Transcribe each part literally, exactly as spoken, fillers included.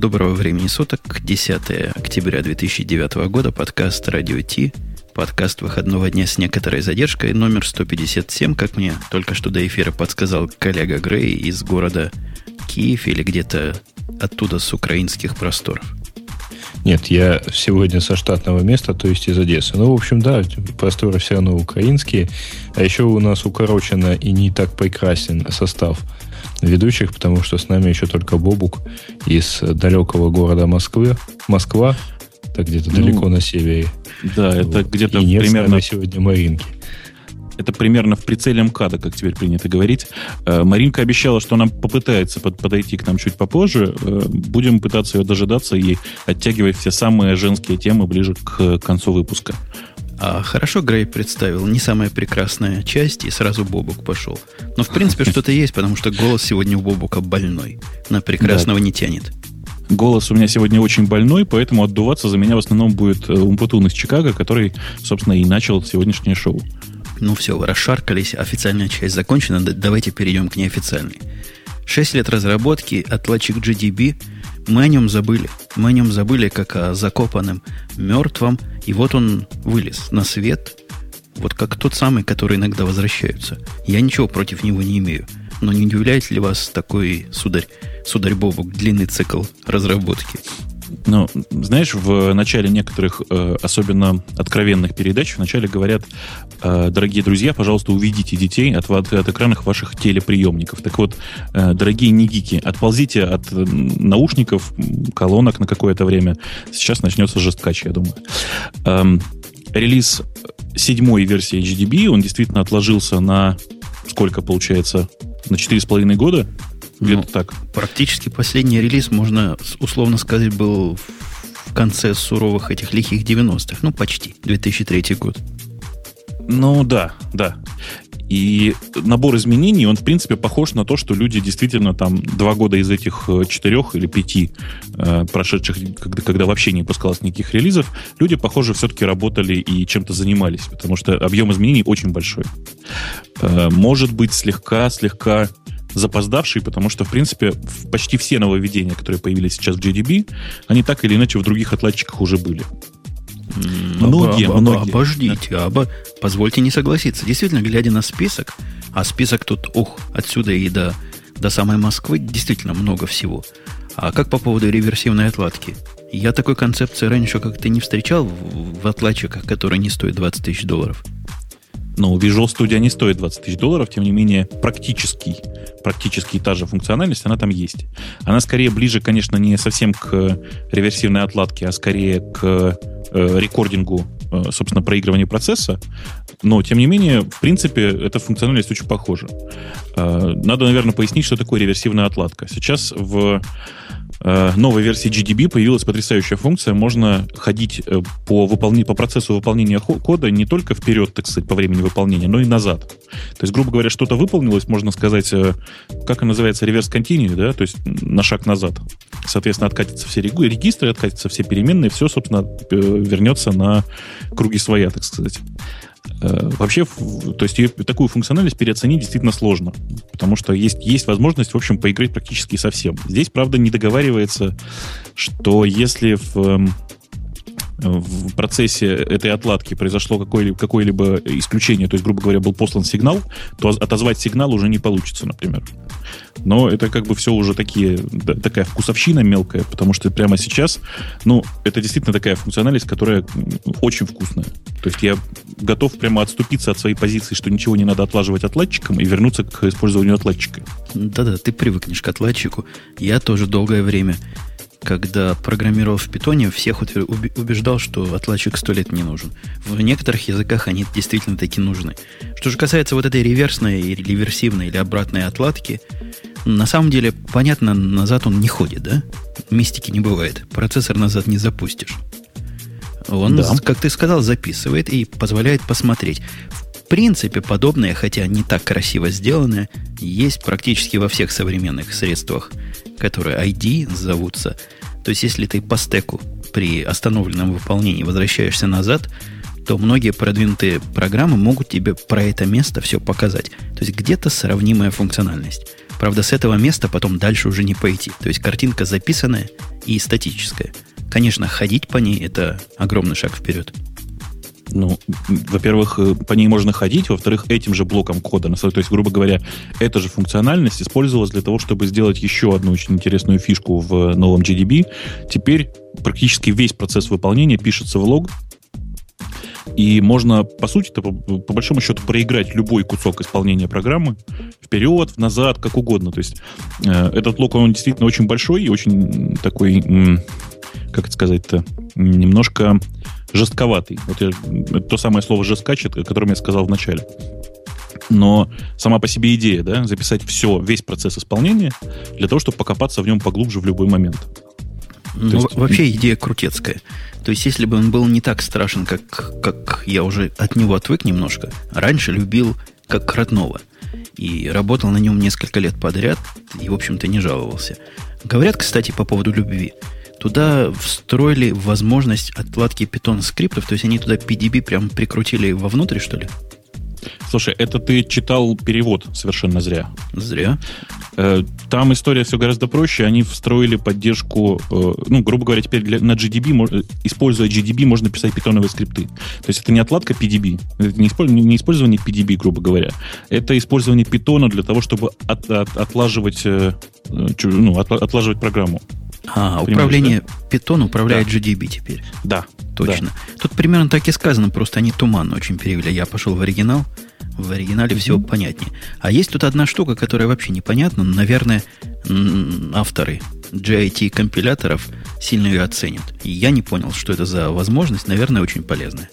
Доброго времени суток, десятое октября две тысячи девятого года, подкаст «Радио Ти», подкаст выходного дня с некоторой задержкой, номер сто пятьдесят семь, как мне только что до эфира подсказал коллега Грей из города Киев или где-то оттуда с украинских просторов. Нет, я сегодня со штатного места, то есть из Одессы. Ну, в общем, да, просторы все равно украинские, а еще у нас укорочено и не так прекрасен состав ведущих, потому что с нами еще только Бобук из далекого города Москвы. Москва, так где-то ну, далеко на севере. Да, это вот. Где-то и нет примерно... сегодня Маринки. Это примерно в прицеле МКАДа, как теперь принято говорить. Маринка обещала, что она попытается под, подойти к нам чуть попозже. Будем пытаться ее дожидаться и оттягивать все самые женские темы ближе к концу выпуска. А хорошо Грей представил. Не самая прекрасная часть, и сразу Бобук пошел. Но, в принципе, что-то есть, потому что голос сегодня у Бобука больной. На прекрасного да. не тянет. Голос у меня сегодня очень больной, поэтому отдуваться за меня в основном будет Умпутун из Чикаго, который, собственно, и начал сегодняшнее шоу. Ну все, вы расшаркались, официальная часть закончена, давайте перейдем к неофициальной. Шесть лет разработки, отладчик джи ди би, мы о нем забыли. Мы о нем забыли, как о закопанном мертвом, и вот он вылез на свет, вот как тот самый, который иногда возвращаются. Я ничего против него не имею, но не удивляет ли вас такой, сударь, сударь Бобук, длинный цикл разработки? Ну, знаешь, в начале некоторых, э, особенно откровенных передач, вначале говорят, э, дорогие друзья, пожалуйста, уведите детей от, от, от экранов ваших телеприемников. Так вот, э, дорогие не-гики, отползите от наушников, колонок на какое-то время. Сейчас начнется жесткач, я думаю. Эм, релиз седьмой версии эйч ди би, он действительно отложился на, сколько получается, на четыре с половиной года. Где-то ну, так. Практически последний релиз, можно условно сказать, был в конце суровых этих лихих девяностых. Ну, почти. две тысячи третий год. Ну, да, да. И набор изменений, он, в принципе, похож на то, что люди действительно там два года из этих четырех или пяти э, прошедших, когда, когда вообще не выпускалось никаких релизов, люди, похоже, все-таки работали и чем-то занимались, потому что объем изменений очень большой. Э, может быть, слегка-слегка запоздавший, потому что, в принципе, почти все нововведения, которые появились сейчас в джи ди би, они так или иначе в других отладчиках уже были. Многие, об, об, многие. Обождите, обо... позвольте не согласиться. Действительно, глядя на список, а список тут, ух, отсюда и до, до самой Москвы, действительно много всего. А как по поводу реверсивной отладки? Я такой концепции раньше как-то не встречал в, в отладчиках, которые не стоят двадцать тысяч долларов. Ну, Visual Studio не стоит двадцать тысяч долларов, тем не менее, практически, практически та же функциональность, она там есть. Она скорее ближе, конечно, не совсем к реверсивной отладке, а скорее к э, рекордингу, э, собственно, проигрыванию процесса. Но, тем не менее, в принципе, эта функциональность очень похожа. Э, надо, наверное, пояснить, что такое реверсивная отладка. Сейчас в новой версии джи ди би появилась потрясающая функция. Можно ходить по, выполни... по процессу выполнения кода не только вперед, так сказать, по времени выполнения, но и назад. То есть, грубо говоря, что-то выполнилось, можно сказать, как это называется, реверс continue, да, то есть на шаг назад. Соответственно, откатятся все регистры, откатятся все переменные, все, собственно, вернется на круги своя, так сказать. Вообще, то есть такую функциональность переоценить действительно сложно, потому что есть, есть возможность, в общем, поиграть практически со всем. Здесь, правда, не договаривается, что если в, в процессе этой отладки произошло какое-либо, какое-либо исключение, то есть, грубо говоря, был послан сигнал, то отозвать сигнал уже не получится, например. Но это как бы все уже такие, да, такая вкусовщина мелкая, потому что прямо сейчас, ну, это действительно такая функциональность, которая очень вкусная. То есть я готов прямо отступиться от своей позиции, что ничего не надо отлаживать отладчиком и вернуться к использованию отладчика. Да-да, ты привыкнешь к отладчику. Я тоже долгое время, когда программировал в Питоне, всех убеждал, что отладчик сто лет не нужен. В некоторых языках они действительно таки нужны. Что же касается вот этой реверсной, или реверсивной или обратной отладки, на самом деле, понятно, назад он не ходит, да? Мистики не бывает. Процессор назад не запустишь. Он, да. как ты сказал, записывает и позволяет посмотреть. В принципе, подобное, хотя не так красиво сделанное, есть практически во всех современных средствах, которые ай ди зовутся. То есть, если ты по стеку при остановленном выполнении возвращаешься назад, то многие продвинутые программы могут тебе про это место все показать. То есть, где-то сравнимая функциональность. Правда, с этого места потом дальше уже не пойти. То есть, картинка записанная, и статическая. Конечно, ходить по ней – это огромный шаг вперед. Ну, во-первых, по ней можно ходить, во-вторых, этим же блоком кода, то есть, грубо говоря, эта же функциональность использовалась для того, чтобы сделать еще одну очень интересную фишку в новом джи ди би. Теперь практически весь процесс выполнения пишется в лог, и можно, по сути, по, по большому счету, проиграть любой кусок исполнения программы вперед, назад, как угодно. То есть э, этот лог, он действительно очень большой и очень такой, м, как это сказать-то, немножко жестковатый. Вот я, это то самое слово «жесткач», о котором я сказал в начале. Но сама по себе идея, да, записать все, весь процесс исполнения, для того, чтобы покопаться в нем поглубже в любой момент. Ну, есть... вообще идея крутецкая. То есть, если бы он был не так страшен, как, как я уже от него отвык немножко, раньше любил как родного. И работал на нем несколько лет подряд, и, в общем-то, не жаловался. Говорят, кстати, по поводу любви. Туда встроили возможность отладки Python скриптов, то есть они туда пи ди би прям прикрутили вовнутрь, что ли? Слушай, это ты читал перевод совершенно зря. Зря. Там история все гораздо проще. Они встроили поддержку, ну, грубо говоря, теперь для, на джи ди би, используя джи ди би, можно писать питоновые скрипты. То есть это не отладка пи ди би, это не использование, не использование пи ди би, грубо говоря. Это использование питона для того, чтобы от, от, отлаживать, ну, от, отлаживать программу. А, управление Python да? управляет да. джи ди би теперь. Да. Точно. Да. Тут примерно так и сказано, просто они туманно очень перевели. Я пошел в оригинал, в оригинале mm-hmm. все понятнее. А есть тут одна штука, которая вообще непонятна. Наверное, авторы джи ай ти-компиляторов сильно ее оценят. И я не понял, что это за возможность. Наверное, очень полезная.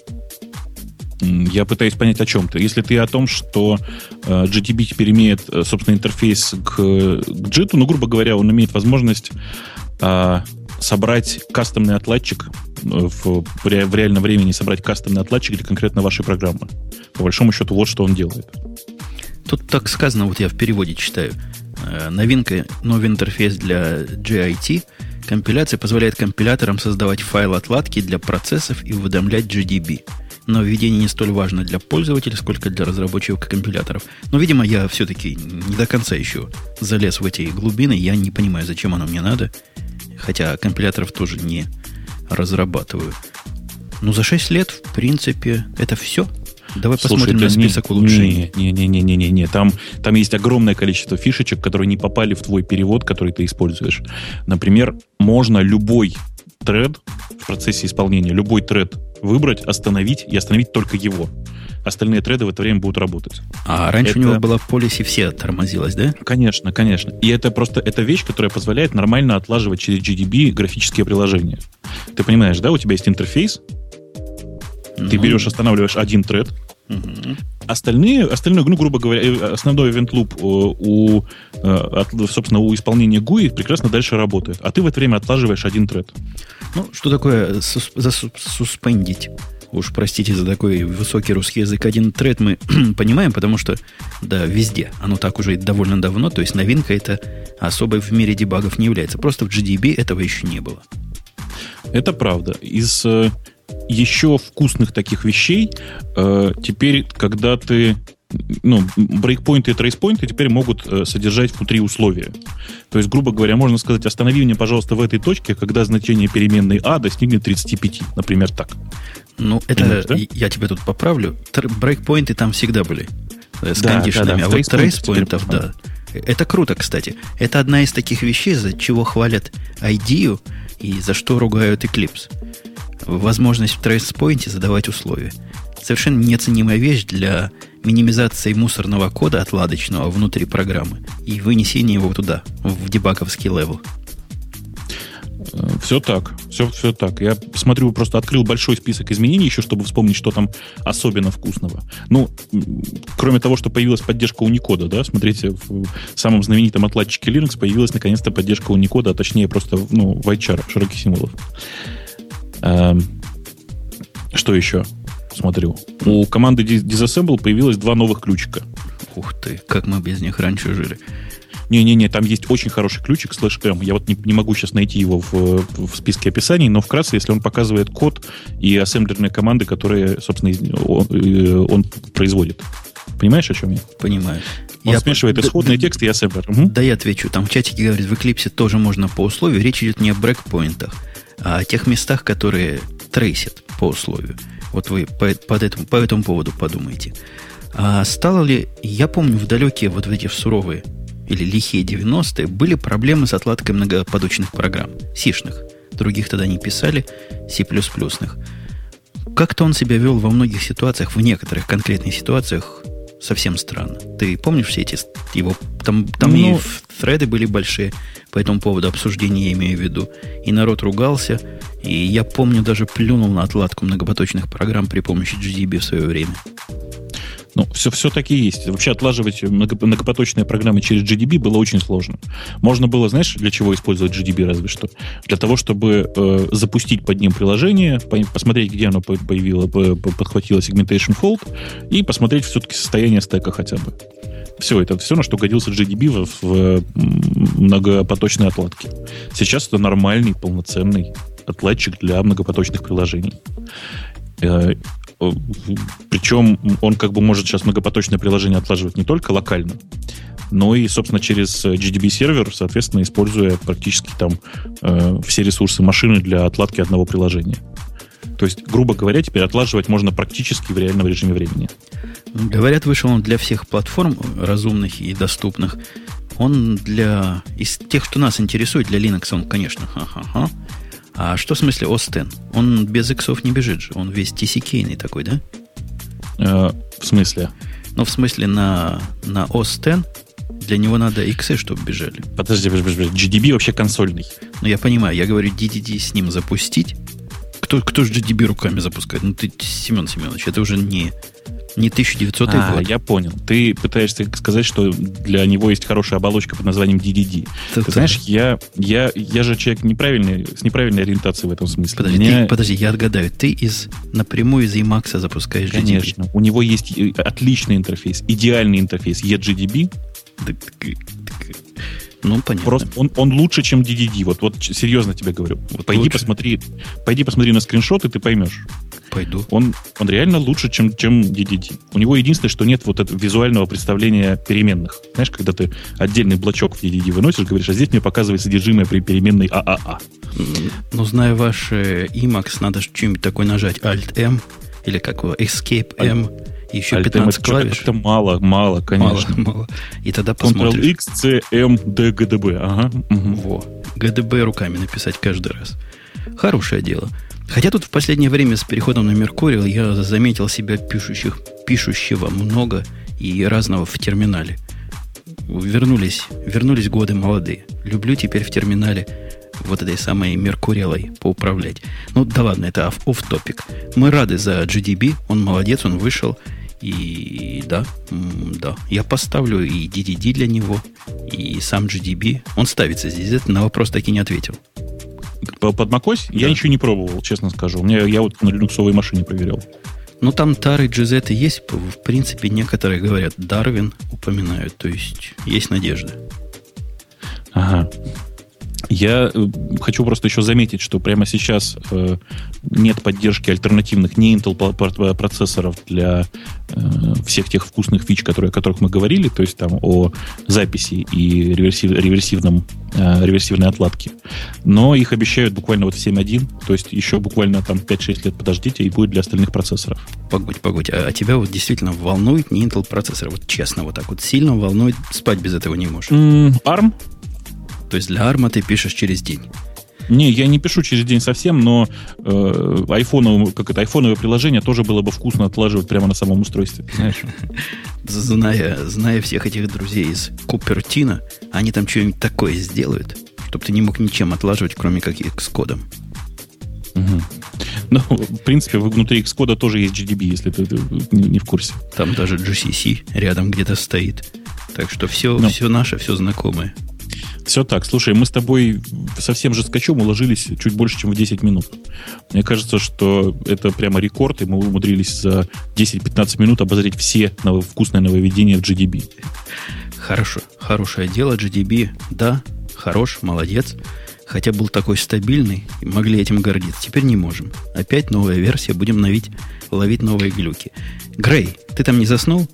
Я пытаюсь понять, о чем ты. Если ты о том, что э, джи ди би теперь имеет, собственно, интерфейс к, к джиту, ну, грубо говоря, он имеет возможность э, собрать кастомный отладчик, в, в реальном времени собрать кастомный отладчик для конкретно вашей программы. По большому счету, вот что он делает. Тут так сказано, вот я в переводе читаю. Э, новинка, новый интерфейс для джи ай ти. Компиляция позволяет компиляторам создавать файлы отладки для процессов и уведомлять джи ди би. Но введение не столь важно для пользователя, сколько для разработчиков и компиляторов. Но, видимо, я все-таки не до конца еще залез в эти глубины. Я не понимаю, зачем оно мне надо. Хотя компиляторов тоже не разрабатываю. Ну, за шесть лет, в принципе, это все. Давай Слушай, посмотрим на список не, улучшений. Не-не-не-не-не. Там, там есть огромное количество фишечек, которые не попали в твой перевод, который ты используешь. Например, можно любой тред в процессе исполнения, любой тред выбрать, остановить и остановить только его. Остальные треды в это время будут работать. А раньше это... у него была policy все тормозилась, да? Конечно, конечно. И это просто это вещь, которая позволяет нормально отлаживать через джи ди би графические приложения. Ты понимаешь, да? У тебя есть интерфейс, ну... ты берешь, останавливаешь один тред, угу. Остальные, остальные, ну, грубо говоря, основной event loop у, собственно, у исполнения гуи прекрасно дальше работает. А ты в это время отлаживаешь один тред. Ну, что такое сус- засуспендить? Уж простите за такой высокий русский язык. Один тред мы понимаем, потому что, да, везде. Оно так уже довольно давно. То есть новинка это особой в мире дебагов не является. Просто в джи ди би этого еще не было. Это правда. Из э, еще вкусных таких вещей э, теперь, когда ты... Ну, брейкпоинты и трейспоинты теперь могут э, содержать внутри условия. То есть, грубо говоря, можно сказать, останови меня, пожалуйста, в этой точке, когда значение переменной а достигнет тридцать пять. Например, так. Ну, это да? Я тебя тут поправлю. Брейкпоинты там всегда были. С да, кондишенами. Да, да. А вот трейспоинтов, да. Это круто, кстати. Это одна из таких вещей, за чего хвалят ай ди ю и за что ругают Eclipse. Возможность в трейспоинте задавать условия. Совершенно неоценимая вещь для минимизации мусорного кода отладочного внутри программы и вынесения его туда, в дебаговский левел. Все так, все, все так. Я смотрю, просто открыл большой список изменений еще, чтобы вспомнить, что там особенно вкусного. Ну, кроме того, что появилась поддержка Unicode, да, смотрите, в самом знаменитом отладчике Linux появилась наконец-то поддержка Unicode, а точнее просто, ну, в эйч ар, широких символов. Эм, что еще? Смотрю. У команды Disassemble появилось два новых ключика. Ух ты, как мы без них раньше жили. Не-не-не, там есть очень хороший ключик слэш эм. Я вот не, не могу сейчас найти его в, в списке описаний, но вкратце, если он показывает код и ассемблерные команды, которые, собственно, он, он производит. Понимаешь, о чем я? Понимаю. Он я, смешивает да, исходные да, тексты и ассемблер. Угу. Да, я отвечу. Там в чатике говорит, в Eclipse тоже можно по условию. Речь идет не о брейкпоинтах, а о тех местах, которые трейсят по условию. Вот вы по, под этому, по этому поводу подумайте. А стало ли... Я помню, в далекие вот в эти суровые или лихие девяностые были проблемы с отладкой многопоточных программ. Сишных. Других тогда не писали. C++-ных. Как-то он себя вел во многих ситуациях, в некоторых конкретных ситуациях совсем странно. Ты помнишь все эти его... Там, там ну, и threады были большие по этому поводу, обсуждения я имею в виду. И народ ругался. И я помню, даже плюнул на отладку многопоточных программ при помощи джи ди би в свое время. Ну, все, все-таки есть. Вообще отлаживать многопоточные программы через джи ди би было очень сложно. Можно было, знаешь, для чего использовать джи ди би разве что? Для того, чтобы э, запустить под ним приложение, по, посмотреть, где оно появило, по, подхватило segmentation fault, и посмотреть все-таки состояние стека хотя бы. Все, это все, на что годился джи ди би в, в многопоточной отладке. Сейчас это нормальный, полноценный отладчик для многопоточных приложений. Причем он как бы может сейчас многопоточное приложение отлаживать не только локально, но и, собственно, через джи ди би-сервер, соответственно, используя практически там э, все ресурсы машины для отладки одного приложения. То есть, грубо говоря, теперь отлаживать можно практически в реальном режиме времени. Говорят, вышел он для всех платформ разумных и доступных. Он для... Из тех, что нас интересует, для Linux он, конечно, ха-ха-ха. А что в смысле о эс десять? Он без иксов не бежит же. Он весь ти си кей-ный такой, да? Э, в смысле? Ну, в смысле, на, на о эс десять для него надо иксы, чтобы бежали. Подожди, подожди, подожди. джи ди би вообще консольный. Ну, я понимаю. Я говорю, ди ди ди с ним запустить. Кто, кто же джи ди би руками запускает? Ну, ты, Семен Семенович, это уже не, не тысяча девятисотый а, год. Я понял. Ты пытаешься сказать, что для него есть хорошая оболочка под названием ди ди ди. Ты, ты знаешь, я, я, я же человек неправильный, с неправильной ориентацией в этом смысле. Подожди, Меня... ты, подожди, я отгадаю. Ты из, напрямую из Emacs запускаешь Конечно. джи ди би? Конечно. У него есть отличный интерфейс, идеальный интерфейс и джи ди би. Так, так, ну, понятно. Просто он, он лучше, чем ди ди ди. Вот, вот серьезно тебе говорю. Вот пойди лучше. посмотри, пойди посмотри на скриншоты, ты поймешь. Пойду. Он, он реально лучше, чем, чем ди ди ди. У него единственное, что нет вот этого визуального представления переменных. Знаешь, когда ты отдельный блочок в ди ди ди выносишь, говоришь, а здесь мне показывает содержимое при переменной а а а. Ну, зная ваш Emacs, надо что-нибудь такое нажать. Alt-M или как его, Escape-M. И еще пятнадцать клавиш. Это мало, мало, конечно. Мало, мало. И тогда посмотришь. контрол икс, си, эм, ди, джи ди би. Ага. Угу. Во. джи ди би руками написать каждый раз. Хорошее дело. Хотя тут в последнее время с переходом на Mercurial я заметил себя пишущих, пишущего много и разного в терминале. Вернулись, вернулись годы молодые. Люблю теперь в терминале вот этой самой Меркуриалой поуправлять. Ну, да ладно, это off-topic. Мы рады за джи ди би. Он молодец, он вышел. И да, да, я поставлю и ди ди ди для него, и сам джи ди би. Он ставится здесь. Это на вопрос таки не ответил. Под macOS? Да. Я ничего не пробовал, честно скажу. У меня, я вот на линуксовой машине проверял. Ну, там тары джи зет есть. В принципе, некоторые говорят, Darwin упоминают. То есть, есть надежда. Ага. Я э, хочу просто еще заметить, что прямо сейчас э, нет поддержки альтернативных не Intel процессоров для э, всех тех вкусных фич, которые, о которых мы говорили, то есть там о записи и реверсив, реверсивном, э, реверсивной отладке. Но их обещают буквально вот в семь точка один, то есть еще буквально там пять-шесть лет подождите, и будет для остальных процессоров. Погодь, погодь, а, а тебя вот действительно волнует не Intel процессор? Вот честно, вот так вот сильно волнует, спать без этого не можешь? Mm, арм? То есть для арма ты пишешь через день? Не, я не пишу через день совсем, но э, айфоновое, как это, айфоновое приложение тоже было бы вкусно отлаживать прямо на самом устройстве, знаешь? Зная, зная всех этих друзей из Купертино, они там что-нибудь такое сделают, чтобы ты не мог ничем отлаживать, кроме как Xcode. Угу. Ну, в принципе, внутри Xcode тоже есть джи ди би, если ты, ты не в курсе. Там даже джи си си рядом где-то стоит. Так что все, ну. все наше, все знакомое. Все так. Слушай, мы с тобой совсем же скачом уложились чуть больше, чем в десять минут. Мне кажется, что это прямо рекорд, и мы умудрились за десять-пятнадцать минут обозреть все ново- вкусные нововведения в джи ди би. Хорошо. Хорошее дело. джи ди би, да, хорош, молодец. Хотя был такой стабильный, и могли этим гордиться. Теперь не можем. Опять новая версия, будем ловить, ловить новые глюки. Грей, ты там не заснул?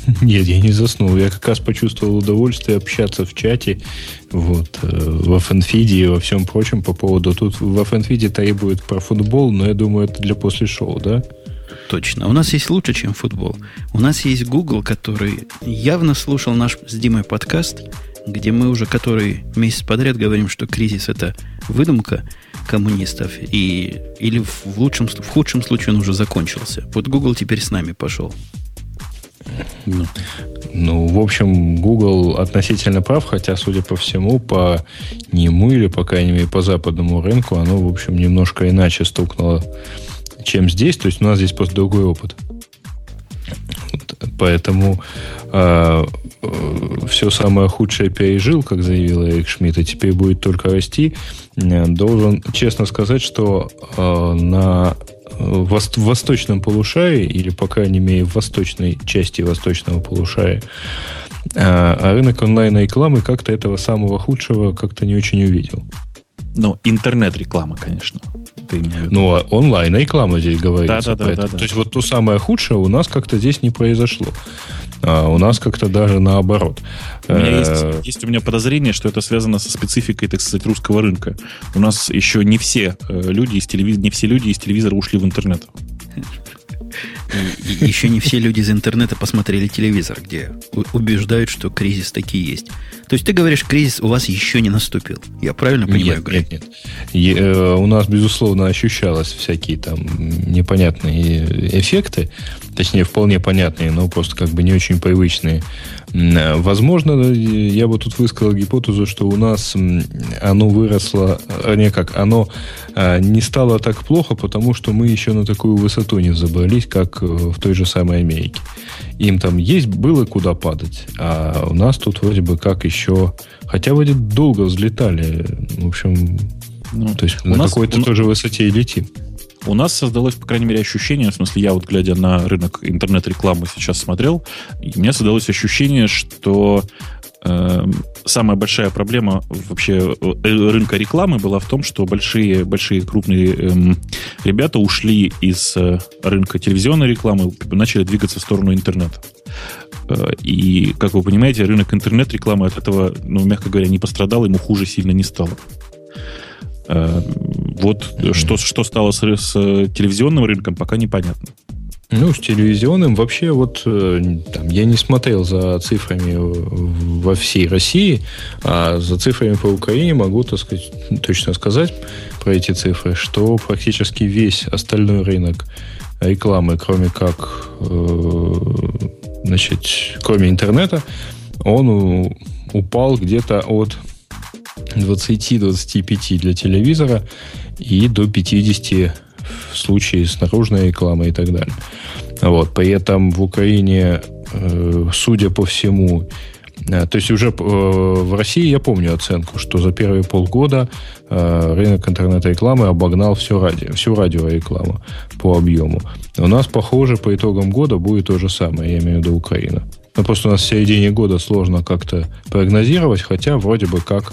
Нет, я не заснул. Я как раз почувствовал удовольствие общаться в чате, вот, в эф эн фиде и во всем прочем по поводу... Тут в эф эн фиде требуют про футбол, но я думаю, это для после шоу, да? Точно. У нас есть лучше, чем футбол. У нас есть Google, который явно слушал наш с Димой подкаст, где мы уже который месяц подряд говорим, что кризис – это выдумка коммунистов, и, или в, лучшем, в худшем случае он уже закончился. Вот Google теперь с нами пошел. Ну, ну, в общем, Google относительно прав, хотя, судя по всему, по нему или, по крайней мере, по западному рынку, оно, в общем, немножко иначе стукнуло, чем здесь. То есть у нас здесь просто другой опыт. Вот, поэтому э, э, все самое худшее пережил, как заявил Эрик Шмидт, и теперь будет только расти. Должен честно сказать, что э, на в восточном полушарии, или, по крайней мере, в восточной части восточного полушария, а рынок онлайн-рекламы как-то этого самого худшего как-то не очень увидел. Ну, интернет-реклама, конечно. Ну, а онлайн-реклама здесь говорится. Да, да, да, да, да. То есть, вот то самое худшее у нас как-то здесь не произошло. А у нас как-то даже наоборот. У меня есть, есть у меня подозрение, что это связано со спецификой, так сказать, русского рынка. У нас еще не все люди из телевизора, не все люди из телевизора ушли в интернет. И, и еще не все люди из интернета посмотрели телевизор, где убеждают, что кризис таки есть. То есть ты говоришь, кризис у вас еще не наступил. Я правильно понимаю? Нет, нет, нет. И, э, у нас, безусловно, ощущалось всякие там непонятные эффекты. Точнее, вполне понятные, но просто как бы не очень привычные. Возможно, я бы тут высказал гипотезу, что у нас оно выросло, не как, оно не стало так плохо, потому что мы еще на такую высоту не забрались, как в той же самой Америке. Им там есть было куда падать, а у нас тут вроде бы как еще... Хотя вроде долго взлетали. В общем, ну, то есть на нас, какой-то у... тоже высоте и летим. У нас создалось, по крайней мере, ощущение, в смысле, я вот, глядя на рынок интернет-рекламы сейчас смотрел, и у меня создалось ощущение, что э, самая большая проблема вообще рынка рекламы была в том, что большие, большие крупные э, ребята ушли из э, рынка телевизионной рекламы и начали двигаться в сторону интернета. Э, и, как вы понимаете, рынок интернет-рекламы от этого, ну, мягко говоря, не пострадал, ему хуже сильно не стало. Вот mm-hmm. что, что стало с, с телевизионным рынком, пока непонятно. Ну, с телевизионным вообще вот там, я не смотрел за цифрами во всей России, а за цифрами по Украине могу, так сказать, точно сказать про эти цифры, что практически весь остальной рынок рекламы, кроме как значит, кроме интернета, он упал где-то от двадцать-двадцать пять для телевизора и до пятьдесят в случае с наружной рекламой и так далее. Вот. При этом в Украине, судя по всему, то есть уже в России я помню оценку, что за первые полгода рынок интернет-рекламы обогнал всю, радио, всю радиорекламу по объему. У нас, похоже, по итогам года будет то же самое, я имею в виду Украина. Но просто у нас в середине года сложно как-то прогнозировать, хотя вроде бы как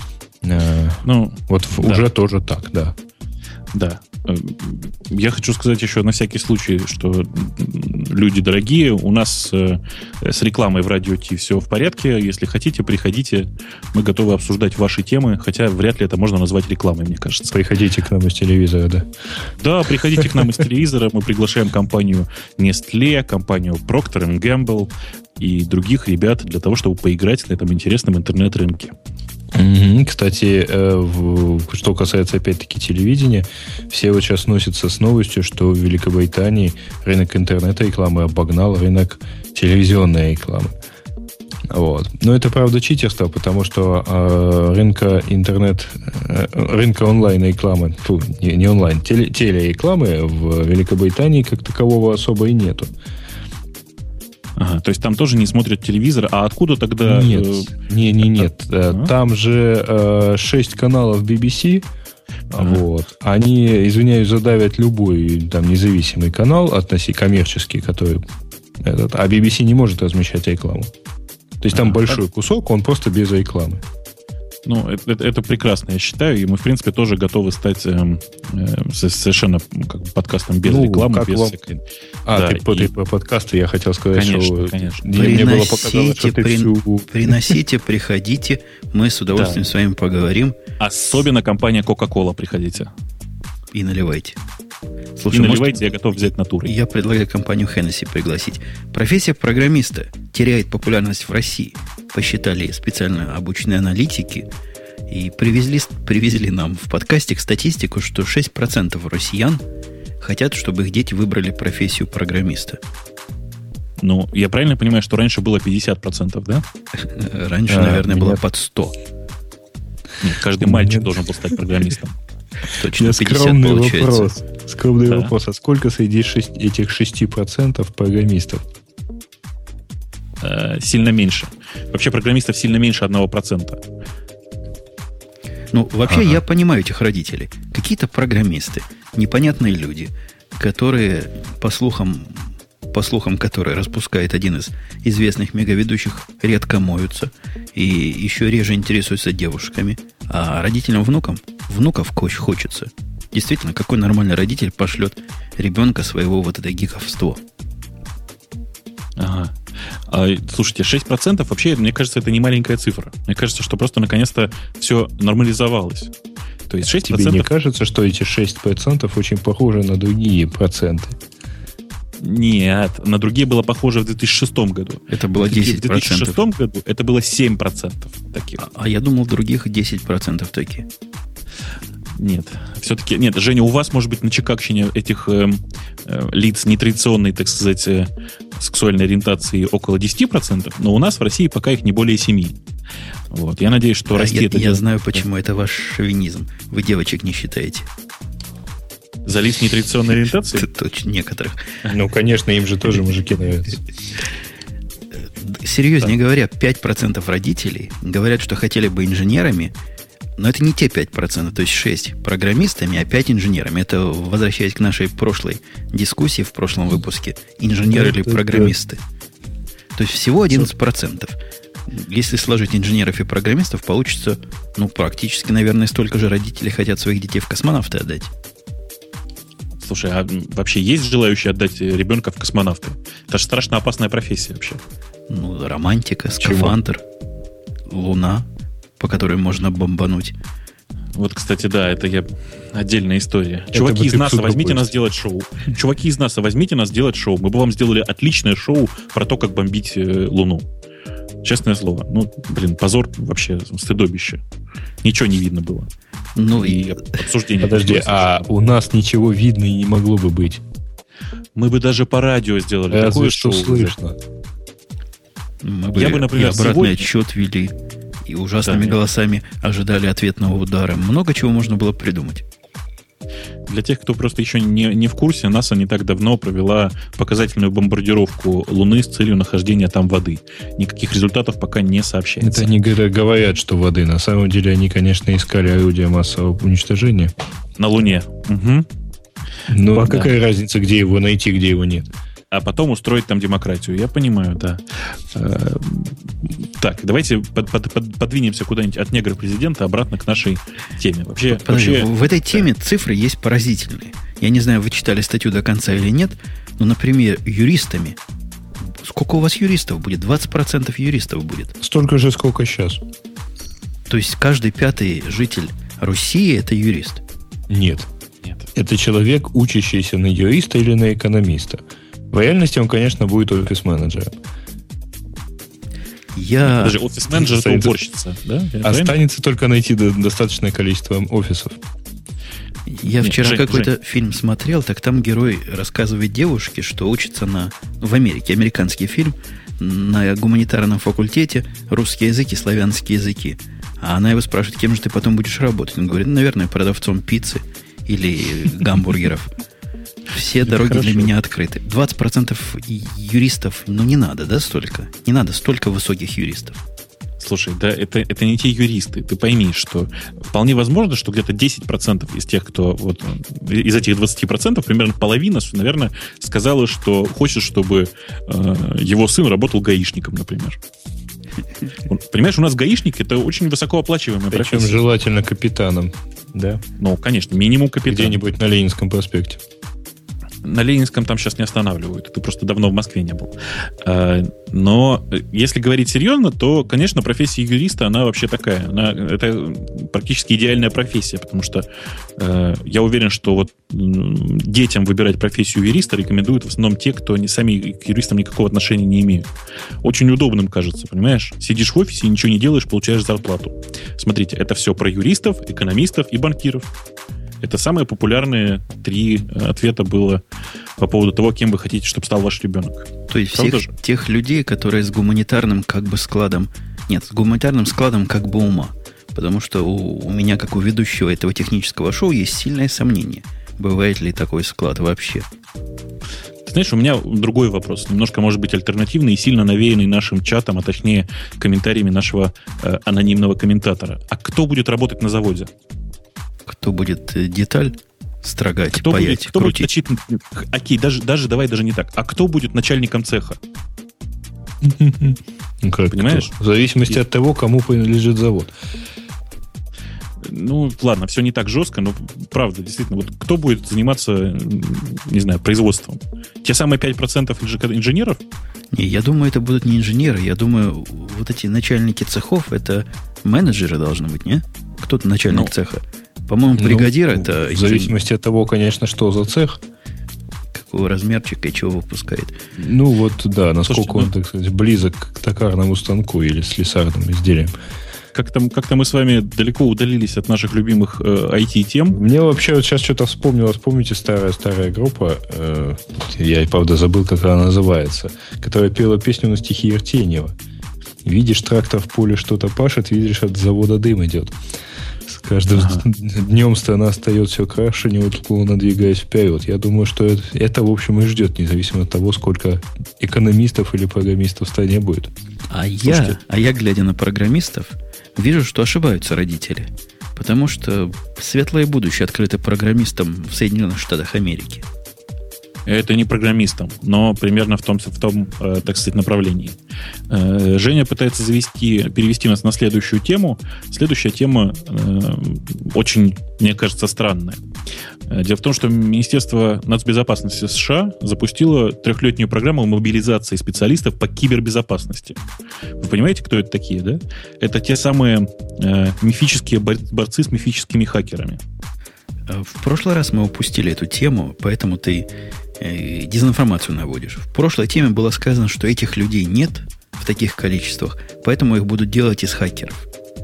ну, вот да. Уже тоже так, да. Да. Я хочу сказать еще на всякий случай, что люди дорогие, у нас с рекламой в Радио Ти все в порядке. Если хотите, приходите. Мы готовы обсуждать ваши темы, хотя вряд ли это можно назвать рекламой, мне кажется. Приходите к нам из телевизора, да? Да, приходите к нам из телевизора. Мы приглашаем компанию Nestle, компанию Procter энд Gamble и других ребят для того, чтобы поиграть на этом интересном интернет-рынке. Кстати, что касается опять-таки телевидения, все вот сейчас носятся с новостью, что в Великобритании рынок интернет-рекламы обогнал рынок телевизионной рекламы. Вот. Но это, правда, читерство, потому что э, рынка интернет, э, рынка онлайн-рекламы, фу, не, не онлайн, теле, телерекламы в Великобритании как такового особо и нету. Ага, то есть там тоже не смотрят телевизор, а откуда тогда... Нет, не, не, нет. А? Там же э, шесть каналов би би си, ага. Вот. Они, извиняюсь, задавят любой там независимый канал, относи коммерческий, который... Этот, а би би си не может размещать рекламу. То есть там ага, большой так... кусок, он просто без рекламы. Ну, это, это прекрасно, я считаю, и мы, в принципе, тоже готовы стать э, э, совершенно как бы, подкастом без ну, рекламы, без вам... всякой... А, да, ты по, и... по подкасту я хотел сказать, конечно, что... Конечно, мне было показалось, что ты при... всю... Приносите, приходите, мы с удовольствием да. с вами поговорим. Особенно компания Coca-Cola, приходите. И наливайте. Слушай, и наливайте, может, я готов взять натурой. Я предлагаю компанию Hennessy пригласить. Профессия программиста теряет популярность в России. Посчитали специально обученные аналитики и привезли, привезли нам в подкастик статистику, что шесть процентов россиян хотят, чтобы их дети выбрали профессию программиста. Ну, я правильно понимаю, что раньше было пятьдесят процентов, да? Раньше, а, наверное, меня... было под сто. Нет, каждый мальчик должен был стать программистом. Точно, скромный вопрос. Скромный да. вопрос. А сколько среди шесть, этих шесть процентов программистов? Э, сильно меньше. Вообще программистов сильно меньше одного процента. Ну, вообще, ага. я понимаю этих родителей. Какие-то программисты, непонятные люди, которые, по слухам, по слухам, которые распускает один из известных мегаведущих, редко моются и еще реже интересуются девушками. А родителям, внукам, внуков хочется. Действительно, какой нормальный родитель пошлет ребенка своего вот это гиковство? Ага. А, слушайте, шесть процентов вообще, мне кажется, это не маленькая цифра. Мне кажется, что просто наконец-то все нормализовалось. То есть шесть процентов... Тебе не кажется, что эти шесть процентов очень похожи на другие проценты? Нет, на другие было похоже в две тысячи шестом году. Это было десять процентов. В две тысячи шестом году это было семь процентов таких. А, а я думал, других десять процентов такие. Нет, все-таки... Нет, Женя, у вас, может быть, на Чикагщине этих э, э, лиц нетрадиционной, так сказать, э, сексуальной ориентации около десять процентов, но у нас в России пока их не более семь процентов. Вот. Я надеюсь, что а расти я, это... Я дело... знаю, почему это ваш шовинизм. Вы девочек не считаете. За лиц нетрадиционной ориентации? Точно, некоторых. Ну, конечно, им же тоже мужики нравятся. Серьезнее говоря, пять процентов родителей говорят, что хотели бы инженерами, но это не те пять процентов, то есть шесть программистами, а пять инженерами. Это, возвращаясь к нашей прошлой дискуссии в прошлом выпуске, инженеры или программисты. То есть всего одиннадцать процентов. Если сложить инженеров и программистов, получится, ну, практически, наверное, столько же родителей хотят своих детей в космонавты отдать. Слушай, а вообще есть желающие отдать ребенка в космонавты? Это же страшно опасная профессия вообще. Ну, романтика, скафандр, луна, по которой можно бомбануть. Вот, кстати, да, это я... отдельная история. Это Чуваки из НАСА, возьмите попасть. нас делать шоу. Чуваки из НАСА, возьмите нас делать шоу. Мы бы вам сделали отличное шоу про то, как бомбить э, Луну. Честное слово. Ну, блин, позор вообще, стыдобище. Ничего не видно было. Ну и, и... обсуждение. Подожди, а у нас ничего видно и не могло бы быть. Мы бы даже по радио сделали Разве такое что шоу. слышно. Мы бы, Я бы, например, и обратный сегодня... отчет вели, и ужасными Да. голосами ожидали ответного удара. Много чего можно было придумать. Для тех, кто просто еще не, не в курсе, НАСА не так давно провела показательную бомбардировку Луны с целью нахождения там воды. Никаких результатов пока не сообщается. Это они говорят, что воды. На самом деле они, конечно, искали орудие массового уничтожения. На Луне. Угу. Но Да. какая разница, где его найти, где его нет? А потом устроить там демократию. Я понимаю, да. Э, Так, давайте под- под- под- подвинемся куда-нибудь от негра-президента обратно к нашей теме. Вообще, Подожди, вообще... в этой теме цифры есть поразительные. Я не знаю, вы читали статью до конца или нет, но, например, юристами. Сколько у вас юристов будет? двадцать процентов юристов будет. Столько же, сколько сейчас. То есть каждый пятый житель России – это юрист. Нет. Нет. Это человек, учащийся на юриста или на экономиста. В реальности он, конечно, будет офис-менеджером. Я... Даже офис-менеджер – это Останется- уборщица, да? Я правильно? Останется только найти до- достаточное количество офисов. Я Нет, вчера Жень, какой-то фильм смотрел, так там герой рассказывает девушке, что учится на, в Америке, американский фильм, на гуманитарном факультете, русский язык и славянские языки. А она его спрашивает, кем же ты потом будешь работать? Он говорит, наверное, продавцом пиццы или гамбургеров. Все дороги хорошо. для меня открыты. двадцать процентов юристов, ну не надо, да, столько? Не надо столько высоких юристов. Слушай, да, это, это не те юристы. Ты пойми, что вполне возможно, что где-то десять процентов из тех, кто вот из этих двадцати процентов, примерно половина, наверное, сказала, что хочет, чтобы э, его сын работал гаишником, например. Понимаешь, у нас гаишники — это очень высокооплачиваемая профессия. Причем желательно капитаном, да? Ну, конечно, минимум капитан. Где-нибудь на Ленинском проспекте. На Ленинском там сейчас не останавливают. Ты просто давно в Москве не был. Но если говорить серьезно, то, конечно, профессия юриста, она вообще такая. Она, это практически идеальная профессия, потому что э, я уверен, что вот детям выбирать профессию юриста рекомендуют в основном те, кто не, сами к юристам никакого отношения не имеют. Очень удобным кажется, понимаешь? Сидишь в офисе, ничего не делаешь, получаешь зарплату. Смотрите, это все про юристов, экономистов и банкиров. Это самые популярные три ответа было по поводу того, кем вы хотите, чтобы стал ваш ребенок. То есть всех же? Тех людей, которые с гуманитарным как бы складом... Нет, с гуманитарным складом как бы ума. Потому что у, у меня, как у ведущего этого технического шоу, есть сильное сомнение. Бывает ли такой склад вообще? Ты знаешь, у меня другой вопрос. Немножко, может быть, альтернативный и сильно навеянный нашим чатом, а точнее комментариями нашего э, анонимного комментатора. А кто будет работать на заводе? Кто будет деталь строгать, кто паять, будет, кто крутить? Будет начит... Окей, даже, даже давай даже не так. А кто будет начальником цеха? Ну, как понимаешь? Кто? В зависимости И... от того, кому принадлежит завод. Ну, ладно, все не так жестко, но правда, действительно, вот кто будет заниматься, не знаю, производством? Те самые пять процентов инженеров? Не, я думаю, это будут не инженеры. Я думаю, вот эти начальники цехов, это менеджеры должны быть, не? Кто-то начальник ну, цеха. По-моему, бригадир ну, это... В зависимости от того, конечно, что за цех. Какого размерчика и чего выпускает. Ну, вот, да, насколько Слушайте, он, так сказать, близок к токарному станку или слесарным изделиям. Как-то, как-то мы с вами далеко удалились от наших любимых э, ай ти-тем. Мне вообще вот сейчас что-то вспомнилось. Помните старая-старая группа, э, я, правда, забыл, как она называется, которая пела песню на стихи Ертеньева. Видишь, трактор в поле что-то пашет, видишь, от завода дым идет. С каждым ага. днем страна остается все краше, неуклонно двигаясь вперед. Я думаю, что это, это, в общем, и ждет, независимо от того, сколько экономистов или программистов в стране будет. А я, а я, глядя на программистов, вижу, что ошибаются родители. Потому что светлое будущее открыто программистам в Соединенных Штатах Америки. Это не программистам, но примерно в том, в том э, так сказать, направлении. Э, Женя пытается завести, перевести нас на следующую тему. Следующая тема э, очень, мне кажется, странная. Дело в том, что Министерство нацбезопасности США запустило трехлетнюю программу мобилизации специалистов по кибербезопасности. Вы понимаете, кто это такие, да? Это те самые э, мифические борцы с мифическими хакерами. В прошлый раз мы упустили эту тему, поэтому ты э, дезинформацию наводишь. В прошлой теме было сказано, что этих людей нет в таких количествах, поэтому их будут делать из хакеров.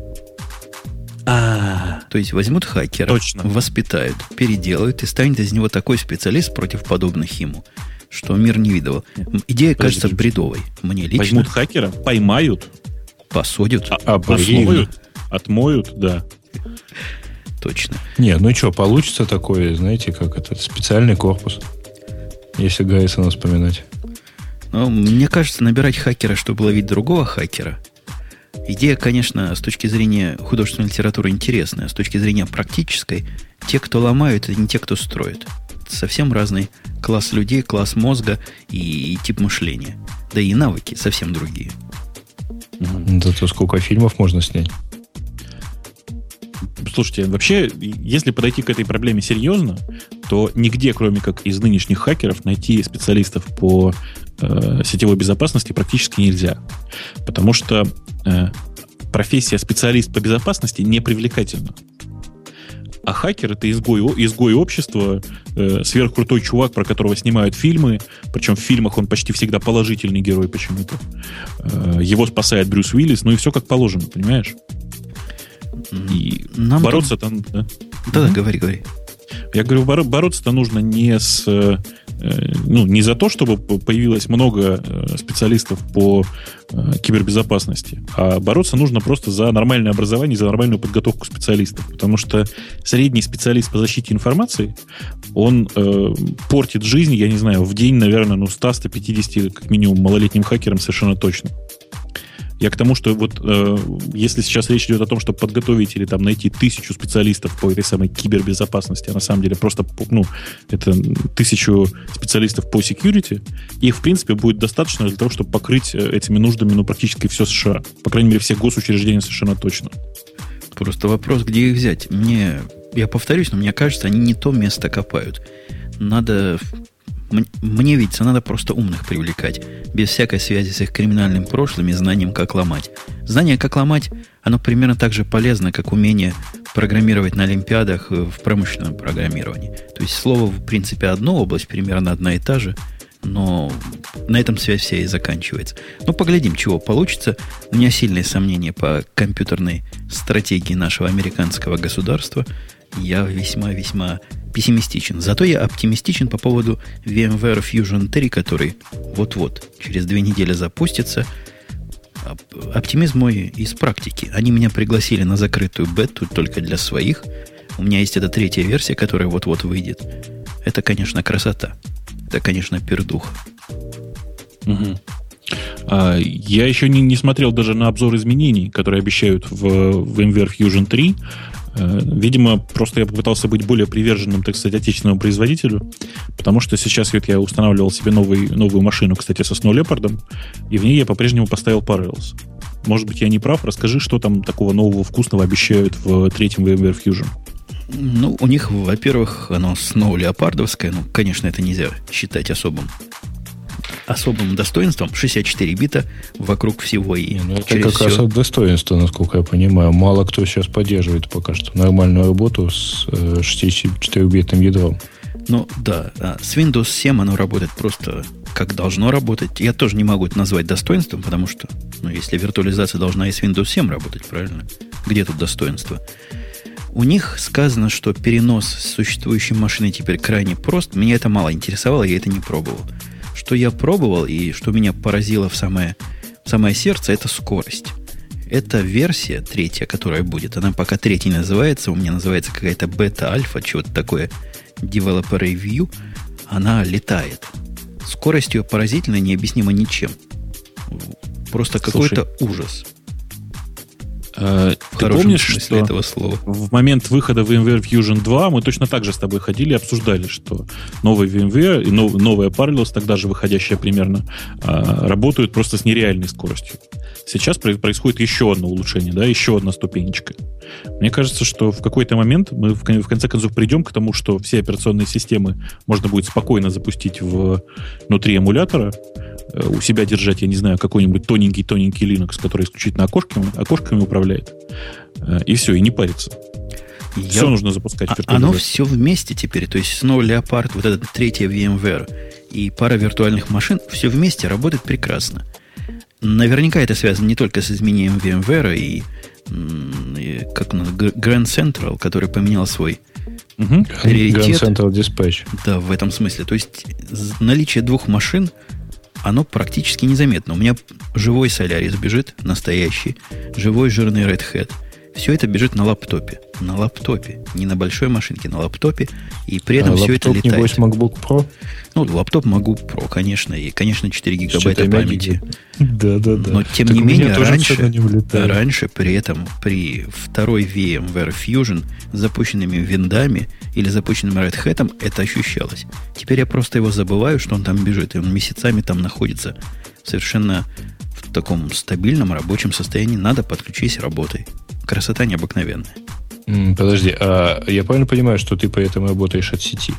А, то есть возьмут хакера, точно, воспитают, переделают, и станет из него такой специалист против подобных ему, что мир не видывал. Идея Подожди, кажется бредовой. Мне лично. Возьмут хакера, поймают, посудят, а, посудят, отмоют, да. Точно. Не, ну что, получится такое, знаете, как этот специальный корпус, если Гаррисона вспоминать. Ну, мне кажется, набирать хакера, чтобы ловить другого хакера, идея, конечно, с точки зрения художественной литературы интересная, с точки зрения практической, те, кто ломают, это не те, кто строит. Это совсем разный класс людей, класс мозга и, и тип мышления. Да и навыки совсем другие. Зато сколько фильмов можно снять. Слушайте, вообще, если подойти к этой проблеме серьезно, то нигде, кроме как из нынешних хакеров, найти специалистов по э, сетевой безопасности практически нельзя. Потому что э, профессия специалист по безопасности не привлекательна. А хакер — это изгой, изгой общества, э, сверхкрутой чувак, про которого снимают фильмы, причем в фильмах он почти всегда положительный герой почему-то. Э, его спасает Брюс Уиллис, ну и все как положено, понимаешь? И Нам бороться там... Да, да, да, говори, говори. Я говорю, боро- бороться-то нужно не с... Э, ну, не за то, чтобы появилось много э, специалистов по э, кибербезопасности, а бороться нужно просто за нормальное образование, за нормальную подготовку специалистов. Потому что средний специалист по защите информации, он э, портит жизнь, я не знаю, в день, наверное, ну, сто - сто пятьдесят как минимум малолетним хакерам совершенно точно. Я к тому, что вот э, если сейчас речь идет о том, чтобы подготовить или там найти тысячу специалистов по этой самой кибербезопасности, а на самом деле просто, ну, это тысячу специалистов по security, их, в принципе, будет достаточно для того, чтобы покрыть этими нуждами, ну, практически все США. По крайней мере, все госучреждения совершенно точно. Просто вопрос, где их взять. Мне, я повторюсь, но мне кажется, они не то место копают. Надо... Мне видится, надо просто умных привлекать, без всякой связи с их криминальным прошлым и знанием, как ломать. Знание, как ломать, оно примерно так же полезно, как умение программировать на олимпиадах в промышленном программировании. То есть слово, в принципе, одно, область примерно одна и та же, но на этом связь вся и заканчивается. Ну, поглядим, чего получится. У меня сильные сомнения по компьютерной стратегии нашего американского государства. Я весьма-весьма пессимистичен. Зато я оптимистичен по поводу VMware Fusion три, который вот-вот, через две недели запустится. Оптимизм мой из практики. Они меня пригласили на закрытую бету только для своих. У меня есть эта третья версия, которая вот-вот выйдет. Это, конечно, красота. Это, конечно, пердуха. Угу. А, я еще не, не смотрел даже на обзор изменений, которые обещают в VMware Fusion три. Видимо, просто я попытался быть более приверженным, так сказать, отечественному производителю, потому что сейчас вот я устанавливал себе новый, новую машину, кстати, со Snow Leopard, и в ней я по-прежнему поставил Parallels. Может быть, я не прав? Расскажи, что там такого нового вкусного обещают в третьем VMware Fusion. Ну, у них, во-первых, оно Snow Leopardовское, ну, конечно, это нельзя считать особым особым достоинством. шестьдесят четыре бита вокруг всего и ну, это как все... раз достоинство, насколько я понимаю. Мало кто сейчас поддерживает пока что нормальную работу с шестидесятичетырёхбитным ядром. Ну, да. С Windows семь оно работает просто как должно работать. Я тоже не могу это назвать достоинством, потому что, ну, если виртуализация должна и с Windows семь работать, правильно? Где тут достоинство? У них сказано, что перенос существующей машины теперь крайне прост. Меня это мало интересовало, я это не пробовал. Что я пробовал и что меня поразило в самое, в самое сердце, это скорость. Эта версия третья, которая будет, она пока третьей называется, у меня называется какая-то бета-альфа, чего-то такое, Developer Review, она летает. Скорость ее поразительно, необъяснима ничем. Просто какой-то ужас. Э, ты помнишь, что этого слова? В момент выхода VMware Fusion два мы точно так же с тобой ходили и обсуждали, что новый VMware и нов, новая Parallels, тогда же выходящая примерно, э, работают просто с нереальной скоростью. Сейчас происходит еще одно улучшение, да, еще одна ступенечка. Мне кажется, что в какой-то момент мы в конце концов придем к тому, что все операционные системы можно будет спокойно запустить в, внутри эмулятора, у себя держать, я не знаю, какой-нибудь тоненький-тоненький Linux, который исключительно окошками, окошками управляет. И все, и не парится. Я... Все нужно запускать. А, оно все вместе теперь. То есть Snow Leopard, вот этот третий VMware и пара виртуальных машин, все вместе работает прекрасно. Наверняка это связано не только с изменением VMware и, и как он, Grand Central, который поменял свой угу. приоритет. Grand Central Dispatch. Да, в этом смысле. То есть наличие двух машин, оно практически незаметно. У меня живой Solaris бежит, настоящий, живой жирный Red Hat. Все это бежит на лаптопе. На лаптопе. Не на большой машинке, на лаптопе. И при этом а все это летает. Небось, MacBook Pro? Ну, лаптоп MacBook Pro, конечно. И, конечно, четыре гигабайта памяти. Да, да, да. Но, тем так не менее, раньше, раньше при этом, при второй VMware Fusion с запущенными виндами или запущенным Red Hat, это ощущалось. Теперь я просто его забываю, что он там бежит. И он месяцами там находится совершенно в таком стабильном рабочем состоянии. Надо подключись, работай. Красота необыкновенная. Подожди, а я правильно понимаю, что ты поэтому работаешь от сети?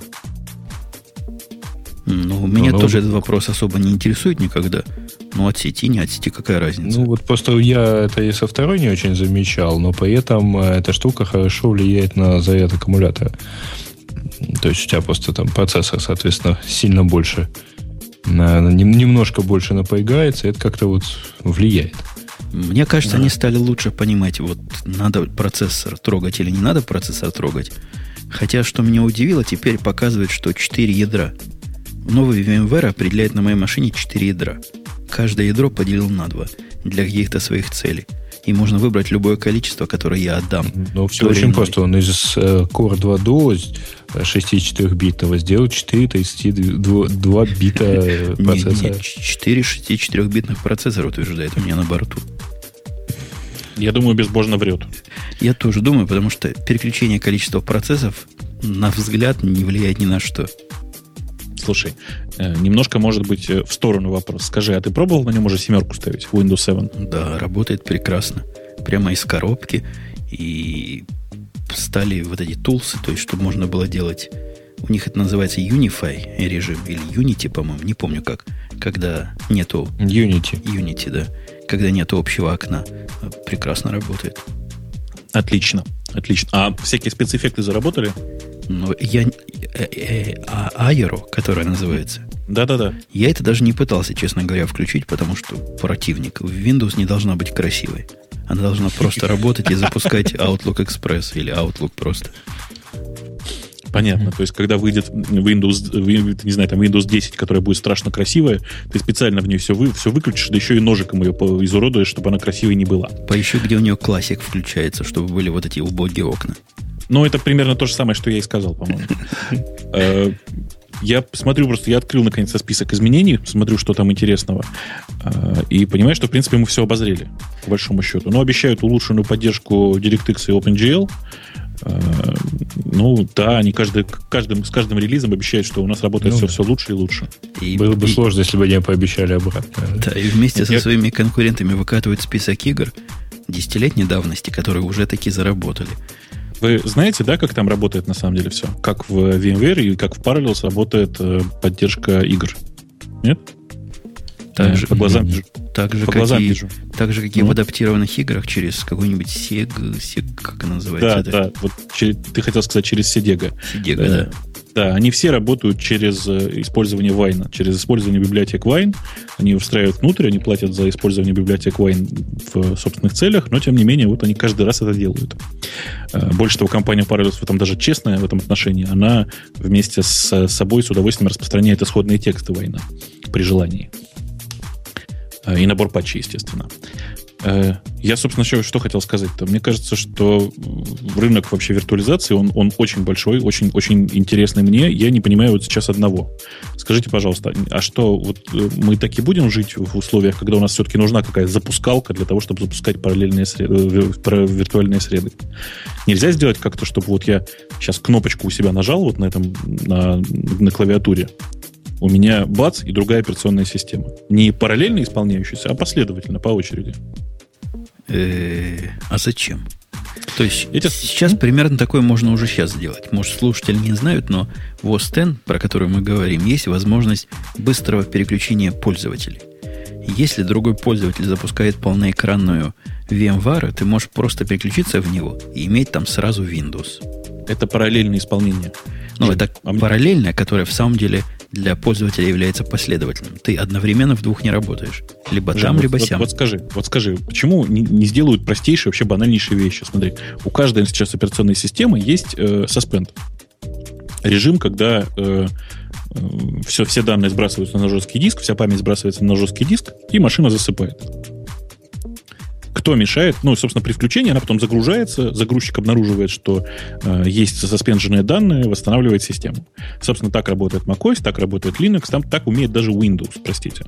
Ну, меня ну, тоже ну, этот вопрос особо не интересует никогда. Ну, от сети, не от сети, какая разница? Ну, вот просто я это и со второй не очень замечал, но при этом эта штука хорошо влияет на заряд аккумулятора. То есть у тебя просто там процессор, соответственно, сильно больше, на, на, немножко больше напрягается, и это как-то вот влияет. Мне кажется, да. Они стали лучше понимать, вот надо процессор трогать или не надо процессор трогать. Хотя, что меня удивило, теперь показывает, что четыре ядра. Новый VMware определяет на моей машине четыре ядра. Каждое ядро поделил на два для каких-то своих целей. И можно выбрать любое количество, которое я отдам. Ну, все очень иной. Просто. Он из э, Core два Duo шестидесятичетырёхбитного сделал четыре тридцать два бита процессора. четыре шестидесятичетырёхбитных процессора утверждает у меня на борту. Я думаю, безбожно врет. Я тоже думаю, потому что переключение количества процессов, на взгляд, не влияет ни на что. Слушай, немножко, может быть, в сторону вопрос. Скажи, а ты пробовал на нем уже семерку ставить, Windows семь? Да, работает прекрасно. Прямо из коробки. И стали вот эти тулсы, то есть, чтобы можно было делать... У них это называется Unify режим, или Unity, по-моему, не помню как. Когда нету... Unity. Unity, да. Когда нету общего окна. Прекрасно работает. Отлично, отлично. А всякие спецэффекты заработали? Ну, я... Э, э, а Aero, которая называется. Да-да-да. Я это даже не пытался, честно говоря, включить, потому что противник. Windows не должна быть красивой. Она должна просто работать и запускать Outlook Express или Outlook просто. Понятно. То есть, когда выйдет Windows, не знаю, там Windows десять, которая будет страшно красивая, ты специально в нее все, вы, все выключишь, да еще и ножиком ее изуродуешь, чтобы она красивой не была. Поищу, где у нее классик включается, чтобы были вот эти убогие окна. Ну, это примерно то же самое, что я и сказал, по-моему. Я смотрю просто, я открыл наконец-то список изменений, смотрю, что там интересного, и понимаю, что, в принципе, мы все обозрели, по большому счету. Но обещают улучшенную поддержку DirectX и OpenGL. Ну, да, они каждый, каждым, с каждым релизом обещают, что у нас работает ну, все, все лучше и лучше. И, Было бы и, сложно, если бы они пообещали обратно. Да, и вместе со своими конкурентами выкатывают список игр десятилетней давности, которые уже таки заработали. Вы знаете, да, как там работает на самом деле все? Как в VMware и как в Parallels работает э, поддержка игр? Нет? Так же, по глазам вижу. Так же, по как глазам и, вижу. Так же, как и ну. в адаптированных играх через какой-нибудь Seg, Seg, как она называется? Да, это? да. Вот через, ты хотел сказать через Sedega. Sedega, э, да. Да, они все работают через использование Wine, через использование библиотек Wine. Они встраивают внутрь, они платят за использование библиотек Wine в собственных целях, но, тем не менее, вот они каждый раз это делают. Больше того, компания Parallels в этом даже честная в этом отношении. Она вместе с собой с удовольствием распространяет исходные тексты Wine при желании. И набор патчей, естественно. Я, собственно, еще что хотел сказать-то. Мне кажется, что рынок вообще виртуализации, он, он очень большой, очень, очень интересный мне. Я не понимаю вот сейчас одного. Скажите, пожалуйста, а что, вот мы так и будем жить в условиях, когда у нас все-таки нужна какая-то запускалка для того, чтобы запускать параллельные среды, виртуальные среды? Нельзя сделать как-то, чтобы вот я сейчас кнопочку у себя нажал вот на этом, на, на клавиатуре, у меня бац и другая операционная система. Не параллельно исполняющаяся, а последовательно, по очереди. А зачем? То есть Эти... сейчас примерно такое можно уже сейчас сделать. Может, слушатели не знают, но в о эс десять, про который мы говорим, есть возможность быстрого переключения пользователей. Если другой пользователь запускает полноэкранную VMware, ты можешь просто переключиться в него и иметь там сразу Windows. Это параллельное исполнение. Ну, это а параллельное, которое в самом деле для пользователя является последовательным. Ты одновременно в двух не работаешь. Либо Жень, там, вот, либо вот, сям. Вот скажи, вот скажи, почему не, не сделают простейшие, вообще банальнейшие вещи? Смотри, у каждой сейчас операционной системы есть э, suspend. Режим, когда э, э, все, все данные сбрасываются на жесткий диск, вся память сбрасывается на жесткий диск, и машина засыпает. Кто мешает? Ну, собственно, при включении она потом загружается, загрузчик обнаруживает, что э, есть заспенженные данные, восстанавливает систему. Собственно, так работает macOS, так работает Linux, там так умеет даже Windows, простите.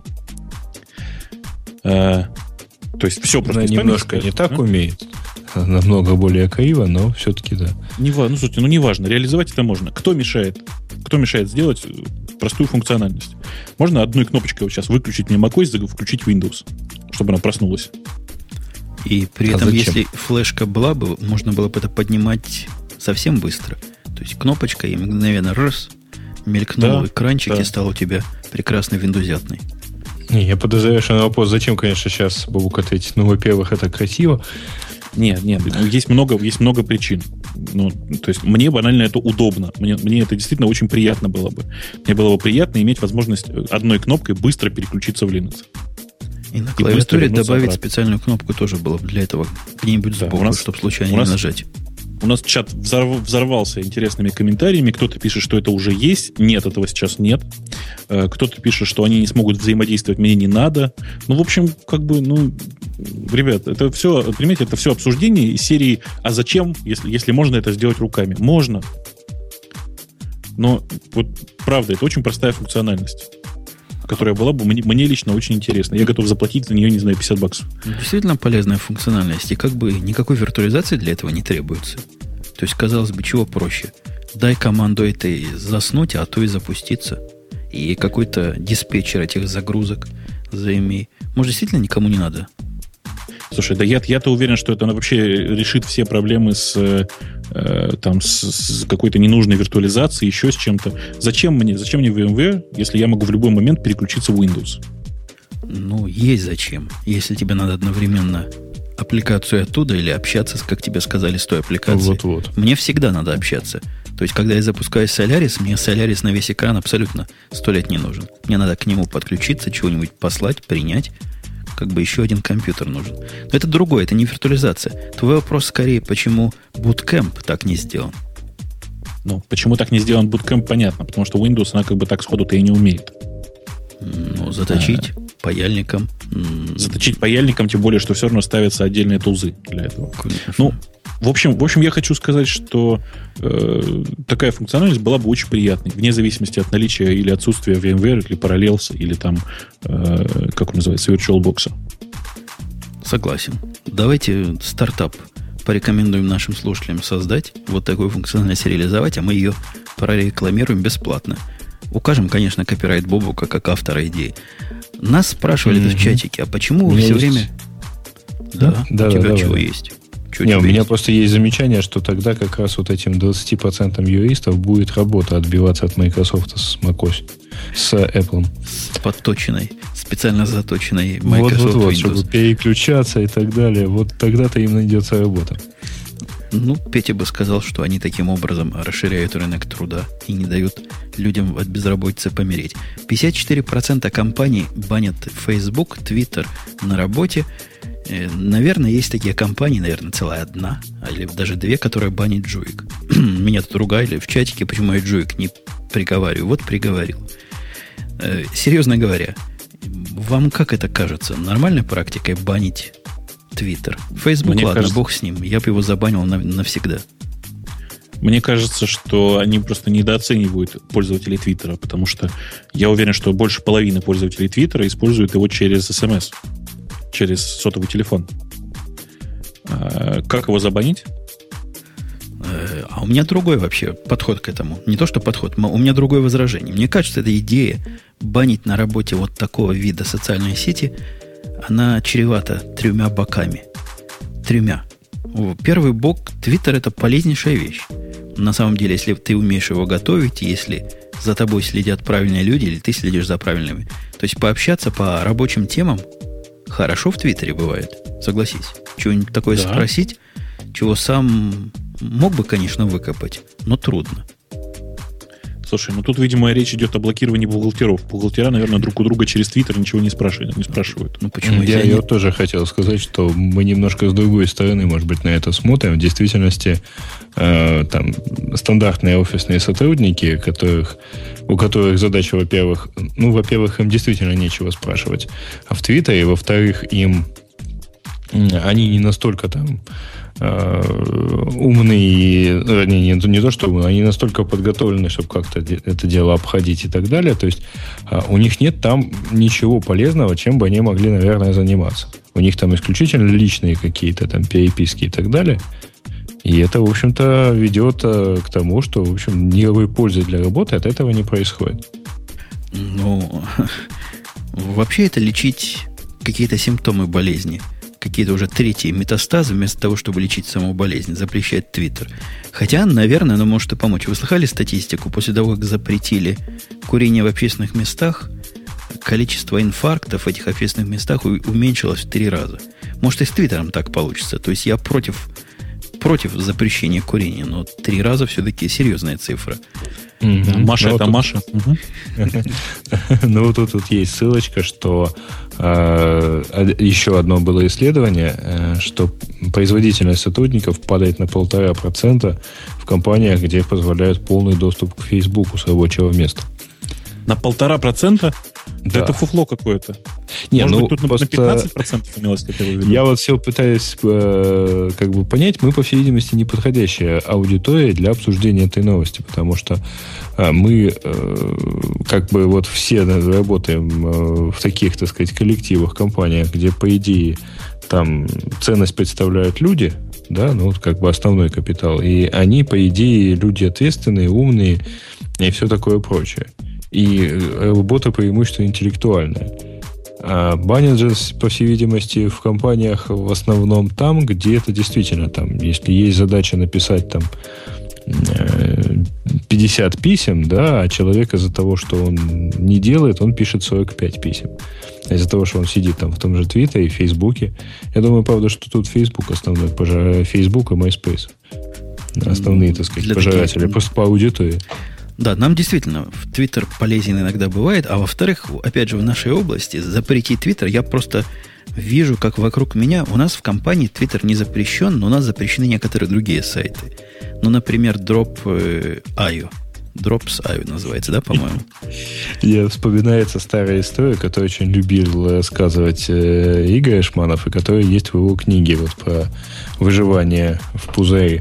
Э, то есть все просто... Она немножко не так а? умеет. Намного более криво, но все-таки да. Не важно, ну, слушайте, ну не важно, реализовать это можно. Кто мешает? Кто мешает сделать простую функциональность? Можно одной кнопочкой вот сейчас выключить мне macOS, включить Windows, чтобы она проснулась. И при а этом, зачем? Если флешка была бы, можно было бы это поднимать совсем быстро. То есть кнопочка и мгновенно раз, мелькнул да, экранчик, да. И стал у тебя прекрасный виндузятный. Не, я подозреваю, что на вопрос, зачем, конечно, сейчас Бабук ответить. Ну, во-первых, это красиво. Нет, нет, есть много, есть много причин. Ну, то есть мне банально это удобно. Мне, мне это действительно очень приятно было бы. Мне было бы приятно иметь возможность одной кнопкой быстро переключиться в Linux. И на клавиатуре добавить обратно. Специальную кнопку тоже было бы для этого где-нибудь сбоку, да, чтобы случайно не нажать. У нас чат взорв, взорвался интересными комментариями. Кто-то пишет, что это уже есть. Нет, этого сейчас нет. Кто-то пишет, что они не смогут взаимодействовать, мне не надо. Ну, в общем, как бы, ну, ребят, это все, понимаете, это все обсуждение из серии «А зачем, если, если можно это сделать руками?» Можно. Но вот правда, это очень простая функциональность. которая была бы мне, мне лично очень интересна. Я готов заплатить за нее, не знаю, пятьдесят баксов. Действительно полезная функциональность. И как бы никакой виртуализации для этого не требуется. То есть, казалось бы, чего проще? Дай команду этой заснуть, а то и запуститься. И какой-то диспетчер этих загрузок заимей. Может, действительно никому не надо? Слушай, да я, я-то уверен, что это вообще решит все проблемы с, э, там, с, с какой-то ненужной виртуализацией, еще с чем-то. Зачем мне, зачем мне VMware, если я могу в любой момент переключиться в Windows? Ну, есть зачем. Если тебе надо одновременно аппликацию оттуда или общаться, как тебе сказали, с той аппликацией. Вот-вот. Мне всегда надо общаться. То есть, когда я запускаю Solaris, мне Solaris на весь экран абсолютно сто лет не нужен. Мне надо к нему подключиться, чего-нибудь послать, принять. Как бы еще один компьютер нужен. Но это другое, это не виртуализация. Твой вопрос скорее, почему Bootcamp так не сделан? Ну, почему так не сделан Bootcamp, понятно. Потому что Windows, она как бы так сходу-то и не умеет. Ну, заточить а, паяльником. Заточить паяльником, тем более, что все равно ставятся отдельные тулзы для этого. Конечно. Ну, в общем, в общем, я хочу сказать, что э, такая функциональность была бы очень приятной, вне зависимости от наличия или отсутствия VMware, или Parallels, или там, э, как он называется, VirtualBox. Согласен. Давайте стартап порекомендуем нашим слушателям создать, вот такую функциональность реализовать, а мы ее прорекламируем бесплатно. Укажем, конечно, копирайт Бобука как автора идеи. Нас спрашивали mm-hmm. в чатике, а почему вы все есть... время... Да, да, у тебя да, чего да. есть? Чего Не, у меня есть? просто есть замечание, что тогда как раз вот этим двадцать процентов юристов будет работа отбиваться от Microsoft с macOS, с Apple. С подточенной, специально заточенной Microsoft вот, вот, Windows. чтобы переключаться и так далее. Вот тогда-то им найдется работа. Ну, Петя бы сказал, что они таким образом расширяют рынок труда и не дают людям от безработицы помереть. пятьдесят четыре процента компаний банят Facebook, Twitter на работе. Наверное, есть такие компании, наверное, целая одна, или даже две, которые банят Джуик. Меня тут ругали в чатике, почему я Джуик не приговариваю. Вот приговорил. Серьезно говоря, вам как это кажется? Нормальной практикой банить Твиттер? Фейсбук, ладно, кажется, бог с ним. Я бы его забанил навсегда. Мне кажется, что они просто недооценивают пользователей Твиттера, потому что я уверен, что больше половины пользователей Твиттера используют его через эс эм эс, через сотовый телефон. А как его забанить? А у меня другой вообще подход к этому. Не то, что подход, у меня другое возражение. Мне кажется, эта идея банить на работе вот такого вида социальной сети, она чревата тремя боками. Тремя. Первый бок, Твиттер – это полезнейшая вещь. На самом деле, если ты умеешь его готовить, если за тобой следят правильные люди, или ты следишь за правильными. То есть пообщаться по рабочим темам хорошо в Твиттере бывает. Согласись. Чего-нибудь такое да. спросить, чего сам мог бы, конечно, выкопать, но трудно. Слушай, ну тут, видимо, речь идет о блокировании бухгалтеров. Бухгалтера, наверное, друг у друга через Твиттер ничего не спрашивают. Не спрашивают. Ну, почему? Я, я тоже хотел сказать, что мы немножко с другой стороны, может быть, на это смотрим. В действительности, э, там, стандартные офисные сотрудники, которых, у которых задача, во-первых, ну, во-первых, им действительно нечего спрашивать. А в Твиттере, во-вторых, им они не настолько там умные, не, не, не то что умные, они настолько подготовлены, чтобы как-то это дело обходить и так далее. То есть у них нет там ничего полезного, чем бы они могли, наверное, заниматься. У них там исключительно личные какие-то там переписки и так далее. И это, в общем-то, ведет к тому, что, в общем, никакой пользы для работы от этого не происходит. Ну, вообще это лечить какие-то симптомы болезни. Какие-то уже третьи метастазы, вместо того, чтобы лечить саму болезнь, запрещает Твиттер. Хотя, наверное, оно может и помочь. Вы слыхали статистику? После того, как запретили курение в общественных местах, количество инфарктов в этих общественных местах уменьшилось в три раза. Может, и с Твиттером так получится. То есть я против, против запрещения курения, но три раза все-таки серьезная цифра. Mm-hmm. Маша, это Маша. Ну, вот тут есть ссылочка, что еще одно было исследование, что производительность сотрудников падает на полтора процента в компаниях, где позволяют полный доступ к Фейсбуку с рабочего места. На полтора процента? Да это фуфло какое-то. Не, Может ну, быть, тут просто на пятнадцать процентов имелось, как я Я вот все пытаюсь э, как бы понять, мы, по всей видимости, неподходящая аудитория для обсуждения этой новости, потому что э, мы э, как бы вот все работаем э, в таких, так сказать, коллективах, компаниях, где, по идее, там ценность представляют люди, да, ну вот как бы основной капитал, и они, по идее, люди ответственные, умные и все такое прочее. И работа преимущественно интеллектуальная. А банят же, по всей видимости, в компаниях в основном там, где это действительно там, если есть задача написать там пятьдесят писем, да, а человек из-за того, что он не делает, он пишет сорок пять писем. Из-за того, что он сидит там в том же Твиттере и Фейсбуке. Я думаю, правда, что тут Фейсбук основной, пожа... Фейсбук и MySpace. Основные, так сказать, пожиратели, таких... просто по аудитории. Да, нам действительно в Твиттер полезен иногда бывает, а во-вторых, опять же, в нашей области запретить Твиттер, я просто вижу, как вокруг меня, у нас в компании Твиттер не запрещен, но у нас запрещены некоторые другие сайты. Ну, например, Drop.io. Drops.io называется, да, по-моему? Я вспоминается старая история, которую очень любил рассказывать э, Игорь Шманов, и которая есть в его книге вот про выживание в пузыре.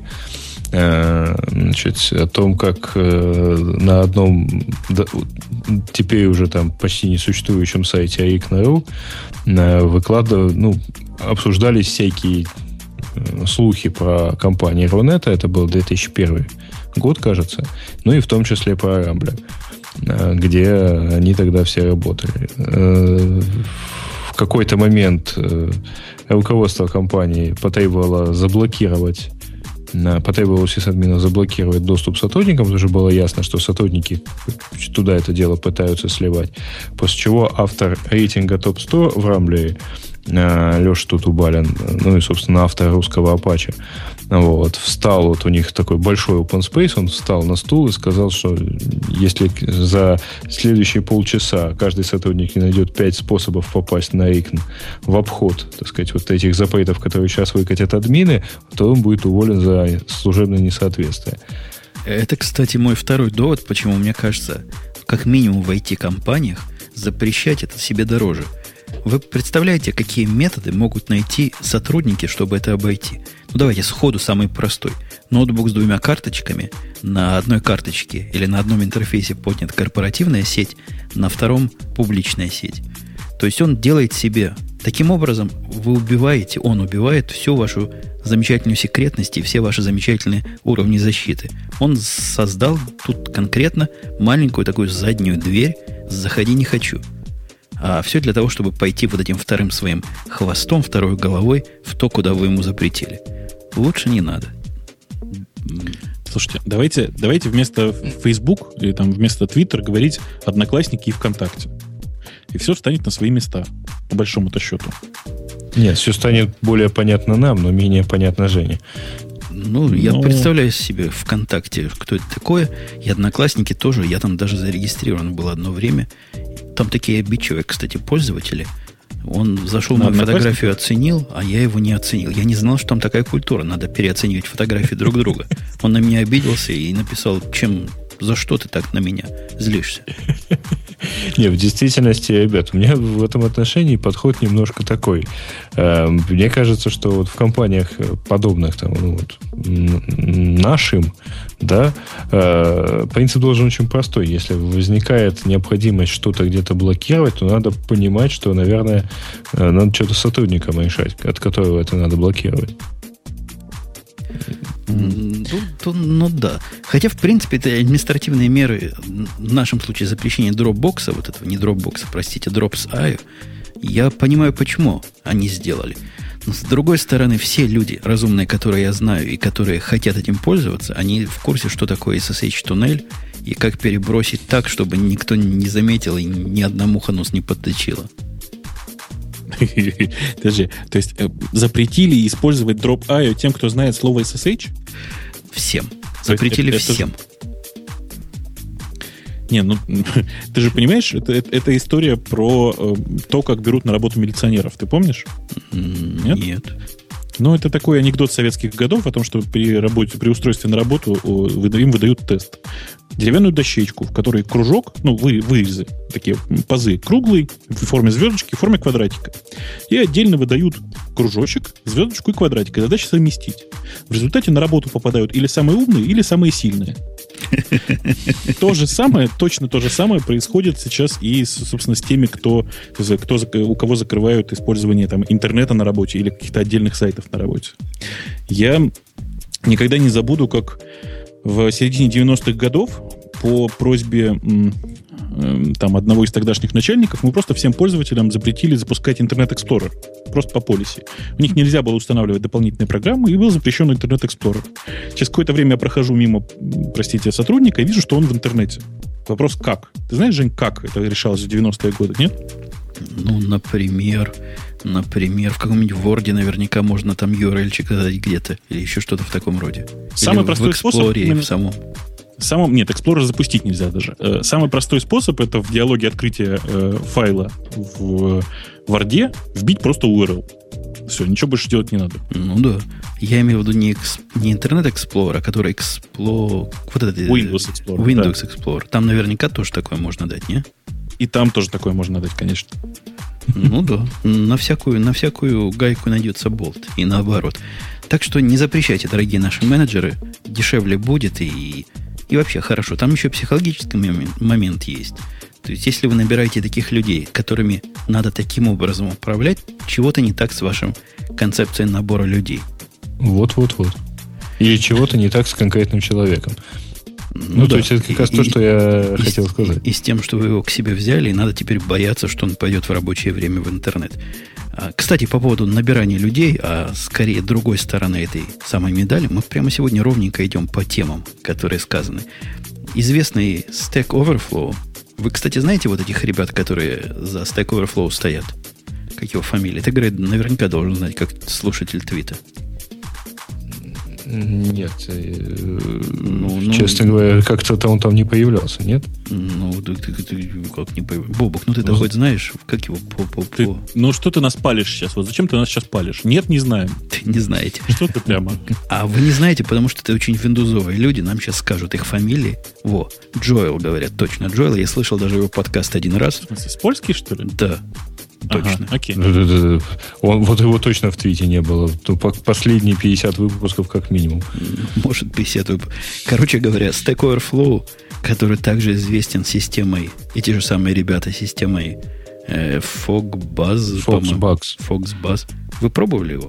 Значит, о том, как э, на одном да, теперь уже там почти несуществующем сайте эй ай кей точка ру э, выкладывали, ну, обсуждались всякие э, слухи про компанию Рунета. Это был две тысячи первый год, кажется. Ну и в том числе про Рамблер, э, где они тогда все работали. Э, в какой-то момент э, руководство компании потребовало заблокировать потребовалось сисадмину заблокировать доступ сотрудникам, потому что было ясно, что сотрудники туда это дело пытаются сливать. После чего автор рейтинга топ сто в Рамблере, Леша Тутубалин, ну и, собственно, автор русского Apache, вот, встал, вот у них такой большой open space, он встал на стул и сказал, что если за следующие полчаса каждый сотрудник не найдет пять способов попасть на эй ай кей в обход, так сказать, вот этих запретов, которые сейчас выкатят админы, то он будет уволен за служебное несоответствие. Это, кстати, мой второй довод, почему, мне кажется, как минимум в ай ти-компаниях запрещать это себе дороже. Вы представляете, какие методы могут найти сотрудники, чтобы это обойти? Ну, давайте сходу самый простой. Ноутбук с двумя карточками. На одной карточке или на одном интерфейсе поднята корпоративная сеть, на втором публичная сеть. То есть он делает себе... Таким образом, вы убиваете, он убивает всю вашу замечательную секретность и все ваши замечательные уровни защиты. Он создал тут конкретно маленькую такую заднюю дверь «Заходи, не хочу». А все для того, чтобы пойти вот этим вторым своим хвостом, второй головой в то, куда вы ему запретили. Лучше не надо. Слушайте, давайте, давайте вместо Facebook или там вместо Twitter говорить Одноклассники и ВКонтакте. И все встанет на свои места, по большому-то счету. Нет, все станет более понятно нам, но менее понятно Жене. Ну, я но... представляю себе ВКонтакте, кто это такое. И Одноклассники тоже. Я там даже зарегистрирован был одно время. Там такие обидчивые, кстати, пользователи. Он зашел, мою фотографию оценил, а я его не оценил. Я не знал, что там такая культура. Надо переоценивать фотографии друг друга. Он на меня обиделся и написал, чем, за что ты так на меня злишься? Нет, в действительности, ребят, у меня в этом отношении подход немножко такой. Мне кажется, что вот в компаниях подобных там, ну, вот, нашим, да, принцип должен очень простой. Если возникает необходимость что-то где-то блокировать, то надо понимать, что, наверное, надо что-то с сотрудником решать, от которого это надо блокировать. Ну, то, ну да. Хотя, в принципе, это административные меры, в нашем случае запрещение дропбокса, вот этого, не дропбокса, простите, Drops.io, я понимаю, почему они сделали. Но, с другой стороны, все люди разумные, которые я знаю и которые хотят этим пользоваться, они в курсе, что такое эс эс эйч-туннель и как перебросить так, чтобы никто не заметил и ни одна муха нос не подточила. Подожди, то есть э, запретили использовать Drop.io тем, кто знает слово эс эс эйч? Всем. Запретили это, всем. Это... Не, ну ты же понимаешь, это, это, это история про э, то, как берут на работу милиционеров. Ты помнишь? Нет. Нет. Ну, это такой анекдот советских годов о том, что при работе, при устройстве на работу им выдают тест. Деревянную дощечку, в которой кружок, ну, вы, вырезы, такие пазы, круглый, в форме звездочки, в форме квадратика. И отдельно выдают кружочек, звездочку и квадратик. И задача совместить. В результате на работу попадают или самые умные, или самые сильные. То же самое, точно то же самое происходит сейчас и, собственно, с теми, кто, кто, у кого закрывают использование там, интернета на работе или каких-то отдельных сайтов на работе. Я никогда не забуду, как в середине девяностых годов по просьбе там, одного из тогдашних начальников мы просто всем пользователям запретили запускать Internet Explorer. Просто по полиси. У них нельзя было устанавливать дополнительные программы, и был запрещен Internet Explorer. Через какое-то время я прохожу мимо, простите, сотрудника и вижу, что он в интернете. Вопрос, как? Ты знаешь, Жень, как это решалось в девяностые годы, нет? Ну, например, например, в каком-нибудь Word наверняка можно там ю ар эл-чик задать где-то, или еще что-то в таком роде. Самый или простой в способ... Explorer в самом... Самым, нет, Explorer запустить нельзя даже. Самый простой способ — это в диалоге открытия э, файла в Word вбить просто ю ар эл. Все, ничего больше делать не надо. Ну да. Я имею в виду не, экс, не Internet Explorer, а который Explorer... Вот это, Windows Explorer. Windows да. Explorer. Там наверняка тоже такое можно дать, не? И там тоже такое можно дать, конечно. Ну да. На всякую, на всякую гайку найдется болт. И наоборот. Так что не запрещайте, дорогие наши менеджеры. Дешевле будет и... И вообще хорошо. Там еще психологический момент, момент есть. То есть, если вы набираете таких людей, которыми надо таким образом управлять, чего-то не так с вашим концепцией набора людей. Вот-вот-вот. Или чего-то не так с конкретным человеком. Ну, ну да. То есть, это как раз и, то, что я и, хотел сказать. И, и с тем, что вы его к себе взяли, и надо теперь бояться, что он пойдет в рабочее время в интернет. Кстати, по поводу набирания людей, а скорее другой стороны этой самой медали, мы прямо сегодня ровненько идем по темам, которые сказаны. Известный Stack Overflow. Вы, кстати, знаете вот этих ребят, которые за Stack Overflow стоят? Как его фамилия? Ты, Грей, наверняка должен знать, как слушатель твита. Нет. Ну, ну, честно говоря, как-то там он там не появлялся, нет? Ну, ты, ты, ты как не появлялся? Бобок, ну ты-то ну, хоть знаешь, как его по... по, ты, по... Ну, что ты нас палишь сейчас? Вот зачем ты нас сейчас палишь? Нет, не знаем. Ты не знаете. Что ты прямо? А вы не знаете, потому что это очень виндузовые люди. Нам сейчас скажут их фамилии. Во, Джоэл, говорят, точно. Джоэл, я слышал даже его подкаст один раз. В смысле, с польский, что ли? Да. Точно. Ага, окей. Он, вот его точно в твите не было. Последние пятьдесят выпусков как минимум. Может, пятьдесят выпусков. Короче говоря, Stack Overflow, который также известен системой, эти же самые ребята системой э, Fogbuzz. Foxbugs. Foxbuzz. Вы пробовали его?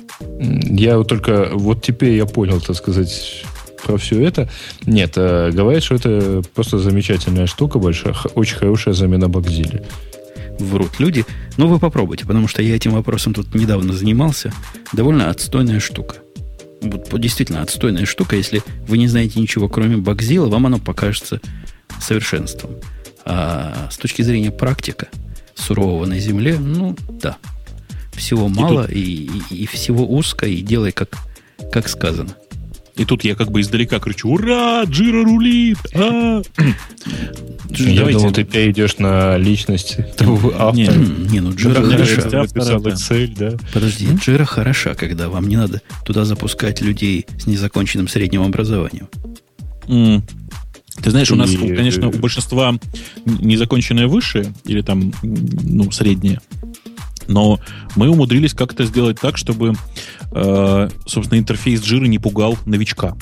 Я вот только... Вот теперь я понял, так сказать... про все это. Нет, э, говорят, что это просто замечательная штука, большая, очень хорошая замена Багзиле. Врут люди. Но вы попробуйте, потому что я этим вопросом тут недавно занимался. Довольно отстойная штука. Вот, действительно отстойная штука. Если вы не знаете ничего, кроме Багзила, вам оно покажется совершенством. А с точки зрения практика, сурового на земле, ну, да. Всего мало, и, тут... и, и всего узко, и делай, как, как сказано. И тут я как бы издалека кричу: ура, Джира рулит! А! Я Давайте. думал, ты перейдешь на личность автора. Не, не, ну Джира хороша. Написал Excel, да? Подожди, Джира хороша, когда вам не надо туда запускать людей с незаконченным средним образованием. Mm. Ты знаешь, у нас, и... конечно, у большинства незаконченное высшее или там, ну, среднее. Но мы умудрились как-то сделать так, чтобы, э, собственно, интерфейс Jira не пугал новичка.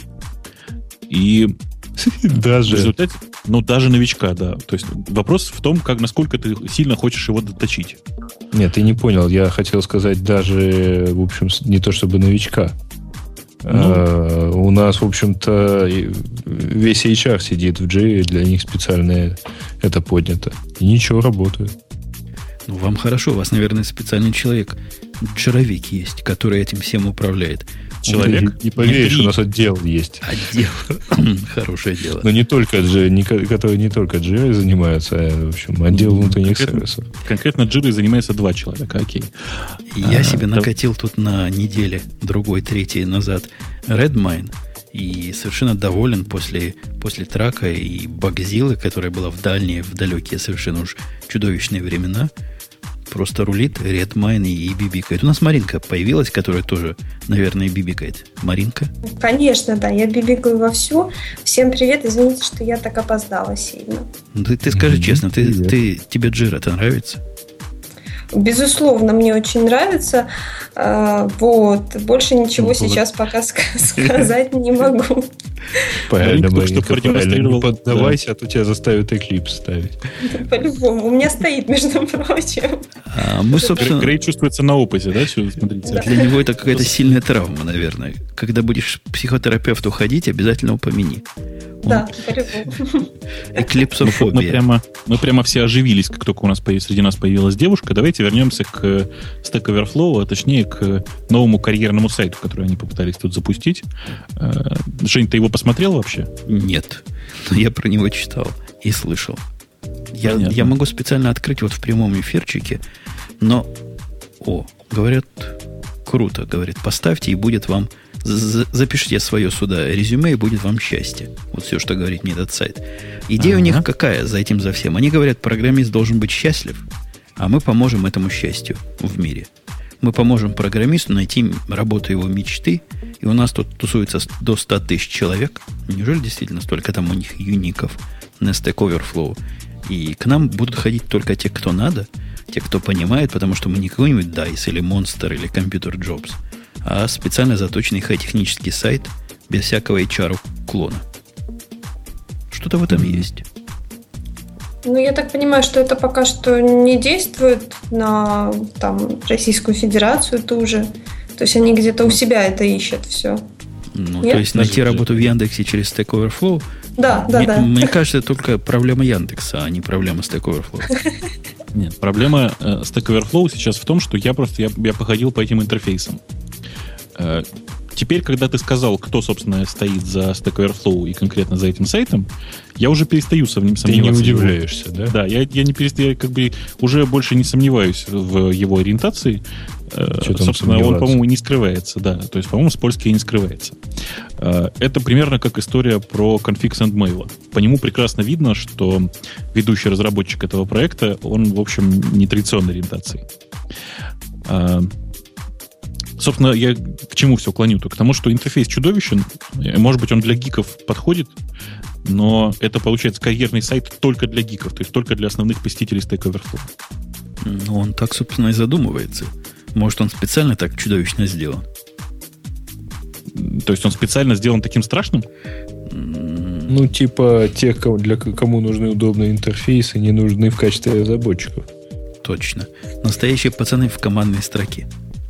И даже. в результате, ну, даже новичка, да. То есть вопрос в том, как, насколько ты сильно хочешь его доточить. Нет, ты не понял. Я хотел сказать даже, в общем, не то чтобы новичка. Ну, а, у нас, в общем-то, весь эйч ар сидит в Jira, для них специально это поднято. И ничего, работает. Ну, вам хорошо, у вас, наверное, специальный человек, джировик есть, который этим всем управляет. Человек? Не поверишь, у нас отдел есть. Отдел. Хорошее дело. Но не только Jira, который не только Jira занимается, а, в общем, отдел внутренних сервисов. Конкретно Jira занимается два человека, окей. Я а, себе да. накатил тут на неделе, другой, третий назад Redmine. И совершенно доволен после, после трака и Багзилы, которая была в дальние, в далекие совершенно уж чудовищные времена. просто рулит, Redmine и бибикает. У нас Маринка появилась, которая тоже, наверное, бибикает. Маринка? Конечно, да, я бибикаю вовсю. Всем привет, извините, что я так опоздала сильно. Ты, ты скажи mm-hmm. честно, ты, ты, тебе Джира-то нравится? Безусловно, мне очень нравится. Вот. Больше ничего ну, сейчас вот. пока сказать не могу. Правильно, Маринка, правильно. Не поддавайся, а то тебя заставят Eclipse ставить. По-любому. У меня стоит, между прочим. А мы, собственно... Грей чувствуется на опыте, да? Смотрите. Для него это какая-то сильная травма, наверное. Когда будешь к психотерапевту ходить, обязательно упомяни. Да, по-любому. Эклипсофобия. Мы прямо, мы прямо все оживились, как только у нас появ... среди нас появилась девушка. Давайте вернемся к Stack Overflow, а точнее к новому карьерному сайту, который они попытались тут запустить. Жень, ты его посмотрел вообще? Нет. Но я про него читал и слышал. Я, я могу специально открыть вот в прямом эфирчике, но... О, говорят, круто, говорит, поставьте, и будет вам... Запишите свое сюда резюме, и будет вам счастье. Вот все, что говорит мне этот сайт. Идея ага. у них какая за этим, за всем? Они говорят, программист должен быть счастлив, а мы поможем этому счастью в мире. Мы поможем программисту найти работу его мечты, и у нас тут тусуется до ста тысяч человек. Неужели действительно столько там у них юников на Stack Overflow? И к нам будут ходить только те, кто надо, те, кто понимает, потому что мы не какой-нибудь дайс или Monster или Computer Jobs, а специально заточенный хай-технический сайт без всякого эйч ар-клона. Что-то в этом mm-hmm. есть. Ну, я так понимаю, что это пока что не действует на там, Российскую Федерацию ту же. То есть они где-то у себя это ищут все. Ну, Нет? то есть найти работу в Яндексе через Stack Overflow? Да, да, мне, да. Мне кажется, это только проблема Яндекса, а не проблема Stack Overflow. Нет, проблема э, Stack Overflow сейчас в том, что я просто я, я походил по этим интерфейсам. Э, теперь, когда ты сказал, кто, собственно, стоит за Stack Overflow и конкретно за этим сайтом, я уже перестаю сомневаться. Ты не удивляешься, да? Да, я, я не перестаю, я как бы уже больше не сомневаюсь в его ориентации. Что Собственно, он, по-моему, не скрывается, да. То есть, по-моему, с польски не скрывается. Это примерно как история про Config Sendmail. По нему прекрасно видно, что ведущий разработчик этого проекта, он, в общем, не традиционной ориентации. Собственно, я к чему все клоню? К тому, что интерфейс чудовищен. Может быть, он для гиков подходит, но это, получается, карьерный сайт только для гиков, то есть только для основных посетителей Stack Overflow. Ну, он так, собственно, и задумывается. Может, он специально так чудовищно сделан? То есть он специально сделан таким страшным? Ну, типа тех, для кому нужны удобные интерфейсы, не нужны в качестве разработчиков. Точно. Настоящие пацаны в командной строке.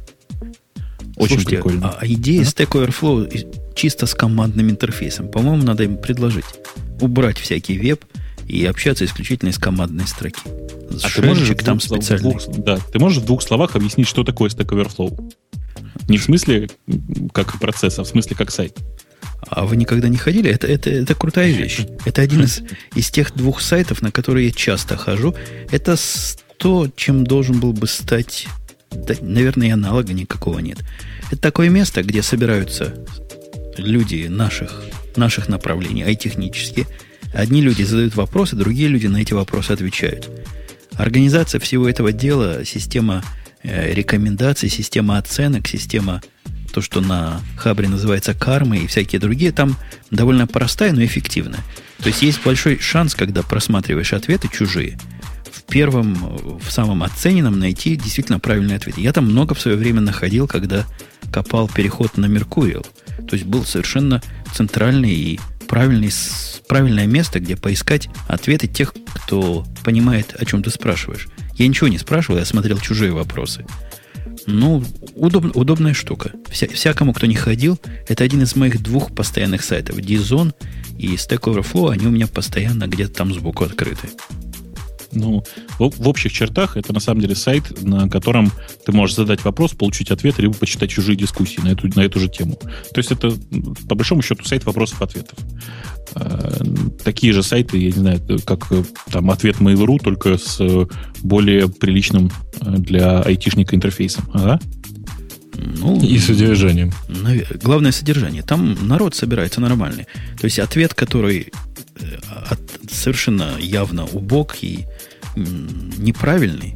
Очень Слушайте, прикольно. А идея а? Stack Overflow чисто с командным интерфейсом. По-моему, надо им предложить убрать всякий веб и общаться исключительно из командной строки. А ты можешь, там специальный. Двух, да, ты можешь в двух словах объяснить, что такое Stack Overflow? Не в смысле как процесс, а в смысле как сайт. А вы никогда не ходили? Это, это, это крутая вещь. Это один из, из тех двух сайтов, на которые я часто хожу. Это то, чем должен был бы стать... Да, наверное, и аналога никакого нет. Это такое место, где собираются люди наших, наших направлений, ай-технические. Одни люди задают вопросы, другие люди на эти вопросы отвечают. Организация всего этого дела, система э, рекомендаций, система оценок, система, то, что на Хабре называется кармы и всякие другие, там довольно простая, но эффективная. То есть есть большой шанс, когда просматриваешь ответы чужие, в первом, в самом оцененном найти действительно правильный ответ. Я там много в свое время находил, когда копал переход на Mercurial. То есть был совершенно центральный и правильный, правильное место, где поискать ответы тех, кто понимает, о чем ты спрашиваешь. Я ничего не спрашивал, я смотрел чужие вопросы. Ну, удоб, удобная штука. Вся, всякому, кто не ходил, это один из моих двух постоянных сайтов. Dizon и Stack Overflow, они у меня постоянно где-то там сбоку открыты. Ну, в, в общих чертах это на самом деле сайт, на котором ты можешь задать вопрос, получить ответ, либо почитать чужие дискуссии на эту, на эту же тему. То есть это, по большому счету, сайт вопросов-ответов. Э, такие же сайты, я не знаю, как там ответ Mail.ru, только с более приличным для айтишника интерфейсом. Ага. Ну, и содержанием. Главное содержание. Там народ собирается нормальный. То есть ответ, который от, совершенно явно убог и м, неправильный,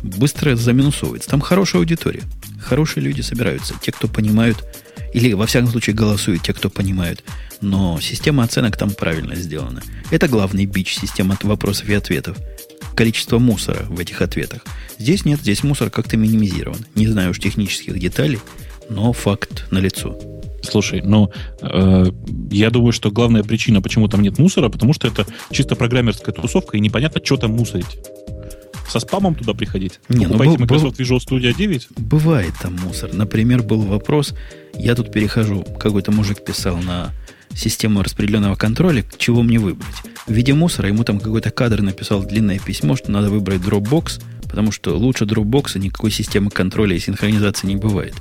быстро заминусовывается. Там хорошая аудитория. Хорошие люди собираются. Те, кто понимают, или, во всяком случае, голосуют те, кто понимают. Но система оценок там правильно сделана. Это главный бич системы вопросов и ответов. Количество мусора в этих ответах. Здесь нет, здесь мусор как-то минимизирован. Не знаю уж технических деталей, но факт налицо. Слушай, ну, э, я думаю, что главная причина, почему там нет мусора, потому что это чисто программерская тусовка, и непонятно, что там мусорить. Со спамом туда приходить? Не, Покупайте ну, Microsoft Visual Studio девять? Бывает там мусор. Например, был вопрос, я тут перехожу, какой-то мужик писал на систему распределенного контроля, чего мне выбрать. В виде мусора ему там какой-то кадр написал длинное письмо, что надо выбрать Dropbox, потому что лучше Dropbox никакой системы контроля и синхронизации не бывает.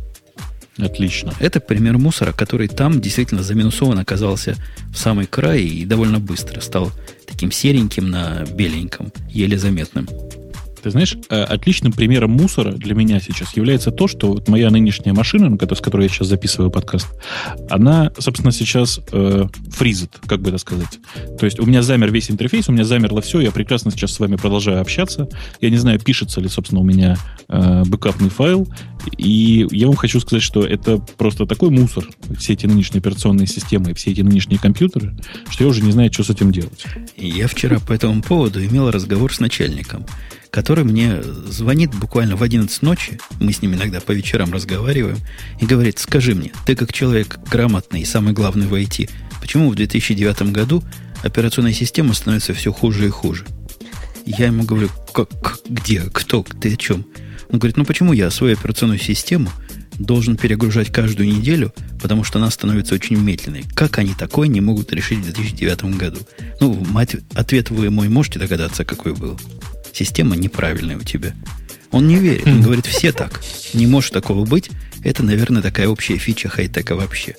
Отлично. Это пример мусора, который там действительно заминусован оказался в самый край и довольно быстро стал таким сереньким на беленьком, еле заметным. Ты знаешь, отличным примером мусора для меня сейчас является то, что вот моя нынешняя машина, с которой я сейчас записываю подкаст, она, собственно, сейчас э, фризит, как бы это сказать. То есть у меня замер весь интерфейс, у меня замерло все, я прекрасно сейчас с вами продолжаю общаться. Я не знаю, пишется ли, собственно, у меня э, бэкапный файл. И я вам хочу сказать, что это просто такой мусор, все эти нынешние операционные системы и все эти нынешние компьютеры, что я уже не знаю, что с этим делать. Я вчера по этому поводу имел разговор с начальником, который мне звонит буквально в одиннадцать ночи, мы с ним иногда по вечерам разговариваем, и говорит: скажи мне, ты как человек грамотный и самый главный в ай ти, почему в две тысячи девятом году операционная система становится все хуже и хуже? Я ему говорю: как, где, кто, ты о чем? Он говорит: ну почему я свою операционную систему должен перегружать каждую неделю, потому что она становится очень медленной? Как они такое не могут решить в две тысячи девятом году? Ну, мать, ответ вы мой можете догадаться, какой был? Система неправильная у тебя. Он не верит. Он говорит, все так. Не может такого быть. Это, наверное, такая общая фича хай-тека вообще.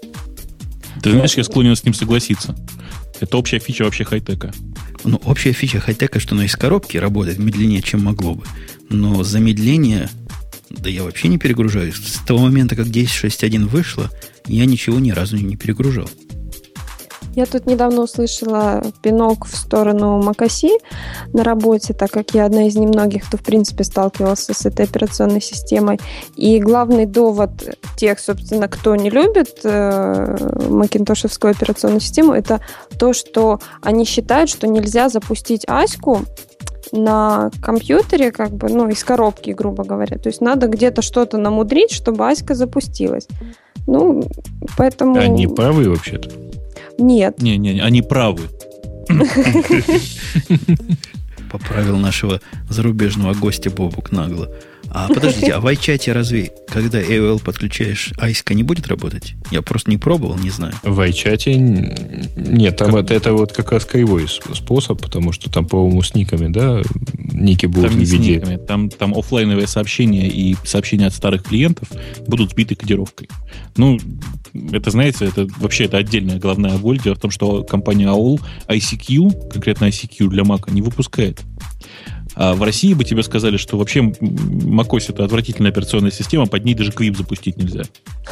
Ты знаешь, я склонен с ним согласиться. Это общая фича вообще хай-тека. Ну, общая фича хай-тека, что оно из коробки работает медленнее, чем могло бы. Но замедление... Да я вообще не перегружаюсь. С того момента, как десять точка шесть точка один вышло, я ничего ни разу не перегружал. Я тут недавно услышала пинок в сторону macOS на работе, так как я одна из немногих, кто, в принципе, сталкивался с этой операционной системой. И главный довод тех, собственно, кто не любит э, макинтошевскую операционную систему, это то, что они считают, что нельзя запустить Аську на компьютере, как бы, ну, из коробки, грубо говоря. То есть надо где-то что-то намудрить, чтобы Аська запустилась. Ну, поэтому... Они правы вообще-то? Нет. Не-не, они правы. Поправил нашего зарубежного гостя Бобук нагло. А подождите, а в iChat разве, когда эй о эл подключаешь, Аська не будет работать? Я просто не пробовал, не знаю. В iChat нет, там это, это вот как раз кривой способ, потому что там, по-моему, с никами, да, ники будут там в виде... Никами, там, там офлайновые сообщения и сообщения от старых клиентов будут сбиты кодировкой. Ну, это, знаете, это вообще это отдельная головная боль. Дело в том, что компания эй о эл ай си кью, конкретно ай си кью для Mac, не выпускает. А в России бы тебе сказали, что вообще macOS это отвратительная операционная система, под ней даже квип запустить нельзя.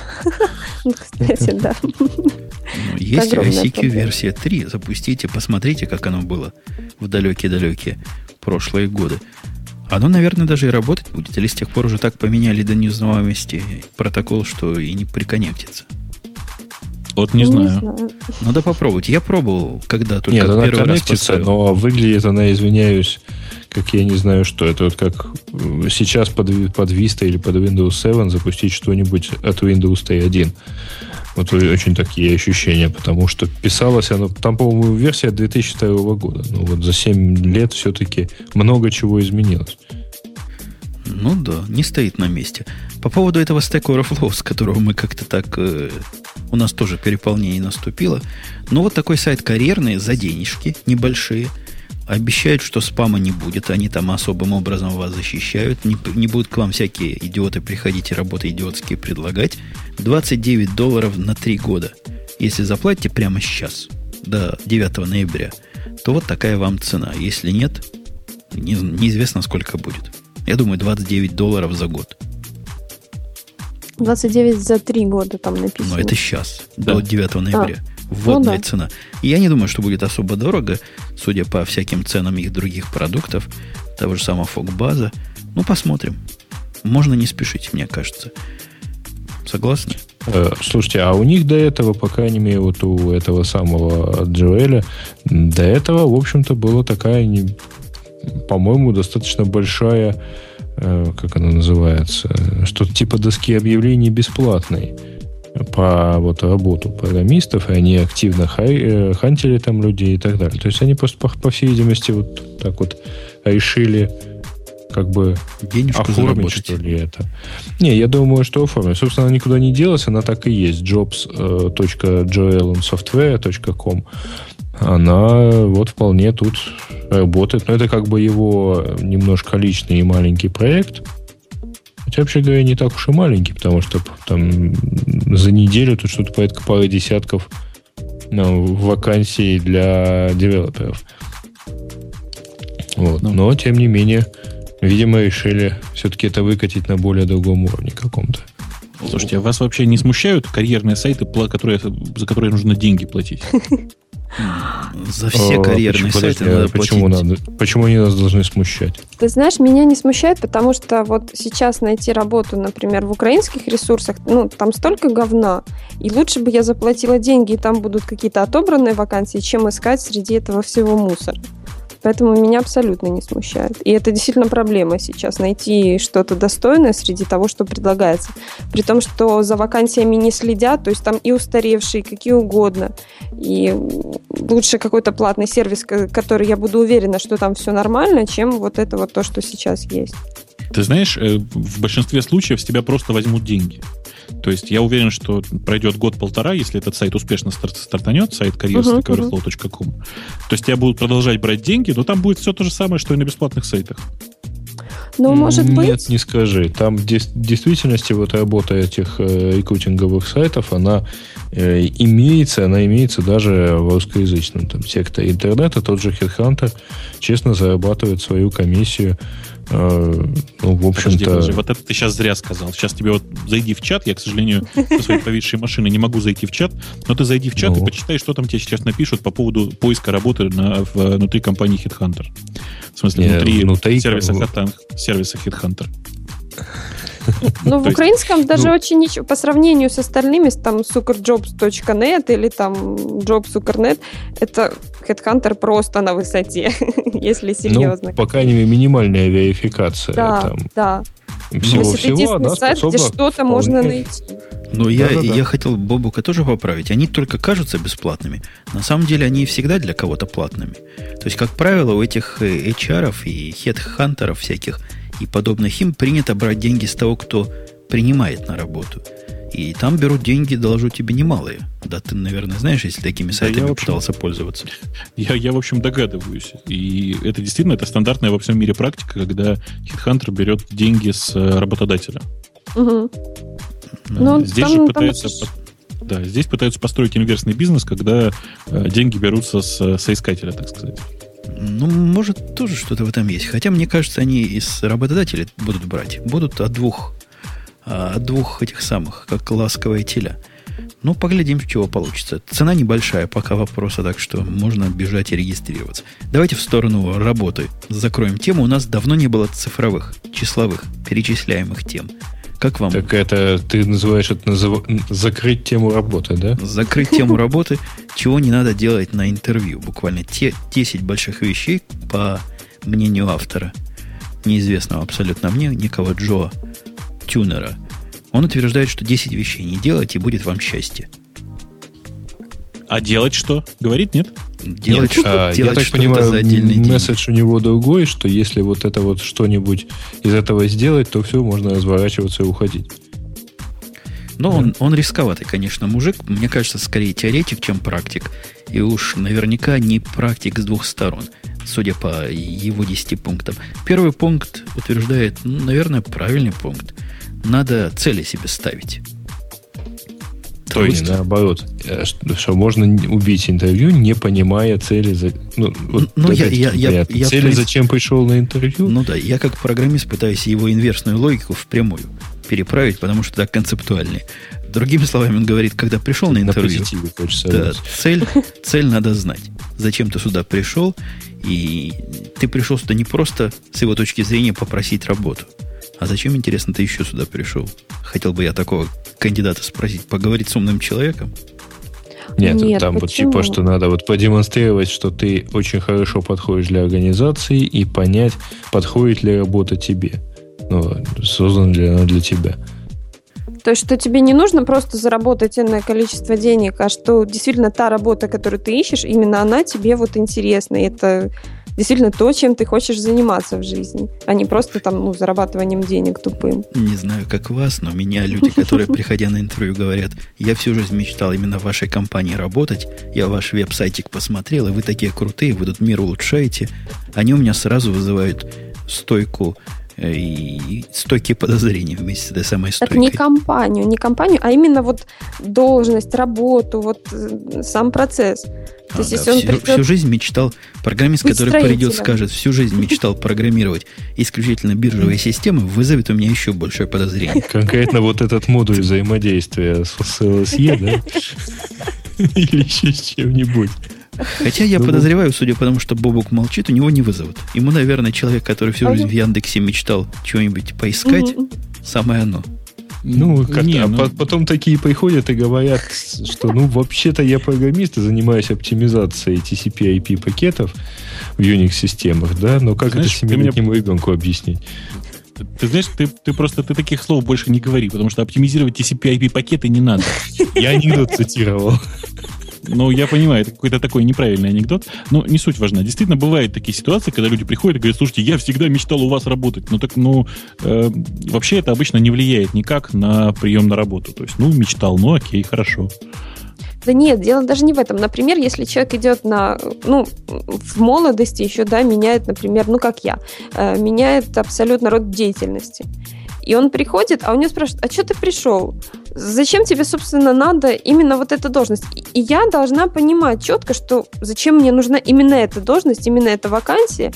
Кстати, да. Есть ай си кью версия три, запустите, посмотрите, как оно было в далекие-далекие прошлые годы. Оно, наверное, даже и работать будет, или с тех пор уже так поменяли до неузнаваемости протокол, что и не приконнектится. Вот не, не знаю. знаю. Надо попробовать. Я пробовал, когда только Нет, она первый раз коннектится, поставил. но выглядит она, извиняюсь, как я не знаю что. Это вот как сейчас под, под Vista или под Windows семь запустить что-нибудь от Windows ти один. Вот очень такие ощущения, потому что писалось оно... Там, по-моему, версия две тысячи второго года. Ну вот за семь лет все-таки много чего изменилось. Ну да, не стоит на месте. По поводу этого Stack Overflow, с которого мы как-то так... Э, у нас тоже переполнение наступило. Но вот такой сайт карьерный, за денежки небольшие. Обещают, что спама не будет. Они там особым образом вас защищают. Не, не будут к вам всякие идиоты приходить и работы идиотские предлагать. двадцать девять долларов на три года. Если заплатите прямо сейчас, до девятого ноября, то вот такая вам цена. Если нет, не, неизвестно, сколько будет. Я думаю, двадцать девять долларов за год. двадцать девять за три года там написано. Но это сейчас, да. До девятого ноября. А. Вводная Ну, да. цена. И я не думаю, что будет особо дорого. судя по всяким ценам их других продуктов, того же самого Фокбаза. Ну, посмотрим. Можно не спешить, мне кажется. Согласны? Слушайте, а у них до этого, по крайней мере, вот у этого самого джи эл, до этого, в общем-то, была такая, по-моему, достаточно большая, как она называется, что-то типа доски объявлений бесплатной по вот работу программистов, и они активно хай, хантили там людей и так далее. То есть они просто, по, по всей видимости, вот так вот решили как бы денежку оформить, заработать. Что ли, это. Не, я думаю, что оформить. Собственно, она никуда не делась, она так и есть. джобс точка джоэлэнсофтвэр точка ком. Она вот вполне тут работает. Но это как бы его немножко личный и маленький проект. Хотя, вообще говоря, не так уж и маленький, потому что там за неделю тут что-то порядка пары десятков ну, вакансий для девелоперов. Вот. Ну. Но, тем не менее, видимо, решили все-таки это выкатить на более другом уровне каком-то. Слушайте, а вас вообще не смущают карьерные сайты, которые, за которые нужно деньги платить? За все карьерные сайты надо почему платить. Надо, почему они нас должны смущать? Ты знаешь, меня не смущает, потому что вот сейчас найти работу, например, в украинских ресурсах, ну, там столько говна, и лучше бы я заплатила деньги, и там будут какие-то отобранные вакансии, чем искать среди этого всего мусора. Поэтому меня абсолютно не смущает. И это действительно проблема сейчас, найти что-то достойное среди того, что предлагается. При том, что за вакансиями не следят, то есть там и устаревшие, какие угодно. И лучше какой-то платный сервис, который я буду уверена, что там все нормально, чем вот это вот то, что сейчас есть. Ты знаешь, в большинстве случаев с тебя просто возьмут деньги. То есть я уверен, что пройдет год-полтора, если этот сайт успешно старт- стартанет, сайт карьер стек оверфлоу точка ком, то есть тебя будут продолжать брать деньги, но там будет все то же самое, что и на бесплатных сайтах. Ну, может Нет, быть. Нет, не скажи. Там в действительности вот работа этих э, рекрутинговых сайтов, она э, имеется, она имеется даже в русскоязычном там, секторе интернета. Тот же HeadHunter честно зарабатывает свою комиссию. Э, ну, в общем-то... Подожди, подожди, вот это ты сейчас зря сказал. Сейчас тебе вот зайди в чат. Я, к сожалению, со своей повисшей машины не могу зайти в чат, но ты зайди в чат ну. и почитай, что там тебе сейчас напишут по поводу поиска работы на, внутри компании HeadHunter. В смысле, Не, внутри, внутри сервиса, HeadHunter, сервиса HeadHunter. Ну, в украинском даже очень ничего, по сравнению с остальными, там, суперджобс точка нет или там Jobs точка нет, это HeadHunter просто на высоте, если серьезно. Ну, по крайней мере, минимальная верификация. Да, там. да. Всего, если всего, единственный сайт, где что-то вполне... можно найти. Но да, я, да, да. я хотел Бобука тоже поправить. Они только кажутся бесплатными. На самом деле они всегда для кого-то платными. То есть, как правило, у этих эйч ар-ов и хедхантеров всяких и подобных им принято брать деньги с того, кто принимает на работу. И там берут деньги, доложу тебе, немалые. Да, ты, наверное, знаешь, если такими сайтами да, пытался пользоваться. Я, я, в общем, догадываюсь. И это действительно это стандартная во всем мире практика, когда хедхантер берет деньги с работодателя. Угу. Ну, здесь там, же пытаются... Там... Да, здесь пытаются построить инверсный бизнес, когда э, деньги берутся с соискателя, так сказать. Ну, может, тоже что-то в этом есть. Хотя, мне кажется, они из работодателей будут брать. Будут от двух, от двух этих самых, как ласковые теля. Ну, поглядим, чего получится. Цена небольшая, пока вопроса, так что можно бежать и регистрироваться. Давайте в сторону работы закроем тему. У нас давно не было цифровых, числовых, перечисляемых тем. Как вам? Так это ты называешь это назыв... закрыть тему работы, да? Закрыть тему работы, чего не надо делать на интервью. Буквально те десять больших вещей, по мнению автора, неизвестного абсолютно мне, некого Джо Тюнера. Он утверждает, что десять вещей не делать, и будет вам счастье. А делать что? Говорит, нет? Делать, нет, что, а, делать я так что понимаю, за отдельный день. Месседж у него другой, что если вот это вот что-нибудь из этого сделать, то все, можно разворачиваться и уходить. Но да. он, он рисковатый, конечно, мужик. Мне кажется, скорее теоретик, чем практик. И уж наверняка не практик с двух сторон, судя по его десяти пунктам. Первый пункт утверждает, ну, наверное, правильный пункт. Надо цели себе ставить. То есть, наоборот, что, что можно убить интервью, не понимая цели. За, ну, вот ну, я, я, я, я, цели, я, зачем пришел на интервью? Ну да, я как программист пытаюсь его инверсную логику впрямую переправить, потому что так концептуальнее. Другими словами, он говорит, когда пришел на интервью, на да, цель, цель надо знать. зачем ты сюда пришел, и ты пришел сюда не просто с его точки зрения попросить работу. А зачем, интересно, ты еще сюда пришел? Хотел бы я такого кандидата спросить. Поговорить с умным человеком? Нет, Нет, там почему? вот типа, что надо вот продемонстрировать, что ты очень хорошо подходишь для организации и понять, подходит ли работа тебе. Ну, создана ли она для тебя. То есть, что тебе не нужно просто заработать энное количество денег, а что действительно та работа, которую ты ищешь, именно она тебе вот интересна. И это действительно то, чем ты хочешь заниматься в жизни, а не просто там, ну, зарабатыванием денег тупым. Не знаю, как вас, но меня люди, которые, приходя на интервью, говорят, я всю жизнь мечтал именно в вашей компании работать, я ваш веб-сайтик посмотрел, и вы такие крутые, вы тут мир улучшаете. Они у меня сразу вызывают стойку и стойкие подозрения вместе с этой самой стойкой. Так не компанию, не компанию, а именно вот должность, работу, вот сам процесс. А, То есть, да, если он всю, придет... всю жизнь мечтал, программист, быть который строителем. придет, скажет, всю жизнь мечтал программировать исключительно биржевые системы, вызовет у меня еще большее подозрение. Конкретно вот этот модуль взаимодействия с эл эс и, да? Или еще с чем-нибудь. Хотя я Ну, подозреваю, судя по тому, что Бобук молчит, у него не вызовут. Ему, наверное, человек, который всю жизнь в Яндексе мечтал чего-нибудь поискать, Мгм. самое оно. Ну, как Не, а ну- по- потом такие приходят и говорят, что, ну, вообще-то я программист и занимаюсь оптимизацией ти си пи ай пи пакетов в Unix-системах, да, но как Знаешь, это ты семилетнему ребенку объяснить? Ты знаешь, ты, ты просто ты таких слов больше не говори, потому что оптимизировать ти си пи ай пи пакеты не надо. Я анекдот цитировал. Ну, я понимаю, это какой-то такой неправильный анекдот, но не суть важна. Действительно, бывают такие ситуации, когда люди приходят и говорят, слушайте, я всегда мечтал у вас работать. Ну, так, ну, э, вообще это обычно не влияет никак на прием на работу. То есть, ну, мечтал, ну, окей, хорошо. Да нет, дело даже не в этом. Например, если человек идет на, ну, в молодости еще, да, меняет, например, ну, как я, э, меняет абсолютно род деятельности. И он приходит, а у него спрашивают, а что ты пришел? Зачем тебе, собственно, надо именно вот эта должность? И я должна понимать четко, что зачем мне нужна именно эта должность, именно эта вакансия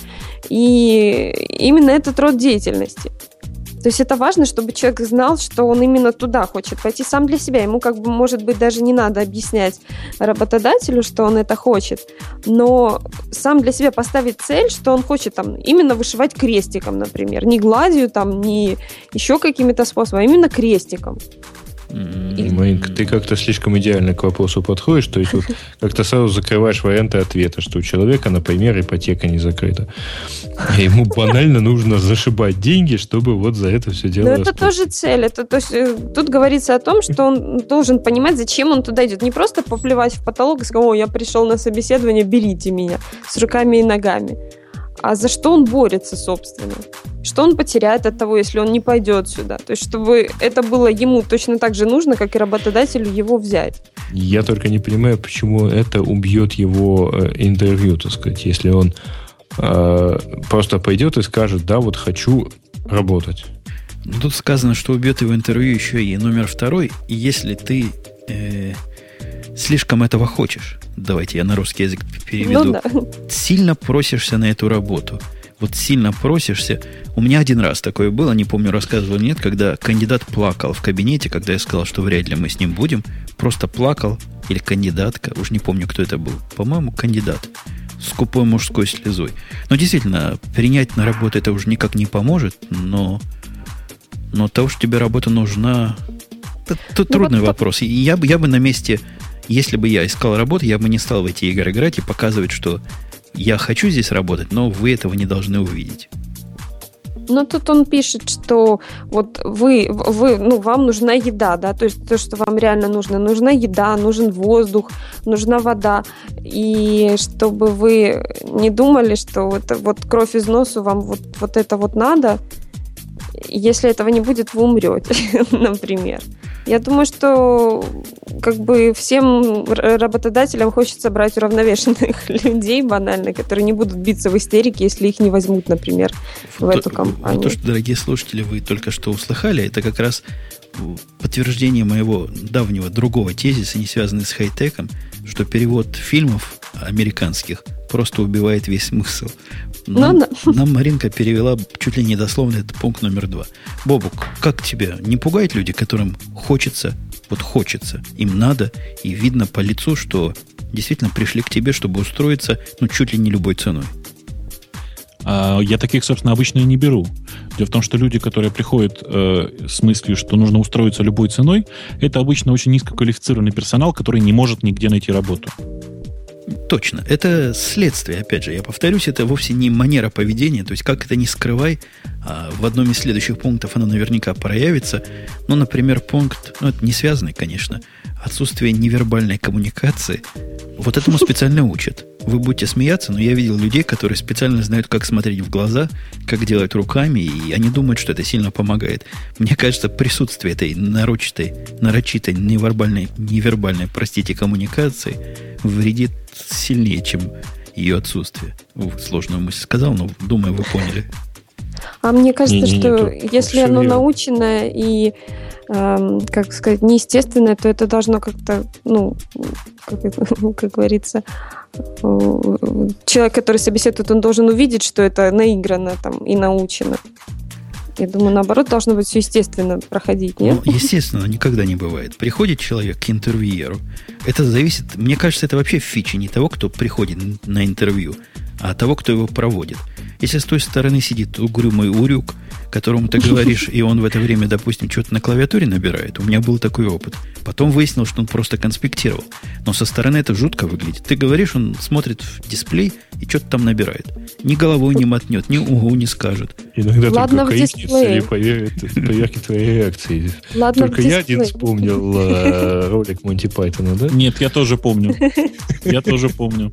и именно этот род деятельности. То есть это важно, чтобы человек знал, что он именно туда хочет пойти сам для себя. Ему, как бы, может быть, даже не надо объяснять работодателю, что он это хочет, но сам для себя поставить цель, что он хочет там именно вышивать крестиком, например. Не гладью, там, не еще какими-то способами, а именно крестиком. Маринка, ты как-то слишком идеально к вопросу подходишь, то есть вот как-то сразу закрываешь варианты ответа, что у человека, например, ипотека не закрыта. И ему банально нужно зашибать деньги, чтобы вот за это все дело Но это расплатить. тоже цель. Это, то есть, э, тут говорится о том, что он должен понимать, зачем он туда идет. Не просто поплевать в потолок и сказать, о, я пришел на собеседование, берите меня с руками и ногами. А за что он борется, собственно? Что он потеряет от того, если он не пойдет сюда? То есть, чтобы это было ему точно так же нужно, как и работодателю его взять. Я только не понимаю, почему это убьет его э, интервью, так сказать, если он э, просто пойдет и скажет, да, вот хочу работать. Ну, тут сказано, что убьет его интервью еще и номер второй. И если ты э, слишком этого хочешь, давайте я на русский язык переведу, Ну да. сильно просишься на эту работу. Вот сильно просишься. У меня один раз такое было, не помню, рассказывал или нет, когда кандидат плакал в кабинете, когда я сказал, что вряд ли мы с ним будем. Просто плакал, или кандидатка, уж не помню, кто это был. По-моему, кандидат. С скупой мужской слезой. Но действительно, принять на работу это уже никак не поможет, но, но того, что тебе работа нужна, это, это Ну, трудный вот, вопрос. И я бы, я бы на месте, если бы я искал работу, я бы не стал в эти игры играть и показывать, что я хочу здесь работать, но вы этого не должны увидеть. Но тут он пишет, что вот вы, вы, ну, вам нужна еда, да, то есть то, что вам реально нужно. Нужна еда, нужен воздух, нужна вода. И чтобы вы не думали, что это вот кровь из носу, вам вот, вот это вот надо. Если этого не будет, вы умрете, например. Я думаю, что как бы всем работодателям хочется брать уравновешенных людей банально, которые не будут биться в истерике, если их не возьмут, например, в Вот эту то, компанию. вот то, что, дорогие слушатели, вы только что услыхали, это как раз подтверждение моего давнего другого тезиса, не связанного с хай-теком, что перевод фильмов американских просто убивает весь смысл. Нам, Ну, да. нам Маринка перевела чуть ли не дословно этот пункт номер два. Бобук, как тебя? Не пугают люди, которым хочется, вот хочется, им надо, и видно по лицу, что действительно пришли к тебе, чтобы устроиться, ну, чуть ли не любой ценой. А я таких, собственно, обычно и не беру. Дело в том, что люди, которые приходят э, с мыслью, что нужно устроиться любой ценой, это обычно очень низкоквалифицированный персонал, который не может нигде найти работу. Точно. Это следствие, опять же. Я повторюсь, это вовсе не манера поведения. То есть, как это ни скрывай, а в одном из следующих пунктов оно наверняка проявится. Ну, например, пункт, ну, это не связанный, конечно, отсутствие невербальной коммуникации. Вот этому специально учат. Вы будете смеяться, но я видел людей, которые специально знают, как смотреть в глаза, как делать руками, и они думают, что это сильно помогает. Мне кажется, присутствие этой нарочитой, нарочитой невербальной, невербальной, простите, коммуникации вредит сильнее, чем ее отсутствие. Ух, сложную мысль сказал, но, думаю, вы поняли. А мне кажется, не, не, что не, если оно верно. наученное и, эм, как сказать, неестественное, то это должно как-то, ну, как, это, как говорится, человек, который собеседует, он должен увидеть, что это наиграно там и научено. Я думаю, наоборот, должно быть все естественно проходить, нет? Ну, естественно, никогда не бывает. Приходит человек к интервьюеру. Это зависит, мне кажется, это вообще фича не того, кто приходит на интервью, а того, кто его проводит. Если с той стороны сидит угрюмый урюк, которому ты говоришь, и он в это время, допустим, что-то на клавиатуре набирает, у меня был такой опыт. Потом выяснилось, что он просто конспектировал. Но со стороны это жутко выглядит. Ты говоришь, он смотрит в дисплей и что-то там набирает. Ни головой не мотнет, ни угу не скажет. Иногда Ладно, только каикнется и поверит, поверит твоей реакции. Ладно, только я один вспомнил э, ролик Монти Пайтона, да? Нет, я тоже помню. Я тоже помню.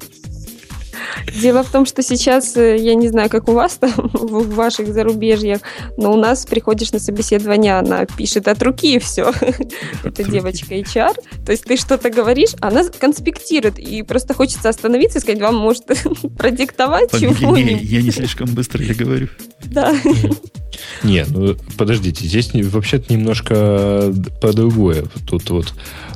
Дело в том, что сейчас, я не знаю, как у вас там, в ваших зарубежьях, но у нас приходишь на собеседование, она пишет от руки, и все. Это девочка эйч ар. То есть ты что-то говоришь, она конспектирует, и просто хочется остановиться и сказать, вам, может, продиктовать чего-нибудь. Я не слишком быстро я говорю. Да. Не, ну подождите, здесь вообще-то немножко по-другое. Тут вот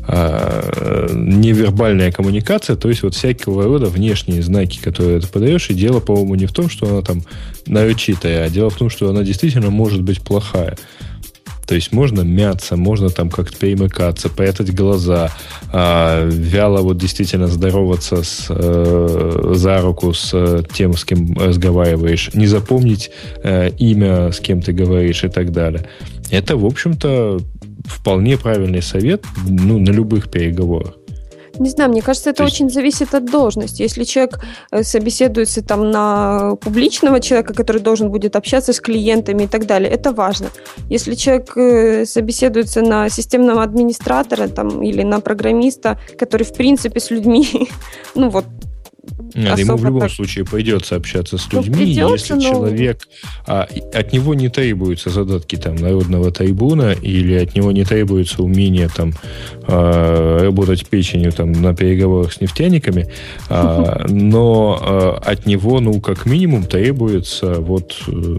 а, невербальная коммуникация, то есть вот всякого рода внешние знаки, которые ты подаешь, и дело, по-моему, не в том, что она там нарочитая, а дело в том, что она действительно может быть плохая. То есть можно мяться, можно там как-то перемыкаться, прятать глаза, а, вяло вот действительно здороваться с, э, за руку с тем, с кем разговариваешь, не запомнить э, имя, с кем ты говоришь и так далее. Это, в общем-то, вполне правильный совет, ну, на любых переговорах. Не знаю, мне кажется, это есть... очень зависит от должности. Если человек собеседуется там на публичного человека, который должен будет общаться с клиентами и так далее, это важно. Если человек собеседуется на системного администратора там, или на программиста, который, в принципе, с людьми, ну вот, Нет, ему в любом так... случае придется общаться с людьми, ну, придется, если но... человек а, от него не требуются задатки там, народного трибуна, или от него не требуется умение там, а, работать печенью там, на переговорах с нефтяниками, а, но а, от него, ну, как минимум, требуется вот...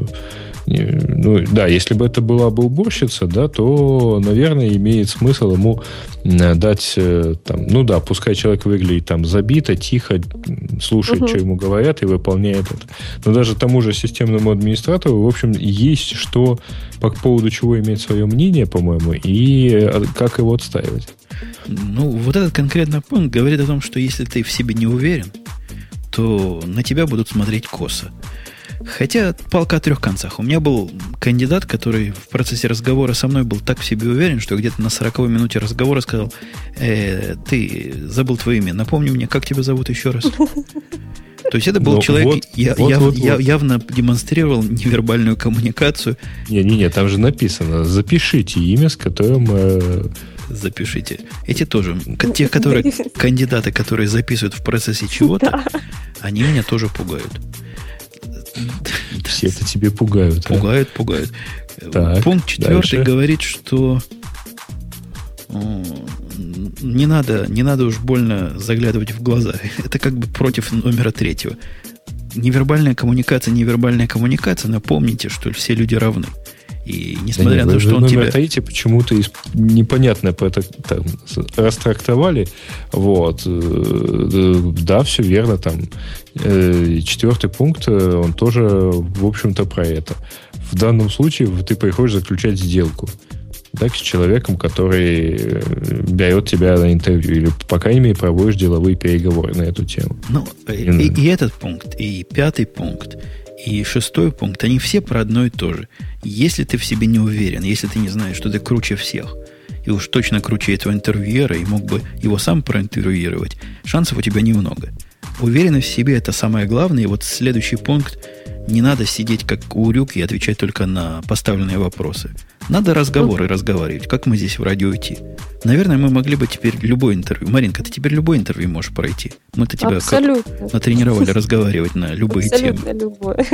Ну, да, если бы это была бы уборщица, да, то, наверное, имеет смысл ему дать, там, ну да, пускай человек выглядит там забито, тихо, слушает, угу. что ему говорят, и выполняет это. Но даже тому же системному администратору, в общем, есть что, по поводу чего иметь свое мнение, по-моему, и как его отстаивать. Ну, вот этот конкретный пункт говорит о том, что если ты в себе не уверен, то на тебя будут смотреть косо. Хотя палка о трех концах. У меня был кандидат, который в процессе разговора со мной был так в себе уверен, что где-то на сороковой минуте разговора сказал: э, ты забыл твое имя, напомни мне, как тебя зовут еще раз. То есть это был ну, человек, вот, я, вот, я, вот, я, вот. явно демонстрировал невербальную коммуникацию. Не-не-не, там же написано: запишите имя, с которым... Э... Запишите. Эти тоже. Те, которые, кандидаты, которые записывают в процессе чего-то, они меня тоже пугают. Все это тебе пугают. Пугают, а? пугают. Так, пункт четвертый дальше. Говорит, что не надо, не надо уж больно заглядывать в глаза. Это как бы против номера третьего. Невербальная коммуникация, невербальная коммуникация. Напомните, что все люди равны. И несмотря да на то, что он тебя... Таите почему-то непонятно это там, растрактовали. Вот. Да, все верно. Там. Четвертый пункт, он тоже, в общем-то, про это. В данном случае ты приходишь заключать сделку. так, с человеком, который берет тебя на интервью, или, по крайней мере, проводишь деловые переговоры на эту тему. Ну, и, и, и этот пункт, и пятый пункт, и шестой пункт, они все про одно и то же. Если ты в себе не уверен, если ты не знаешь, что ты круче всех, и уж точно круче этого интервьюера, и мог бы его сам проинтервьюировать, шансов у тебя немного. Уверенность в себе – это самое главное. И вот следующий пункт – не надо сидеть как урюк и отвечать только на поставленные вопросы. Надо разговоры разговаривать, как мы здесь в радио ти. Наверное, мы могли бы теперь любое интервью. Маринка, ты теперь любое интервью можешь пройти. Мы-то тебя как натренировали разговаривать на любые темы. Абсолютно любое.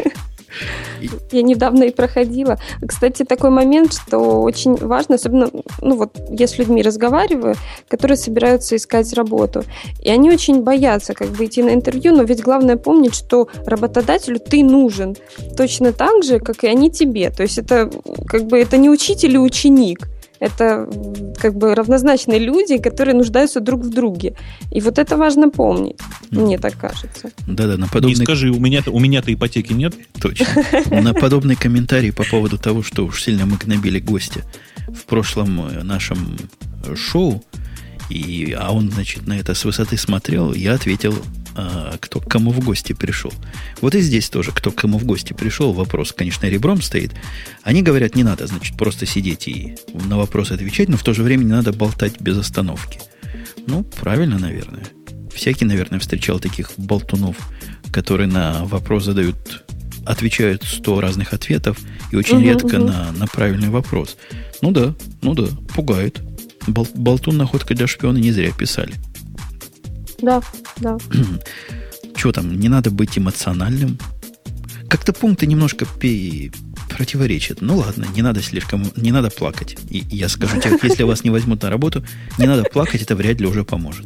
Я недавно и проходила. Кстати, такой момент, что очень важно, особенно, ну вот, я с людьми разговариваю, которые собираются искать работу. И они очень боятся как бы идти на интервью, но ведь главное помнить, что работодателю ты нужен точно так же, как и они тебе. То есть это как бы это не учитель и ученик. Это как бы равнозначные люди, которые нуждаются друг в друге. И вот это важно помнить, ну, мне так кажется. Да-да, на подобный... Не скажи, у меня-то, у меня-то ипотеки нет. Точно. На подобный комментарий по поводу того, что уж сильно мы гнобили гостя в прошлом нашем шоу, и, а он, значит, на это с высоты смотрел, я ответил, а, кто к кому в гости пришел. Вот и здесь тоже, кто к кому в гости пришел, вопрос, конечно, ребром стоит. Они говорят, не надо, значит, просто сидеть и на вопросы отвечать, но в то же время не надо болтать без остановки. Ну, правильно, наверное. Всякий, наверное, встречал таких болтунов, которые на вопрос задают, отвечают сто разных ответов и очень угу, редко угу. На, на правильный вопрос. Ну да, ну да, пугает. Бол, болтун находка для шпиона не зря писали. Да, да. Чего там, не надо быть эмоциональным. Как-то пункты немножко пи- противоречат. Ну ладно, не надо слишком, не надо плакать. И я скажу тебе, если вас не возьмут на работу, не надо плакать, это вряд ли уже поможет.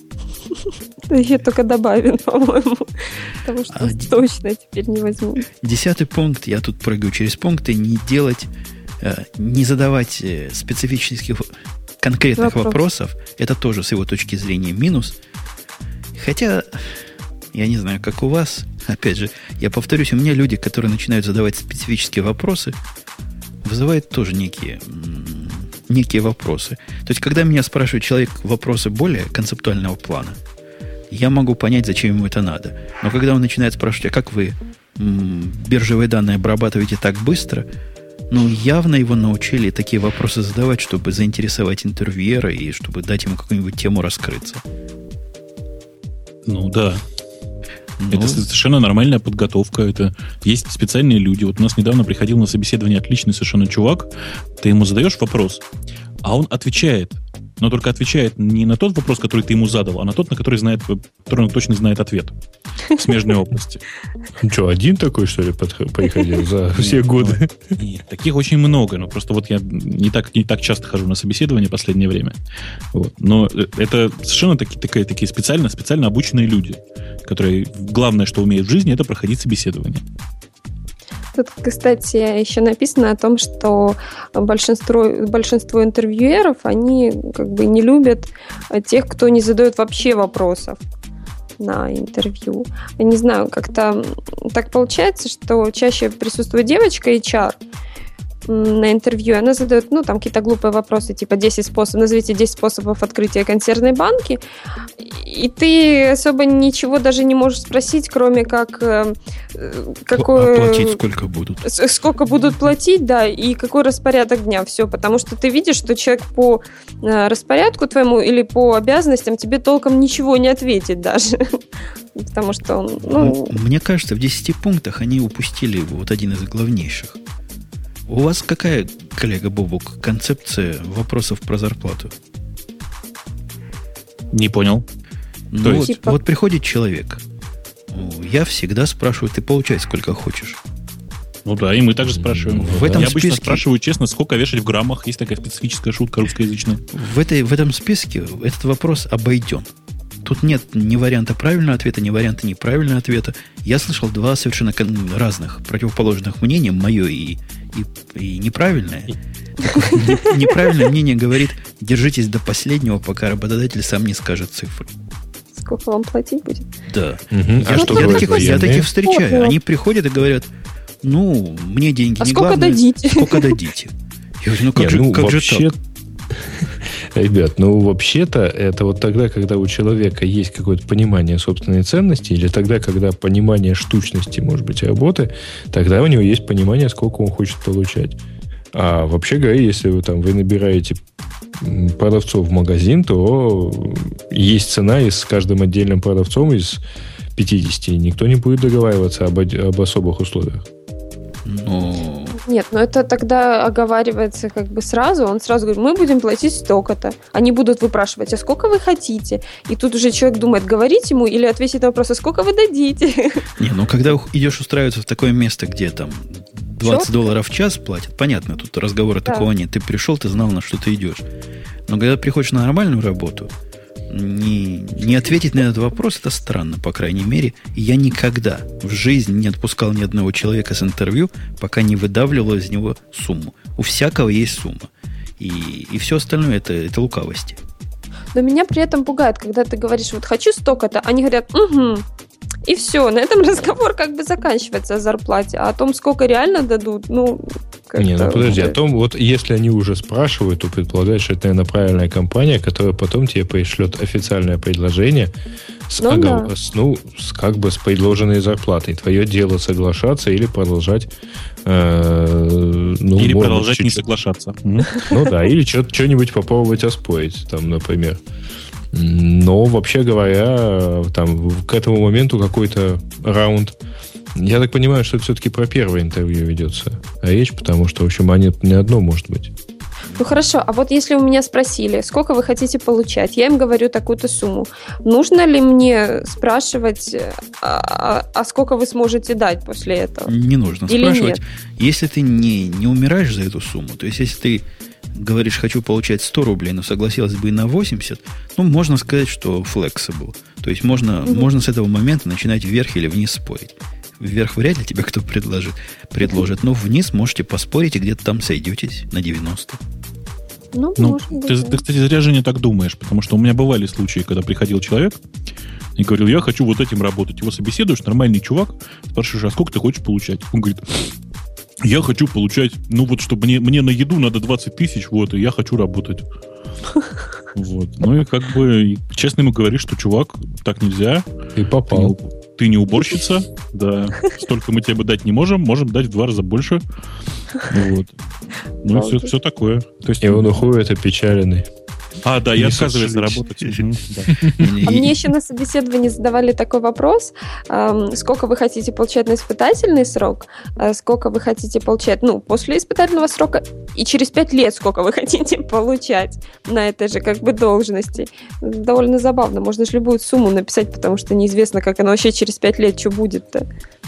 Я только добавим, по-моему. Потому что а, точно теперь не возьмут. Десятый пункт, я тут прыгаю через пункты, не делать, не задавать специфических конкретных Вопрос. вопросов. Это тоже с его точки зрения минус. Хотя, я не знаю, как у вас. Опять же, я повторюсь, у меня люди, которые начинают задавать специфические вопросы, вызывают тоже некие, некие вопросы. То есть, когда меня спрашивает человек вопросы более концептуального плана, я могу понять, зачем ему это надо. Но когда он начинает спрашивать, а как вы м, биржевые данные обрабатываете так быстро, ну, явно его научили такие вопросы задавать, чтобы заинтересовать интервьюера и чтобы дать ему какую-нибудь тему раскрыться. Ну, да. Ну, это совершенно нормальная подготовка. Это есть специальные люди. Вот у нас недавно приходил на собеседование отличный совершенно чувак. Ты ему задаешь вопрос, а он отвечает. Но только отвечает не на тот вопрос, который ты ему задал, а на тот, на который, знает, который он точно знает ответ. В смежной области. Ну что, один такой, что ли, приходил за все годы? Нет, таких очень много. Но просто вот я не так, не так часто хожу на собеседование в последнее время. Вот. Но это совершенно такие, такие, такие специально, специально обученные люди, которые главное, что умеют в жизни, это проходить собеседование. Тут, кстати, еще написано о том, что большинство, большинство интервьюеров, они как бы не любят тех, кто не задает вообще вопросов на интервью. Я не знаю, как-то так получается, что чаще присутствует девочка эйч ар на интервью, она задает, ну, там, какие-то глупые вопросы, типа десять способов, назовите десять способов открытия консервной банки, и ты особо ничего даже не можешь спросить, кроме как какой... Платить сколько будут. Сколько будут платить, да, и какой распорядок дня, все, потому что ты видишь, что человек по распорядку твоему или по обязанностям тебе толком ничего не ответит даже, потому что он... Ну... Мне кажется, в десяти пунктах они упустили вот один из главнейших. У вас какая, коллега Бобук, концепция вопросов про зарплату? Не понял. Ну, вот, типа... вот приходит человек. Я всегда спрашиваю, ты получай сколько хочешь. Ну да, и мы также спрашиваем. В этом Я обычно списке... спрашиваю честно, сколько вешать в граммах. Есть такая специфическая шутка русскоязычная. В, этой, в этом списке этот вопрос обойден. Тут нет ни варианта правильного ответа, ни варианта неправильного ответа. Я слышал два совершенно разных, противоположных мнения, мое и, и, и неправильное. Неправильное мнение говорит, держитесь до последнего, пока работодатель сам не скажет цифры. Сколько вам платить будет? Да. Я, что, я, таких, я таких встречаю. Они приходят и говорят, ну, мне деньги а не сколько главное. Дадите? Сколько дадите? Я говорю, ну как, Нет, же, ну, как вообще... же так? Ребят, ну вообще-то это вот тогда, когда у человека есть какое-то понимание собственной ценности, или тогда, когда понимание штучности, может быть, работы, тогда у него есть понимание, сколько он хочет получать. А вообще говоря, если вы там вы набираете продавцов в магазин, то есть цена и с каждым отдельным продавцом из пятидесяти. Никто не будет договариваться об, об особых условиях. Ну... Нет, но это тогда оговаривается как бы сразу. Он сразу говорит, мы будем платить столько-то. Они будут выпрашивать, а сколько вы хотите? И тут уже человек думает, говорить ему или ответить на вопрос, а сколько вы дадите? Не, ну когда идешь устраиваться в такое место, где там двадцать Четко. долларов в час платят, понятно, тут разговора Да. такого нет. Ты пришел, ты знал, на что ты идешь. Но когда приходишь на нормальную работу, не, не ответить на этот вопрос, это странно, по крайней мере. И я никогда в жизни не отпускал ни одного человека с интервью, пока не выдавливал из него сумму. У всякого есть сумма. И, и все остальное это, это лукавости. Но меня при этом пугает, когда ты говоришь, вот хочу столько-то, они говорят, угу. И все, на этом разговор как бы заканчивается о зарплате. А о том, сколько реально дадут, ну... Не, ну подожди, уже... о том, вот если они уже спрашивают, то предполагают, что это, наверное, правильная компания, которая потом тебе пришлет официальное предложение с, Ну огов- да. с, ну, с как бы с предложенной зарплатой. Твое дело соглашаться или продолжать... э, ну, Или может продолжать быть, не чуть-чуть- соглашаться. Мгм. Ну да, или что- что-нибудь попробовать оспорить, там, например. Но, вообще говоря, там, к этому моменту какой-то раунд... Я так понимаю, что это все-таки про первое интервью ведется речь, потому что, в общем, они не одно может быть. Ну хорошо, а вот если у меня спросили, сколько вы хотите получать, я им говорю такую-то сумму. Нужно ли мне спрашивать, а, а сколько вы сможете дать после этого? Не нужно Или спрашивать. нет? Если ты не, не умираешь за эту сумму, то есть если ты говоришь, хочу получать сто рублей, но согласилась бы и на восемьдесят, ну, можно сказать, что flexible. То есть можно, Мгм. можно с этого момента начинать вверх или вниз спорить. Вверх вряд ли тебе кто предложит, предложит, но вниз можете поспорить и где-то там сойдетесь на девяносто. Ну, Ну, может быть, ты, да. ты, кстати, зря же не так думаешь, потому что у меня бывали случаи, когда приходил человек и говорил, я хочу вот этим работать. Его собеседуешь, нормальный чувак, спрашиваешь, а сколько ты хочешь получать? Он говорит, я хочу получать, ну вот, чтобы мне, мне на еду надо двадцать тысяч, вот, и я хочу работать. Вот. Ну и как бы честно ему говоришь, что, чувак, так нельзя. И Ты не, попал. ты не уборщица, да. Столько мы тебе дать не можем, можем дать в два раза больше. Вот. Ну и все, все такое. То есть, И он уходит опечаленный. а, да, и не отказывается сошлись. работать. Мгм, да. А мне еще на собеседовании задавали такой вопрос, эм, сколько вы хотите получать на испытательный срок, э, сколько вы хотите получать, ну, после испытательного срока, и через пять лет сколько вы хотите получать на этой же, как бы, должности. Довольно забавно, можно же любую сумму написать, потому что неизвестно, как она вообще через пять лет, что будет-то.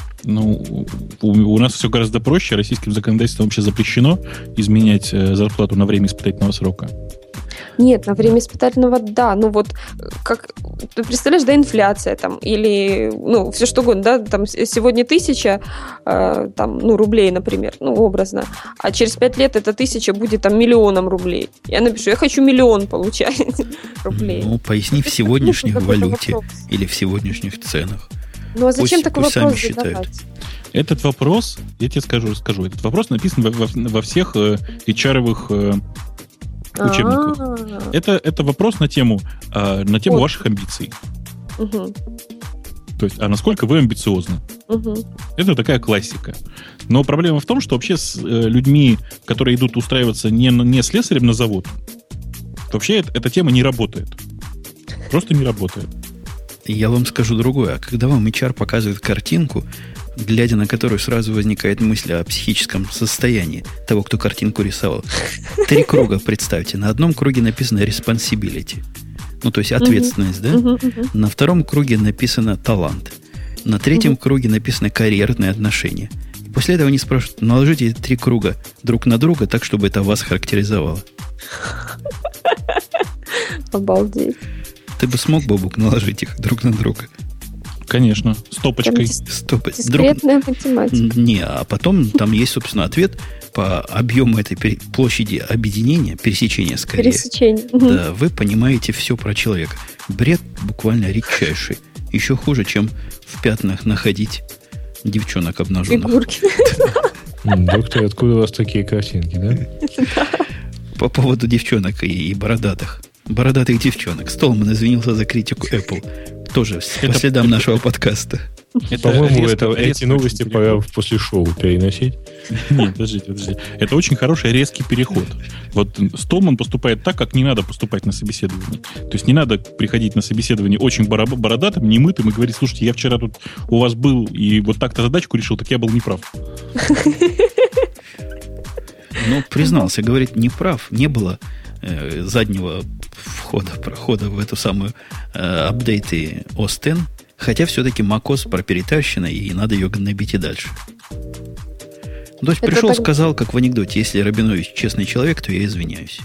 Ну, у, у нас все гораздо проще. Российским законодательством вообще запрещено изменять э, зарплату на время испытательного срока. Нет, на время испытательного, да, ну вот, как, ты представляешь, да, инфляция там, или, ну, все что угодно, да, там, с- сегодня тысяча, э, там, ну, рублей, например, ну, образно, а через пять лет эта тысяча будет, там, миллионом рублей. Я напишу, я хочу миллион получать рублей. Ну, поясни в сегодняшних Какой-то валюте вопрос. или в сегодняшних ценах. Ну, а зачем пусть- такой пусть сами вопрос считают. задавать? Этот вопрос, я тебе скажу, скажу этот вопрос написан во, во- во всех э, эйч ар-овых э, учебниках. А, Это, это вопрос на тему, э, на тему Вот. ваших амбиций. мгм, То есть, а насколько вы амбициозны? мгм. Это такая классика. Но проблема в том, что вообще с э, людьми, которые идут устраиваться не, на- не слесарем на завод, вообще эт- эта тема не работает. Просто не работает. Я вам скажу другое. А когда вам эйч ар показывает картинку, глядя на которую сразу возникает мысль о психическом состоянии того, кто картинку рисовал. Три круга представьте. На одном круге написано responsibility. Ну, то есть ответственность, да? Мгм, мгм. На втором круге написано талант. На третьем круге написано карьерные отношения. И после этого они спрашивают, наложите эти три круга друг на друга так, чтобы это вас характеризовало. Обалдеть. Ты бы смог, Бобук, наложить их друг на друга? Конечно. Стопочкой. Прям Стоп. Друг... Дискретная математика. Не, а потом там есть, собственно, ответ по объему этой пере- площади объединения, пересечения скорее. Пересечение. Мгм. Да, вы понимаете все про человека. Бред буквально редчайший. Еще хуже, чем в пятнах находить девчонок обнаженных. Фигурки. Доктор, откуда у вас такие картинки, да? По поводу девчонок и, и бородатых. Бородатых девчонок. Столман извинился за критику Apple. Тоже по следам нашего подкаста. Это По-моему, резко, это, резко эти новости пора после шоу переносить. Нет, подождите, подождите. Это очень хороший резкий переход. Вот Столман поступает так, как не надо поступать на собеседовании. То есть не надо приходить на собеседование очень бородатым, немытым и говорить: слушайте, я вчера тут у вас был и вот так-то задачку решил, так я был неправ. Ну, признался, говорит, неправ. Не было э, заднего входа, прохода в эту самую э, апдейты о эс десять. Хотя все-таки macOS проперетащена, и надо ее гнобить и дальше. То есть пришел, так... сказал, как в анекдоте: если Рабинович честный человек, то я извиняюсь.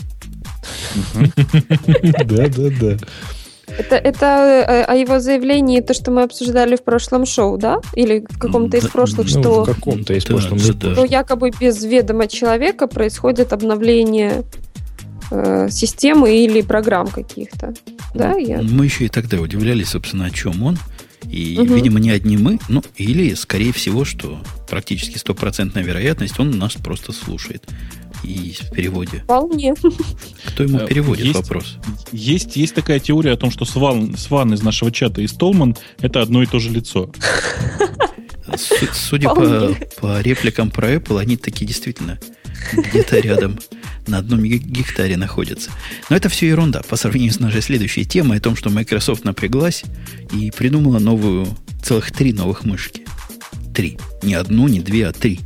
Да, да, да. Это, это о его заявлении, то, что мы обсуждали в прошлом шоу, да? Или в каком-то из прошлых, ну, что... в каком-то из да, прошлых. Да. Что якобы без ведома человека происходит обновление э, системы или программ каких-то. Да, я... Мы еще и тогда удивлялись, собственно, о чем он. И, угу. видимо, не одни мы, ну, или, скорее всего, что практически стопроцентная вероятность, он нас просто слушает. И в переводе. Вполне. Кто ему переводит, есть, вопрос? Есть, есть такая теория о том, что Сван, Сван из нашего чата и Столман — это одно и то же лицо. Судя по, по репликам про Apple, они такие действительно где-то рядом на одном гектаре находятся. Но это все ерунда по сравнению с нашей следующей темой о том, что Microsoft напряглась и придумала новую, целых три новых мышки. Три. Не одну, не две, а три.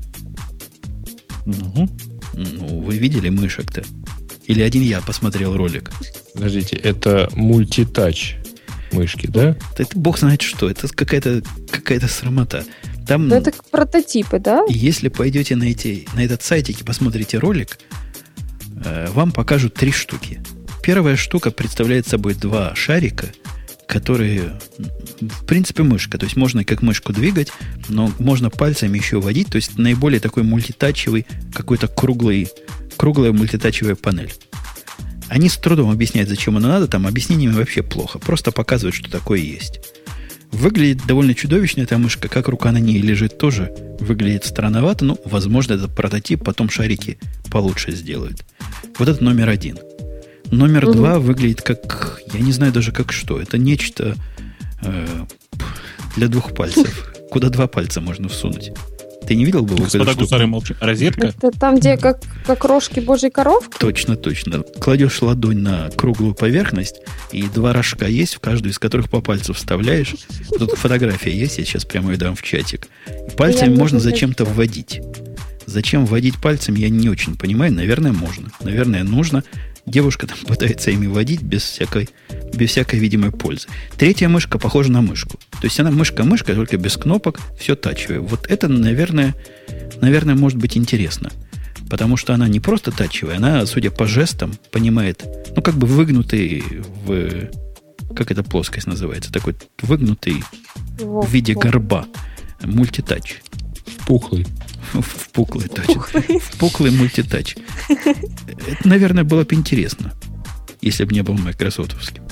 Угу. Ну, вы видели мышек-то? Или один я посмотрел ролик? Подождите, это мультитач мышки, да? Это бог знает что. Это какая-то, какая-то срамота. Там, но это прототипы, да? Если пойдете на, эти, на этот сайтик и посмотрите ролик, э, вам покажут три штуки. Первая штука представляет собой два шарика, которые, в принципе, мышка. То есть можно как мышку двигать, но можно пальцами еще водить. То есть наиболее такой мультитачевый, какой-то круглый, круглая мультитачевая панель. Они с трудом объясняют, зачем оно надо. Там объяснениями вообще плохо. Просто показывают, что такое есть. Выглядит довольно чудовищно эта мышка. Как рука на ней лежит, тоже выглядит странновато. Ну, возможно, это прототип. Потом шарики получше сделают. Вот это номер один. Номер угу. два выглядит как... Я не знаю даже как что. Это нечто э, для двух пальцев. Куда два пальца можно всунуть. Ты не видел бы? Господа гусары, молчи. Розетка? Это там, где как, как рожки божьей коровки? Точно, точно. Кладешь ладонь на круглую поверхность, и два рожка есть, в каждую из которых по пальцу вставляешь. Тут фотография есть, я сейчас прямо ее дам в чатик. И пальцами можно зачем-то вводить. Зачем вводить пальцами, я не очень понимаю. Наверное, можно. Наверное, нужно. Девушка там пытается ими водить без всякой, без всякой видимой пользы. Третья мышка похожа на мышку. То есть она мышка-мышка, только без кнопок, все тачевое. Вот это, наверное, наверное, может быть интересно. Потому что она не просто тачевая, она, судя по жестам, понимает, ну, как бы выгнутый в... Как эта плоскость называется? Такой выгнутый в виде горба. Мультитач. Впуклый. Впуклый, точно. Впуклый мультитач. Это, наверное, было бы интересно, если бы не был майкрософтовским.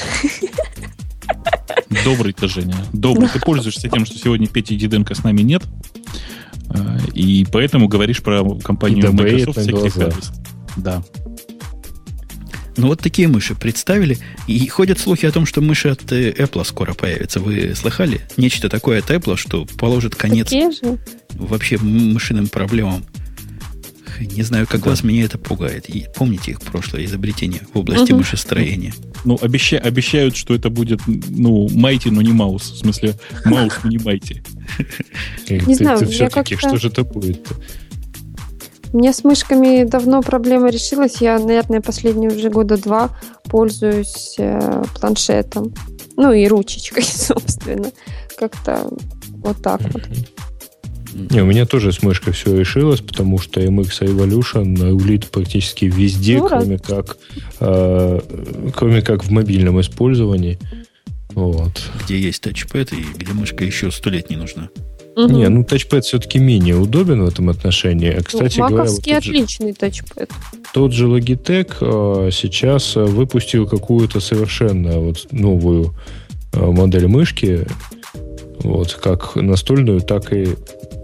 Добрый ты, Женя. Добрый. Ты пользуешься тем, что сегодня Пети Диденко с нами нет, и поэтому говоришь про компанию Microsoft всяких адресов. Да. Ну, вот такие мыши представили. И ходят слухи о том, что мыши от Apple скоро появятся. Вы слыхали? Нечто такое от Apple, что положит конец вообще мышиным проблемам. Не знаю, как да. вас, меня это пугает. И помните их прошлое изобретение в области угу. мышестроения? Ну, обеща, обещают, что это будет, ну, Майти, но не Маус. В смысле, Маус, но не Майти. Не знаю, все-таки, что же это будет-то? У меня с мышками давно проблема решилась. Я, наверное, последние уже года два пользуюсь э, планшетом. Ну и ручечкой, собственно. Как-то вот так вот. Не, у меня тоже с мышкой все решилось, потому что эм икс Evolution рулит практически везде, ну, кроме, как, э, кроме как в мобильном использовании. Вот. Где есть тачпэд и где мышка еще сто лет не нужна. Угу. Не, ну тачпэд все-таки менее удобен в этом отношении. Кстати ну, говоря, маковский вот отличный же, тачпэд. Тот же Logitech э, сейчас выпустил какую-то совершенно вот новую э, модель мышки, вот, как настольную, так и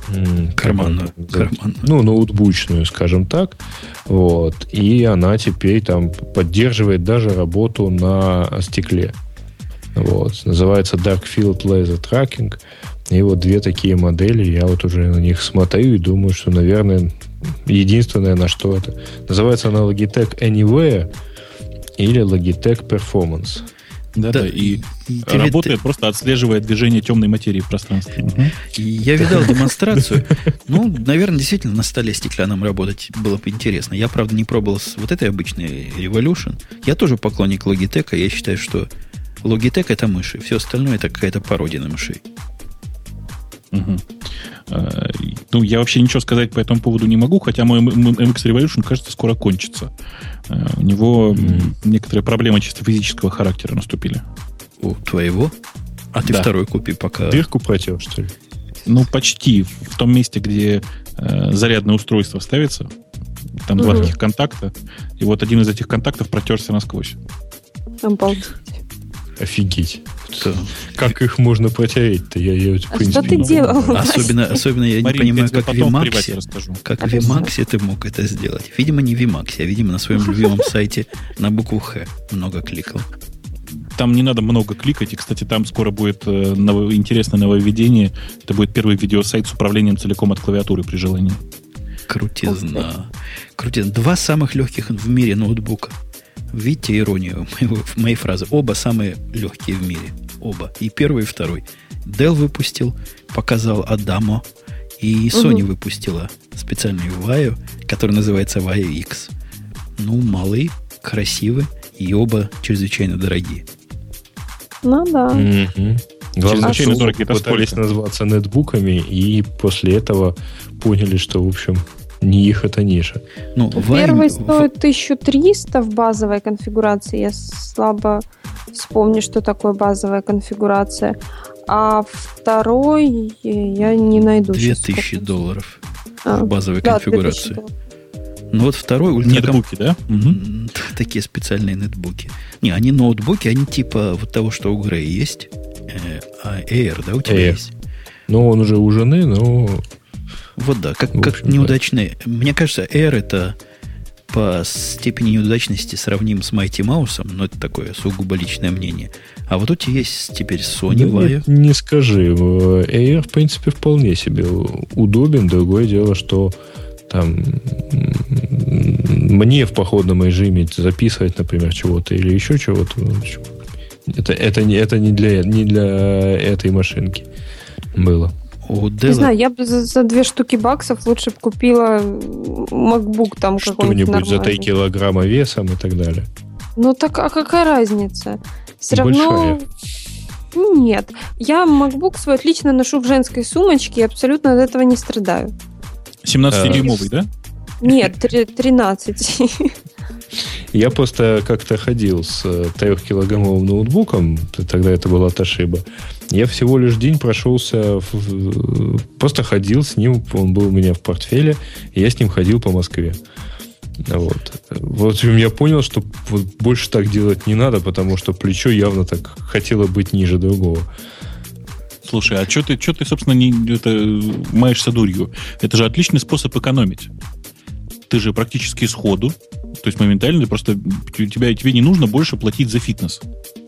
Карманную. Карманную. Ну, ноутбучную, скажем так. Вот. И она теперь там поддерживает даже работу на стекле. Вот. Называется Dark Field Laser Tracking. И вот две такие модели. Я вот уже на них смотрю и думаю, что, наверное, единственное, на что это. Называется она Logitech Anywhere или Logitech Performance. Да, да, и, и работает, ты... просто отслеживая движение темной материи в пространстве. Угу. Я видал демонстрацию. Ну, наверное, действительно на столе стеклянном работать было бы интересно. Я, правда, не пробовал с вот этой обычной Revolution. Я тоже поклонник Logitech. Я считаю, что Logitech это мыши. Все остальное это какая-то пародия на мышей. Угу. А, ну, я вообще ничего сказать по этому поводу не могу, хотя мой эм икс Revolution, кажется, скоро кончится. А, у него mm. некоторые проблемы чисто физического характера наступили. У твоего? А ты да. второй купи пока. Дырку протер, что ли? Ну, почти. В том месте, где э, зарядное устройство ставится, там mm-hmm. два таких контакта, и вот один из этих контактов протерся насквозь. Обалдеть. Офигеть. Да. Как их можно протереть-то? Я, я, в а принципе, что ты не делал? Особенно, особенно я Марин, не понимаю, как в Emacs, как в Emacs ты мог это сделать. Видимо, не в Emacs, а, видимо, на своем любимом сайте на букву Х много кликал. Там не надо много кликать. И, кстати, там скоро будет э, ново- интересное нововведение. Это будет первый видеосайт с управлением целиком от клавиатуры при желании. Крутизна. Крутизна. Два самых легких в мире ноутбука. Видите иронию моего, моей фразы? Оба самые легкие в мире. Оба. И первый, и второй. Dell выпустил, показал Adamo. И Sony угу. выпустила специальный Vaio, который называется Vaio X. Ну, малый, красивый. И оба чрезвычайно дорогие. Ну да. Mm-hmm. Главное, что дорогие, пытались назваться нетбуками, и после этого поняли, что, в общем, не их это ниша. Ну, Первый Vaio... стоит тысяча триста в базовой конфигурации. Я слабо вспомню, что такое базовая конфигурация. А второй я не найду. Две тысячи долларов а, в базовой да, конфигурации. Ну вот второй ультраком... Нетбуки, да? Угу. Такие специальные нетбуки. Не, они ноутбуки, они типа вот того, что у Грея есть. Э, а Air, да, у тебя Air. Есть? Ну, он уже у жены, но... Вот да, как, как неудачные. Да. Мне кажется, Air это по степени неудачности сравним с Mighty Mouse, но это такое сугубо личное мнение. А вот у тебя есть теперь Sony да Vaio. Не, не скажи. Air, в принципе, вполне себе удобен. Другое дело, что там мне в походном режиме записывать, например, чего-то или еще чего-то. Это, это, не, это не, для, не для этой машинки было. Не знаю, я бы за, за две штуки баксов лучше бы купила MacBook там какой-нибудь что-нибудь за три килограмма весом и так далее. Ну так, а какая разница? Все Большая. равно... Нет. Я MacBook свой отлично ношу в женской сумочке и абсолютно от этого не страдаю. семнадцатидюймовый, да? Нет, тринадцать. Я просто как-то ходил с трехкилограммовым ноутбуком, тогда это была Toshiba. Я всего лишь день прошелся, в, просто ходил с ним, он был у меня в портфеле, и я с ним ходил по Москве. Вот. Вот я понял, что вот больше так делать не надо, потому что плечо явно так хотело быть ниже другого. Слушай, а что ты, что ты, собственно, не, это, маешься дурью? Это же отличный способ экономить. Ты же практически сходу, то есть моментально, просто тебя, тебе не нужно больше платить за фитнес.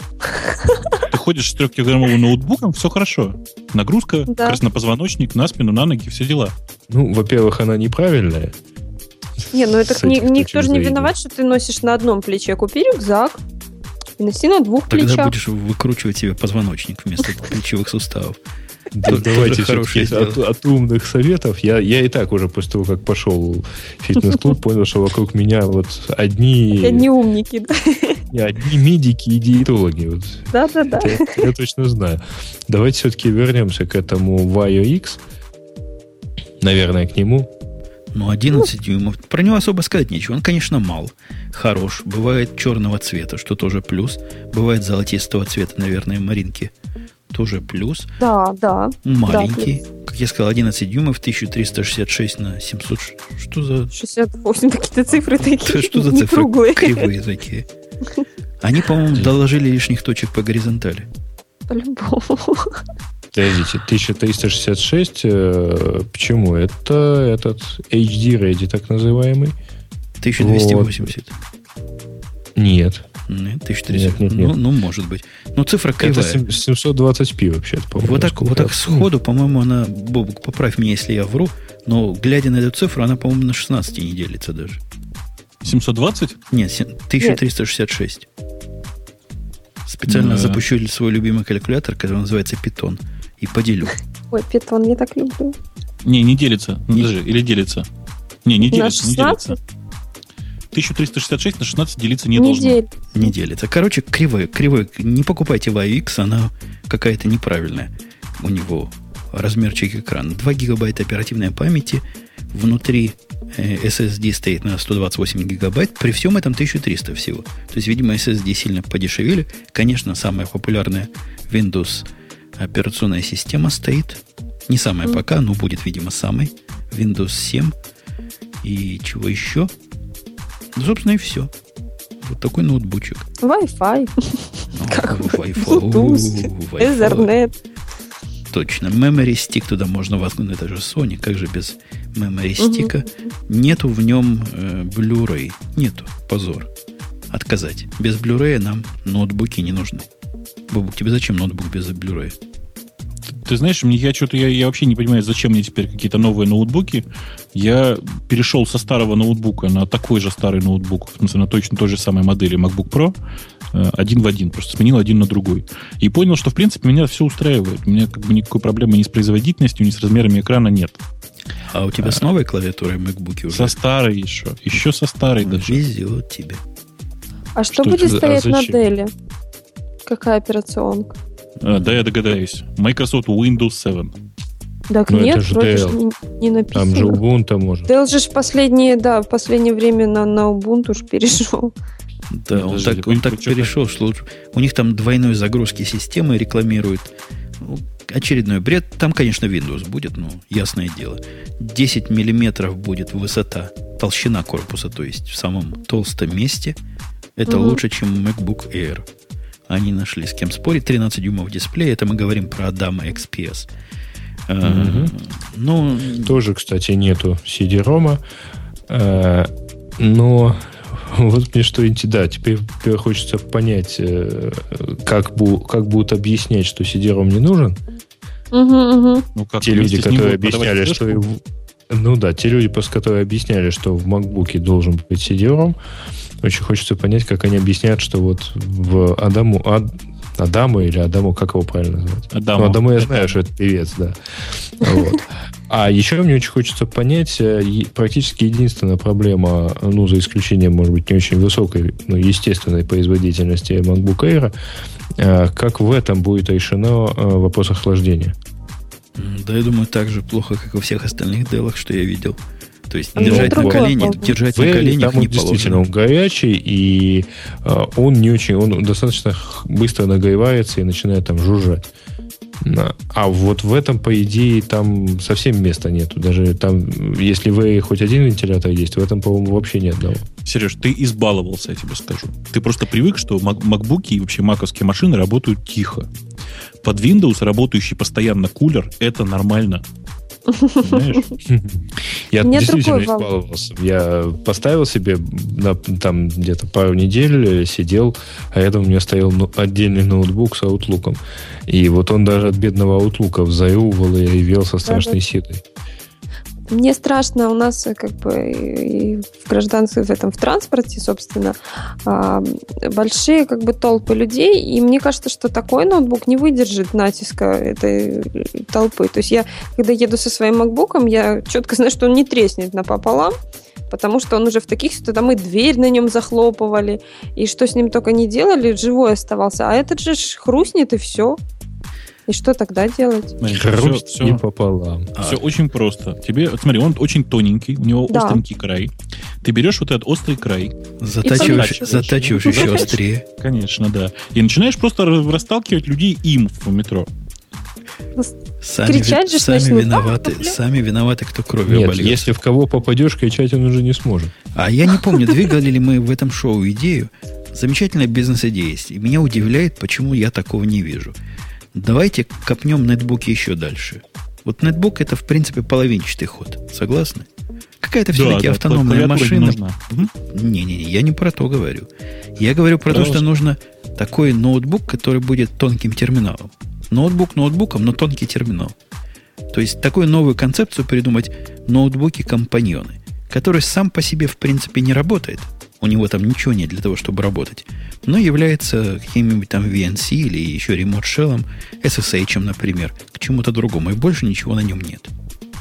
Ты ходишь с трехкилограммовым ноутбуком, все хорошо. Нагрузка, да. Как раз на позвоночник, на спину, на ноги, все дела. Ну, во-первых, она неправильная. Не, ну это ни, никто же не виноват, что ты носишь на одном плече. Купи рюкзак и носи на двух Тогда плечах. Тогда будешь выкручивать себе позвоночник вместо плечевых суставов. Да, давайте все-таки от, от умных советов. Я, я и так уже после того, как пошел в фитнес-клуб, понял, что вокруг меня вот одни... Одни умники, да? Не, одни медики и диетологи. Вот. Да-да-да. Это, я точно знаю. Давайте все-таки вернемся к этому Vaio X. Наверное, к нему. Ну, одиннадцать дюймов. Про него особо сказать нечего. Он, конечно, мал. Хорош. Бывает черного цвета, что тоже плюс. Бывает золотистого цвета, наверное, Маринки. Тоже плюс. Да, да. Маленький. Да, как я сказал, одиннадцать дюймов, тысяча триста шестьдесят шесть на семьсот. Что за... шестьдесят восемь, какие-то цифры такие. Что за цифры? Круглые. Кривые такие. Они, по-моему, доложили лишних точек по горизонтали. По-любому. Подождите, тысяча триста шестьдесят шесть, э, почему? Это этот эйч ди Ready, так называемый. тысяча двести восемьдесят. Вот. Нет. Нет, тысяча триста. Нет, нет, нет. Ну, ну, может быть. Но цифра кривая. Это семьсот двадцать пи вообще-то, по-моему. Вот так, вот так сходу, по-моему, она, Бобук, поправь меня, если я вру, но глядя на эту цифру, она, по-моему, на шестнадцать не делится даже. семьсот двадцать? Нет, тысяча триста шестьдесят шесть. Специально да. запущу свой любимый калькулятор, который называется Python, и поделю. Ой, Python, я так люблю. Не, не делится. Не. Даже, или делится. Не, не делится, не делится. тысяча триста шестьдесят шесть на шестнадцать делиться не, не должно. Делится. Не делится. Короче, кривой, кривой. Не покупайте вай ю экс, она какая-то неправильная. У него размерчик экрана. два гигабайта оперативной памяти. Внутри эс эс ди стоит на сто двадцать восемь гигабайт. При всем этом тысяча триста всего. То есть, видимо, эс эс ди сильно подешевели. Конечно, самая популярная Windows операционная система стоит. Не самая mm. пока, но будет, видимо, самой. Windows семь. И чего еще? Ну, собственно, и все. Вот такой ноутбучик. Wi-Fi. Как Wi-Fi. Ethernet. Точно. Memory Stick туда можно воткнуть. Это же Sony. Как же без Memory Stick? Угу. Нету в нем э, Blu-ray. Нету. Позор. Отказать. Без Blu-ray нам ноутбуки не нужны. Бобук, тебе зачем ноутбук без Blu-ray? Ты знаешь, мне я что-то я, я вообще не понимаю, зачем мне теперь какие-то новые ноутбуки. Я перешел со старого ноутбука на такой же старый ноутбук, в смысле на точно той же самой модели MacBook Pro, один в один, просто сменил один на другой. И понял, что в принципе меня все устраивает. У меня как бы никакой проблемы ни с производительностью, ни с размерами экрана нет. А у тебя а, с новой клавиатурой MacBook уже? Со старой еще. Еще со старой даже. Везет тебе. А что, что будет это? стоять а на Dell? Какая операционка? А, да, я догадаюсь. Microsoft Windows семь. Так ну, нет, вроде же не, не написано. Там же Ubuntu может. Dell же в последнее, да, в последнее время на, на Ubuntu уж перешел. Да, он так, он так перешел, что у них там двойной загрузки системы рекламируют. Ну, очередной бред. Там, конечно, Windows будет, ну, ясное дело. десять миллиметров будет высота, толщина корпуса, то есть в самом толстом месте. Это угу. лучше, чем MacBook Air. Они нашли с кем спорить. тринадцать дюймов дисплея. Это мы говорим про Adama икс пи эс. Угу. А, ну, тоже, кстати, нету си ди-рома. А, но вот мне что интересно. Да, теперь, теперь хочется понять, как, бу, как будут объяснять, что си ди-ром не нужен. Угу, угу. Ну, как те люди, которые объясняли, что... И, ну да, те люди, которые объясняли, что в MacBook должен быть си ди-ром, очень хочется понять, как они объяснят, что вот в Адаму, Ад, Адаму или Адаму, как его правильно назвать? Адаму. Ну, Адаму я знаю, Адаму. Что это певец, да. Вот. А еще мне очень хочется понять, практически единственная проблема, ну, за исключением, может быть, не очень высокой, но естественной производительности MacBook Air, как в этом будет решено вопрос охлаждения? Да, я думаю, так же плохо, как и во всех остальных делах, что я видел. То есть держать на коленях, держать на коленях не положено. Действительно, он горячий, и э, он не очень, он достаточно быстро нагревается и начинает там жужжать. А вот в этом, по идее, там совсем места нету. Даже там, если вы хоть один вентилятор есть, в этом, по-моему, вообще ни одного. Сереж, ты избаловался, я тебе скажу. Ты просто привык, что макбуки и вообще маковские машины работают тихо. Под Windows работающий постоянно кулер – это нормально. Я Нет действительно избаловался. Я поставил себе на, там где-то пару недель, сидел, а рядом у меня стоял ну, отдельный ноутбук с Outlook. И вот он даже от бедного Outlook взаивал и ревел со страшной силой. Мне страшно, у нас как бы и в гражданстве, в этом, в транспорте, собственно, большие как бы толпы людей, и мне кажется, что такой ноутбук не выдержит натиска этой толпы. То есть я, когда еду со своим макбуком, я четко знаю, что он не треснет напополам, потому что он уже в таких ситуациях, там и дверь на нем захлопывали, и что с ним только не делали, живой оставался. А этот же хрустнет, и все. И что тогда делать? Смотри, все, все, пополам. Все а. очень просто. Тебе, смотри, он очень тоненький, у него да. остренький край. Ты берешь вот этот острый край, затачиваешь, затачиваешь еще острее. Конечно, да. И начинаешь просто расталкивать людей им в метро. Сами, кричать же сами виноваты, а, сами виноваты, кто кровью Нет, обольется. Если в кого попадешь, кричать он уже не сможет. А я не помню, двигали ли мы в этом шоу идею. Замечательная бизнес-идея есть. И меня удивляет, почему я такого не вижу. Давайте копнем нетбуки еще дальше. Вот нетбук это, в принципе, половинчатый ход. Согласны? Какая-то все-таки да, автономная да, машина. Не-не-не, я не про то говорю. Я говорю про Пожалуйста. то, что нужно такой ноутбук, который будет тонким терминалом. Ноутбук ноутбуком, но тонкий терминал. То есть такую новую концепцию придумать ноутбуки-компаньоны, который сам по себе, в принципе, не работает. У него там ничего нет для того, чтобы работать. Но является каким-нибудь там ви эн си или еще Remote Shell, эс эс эйч, например, к чему-то другому. И больше ничего на нем нет.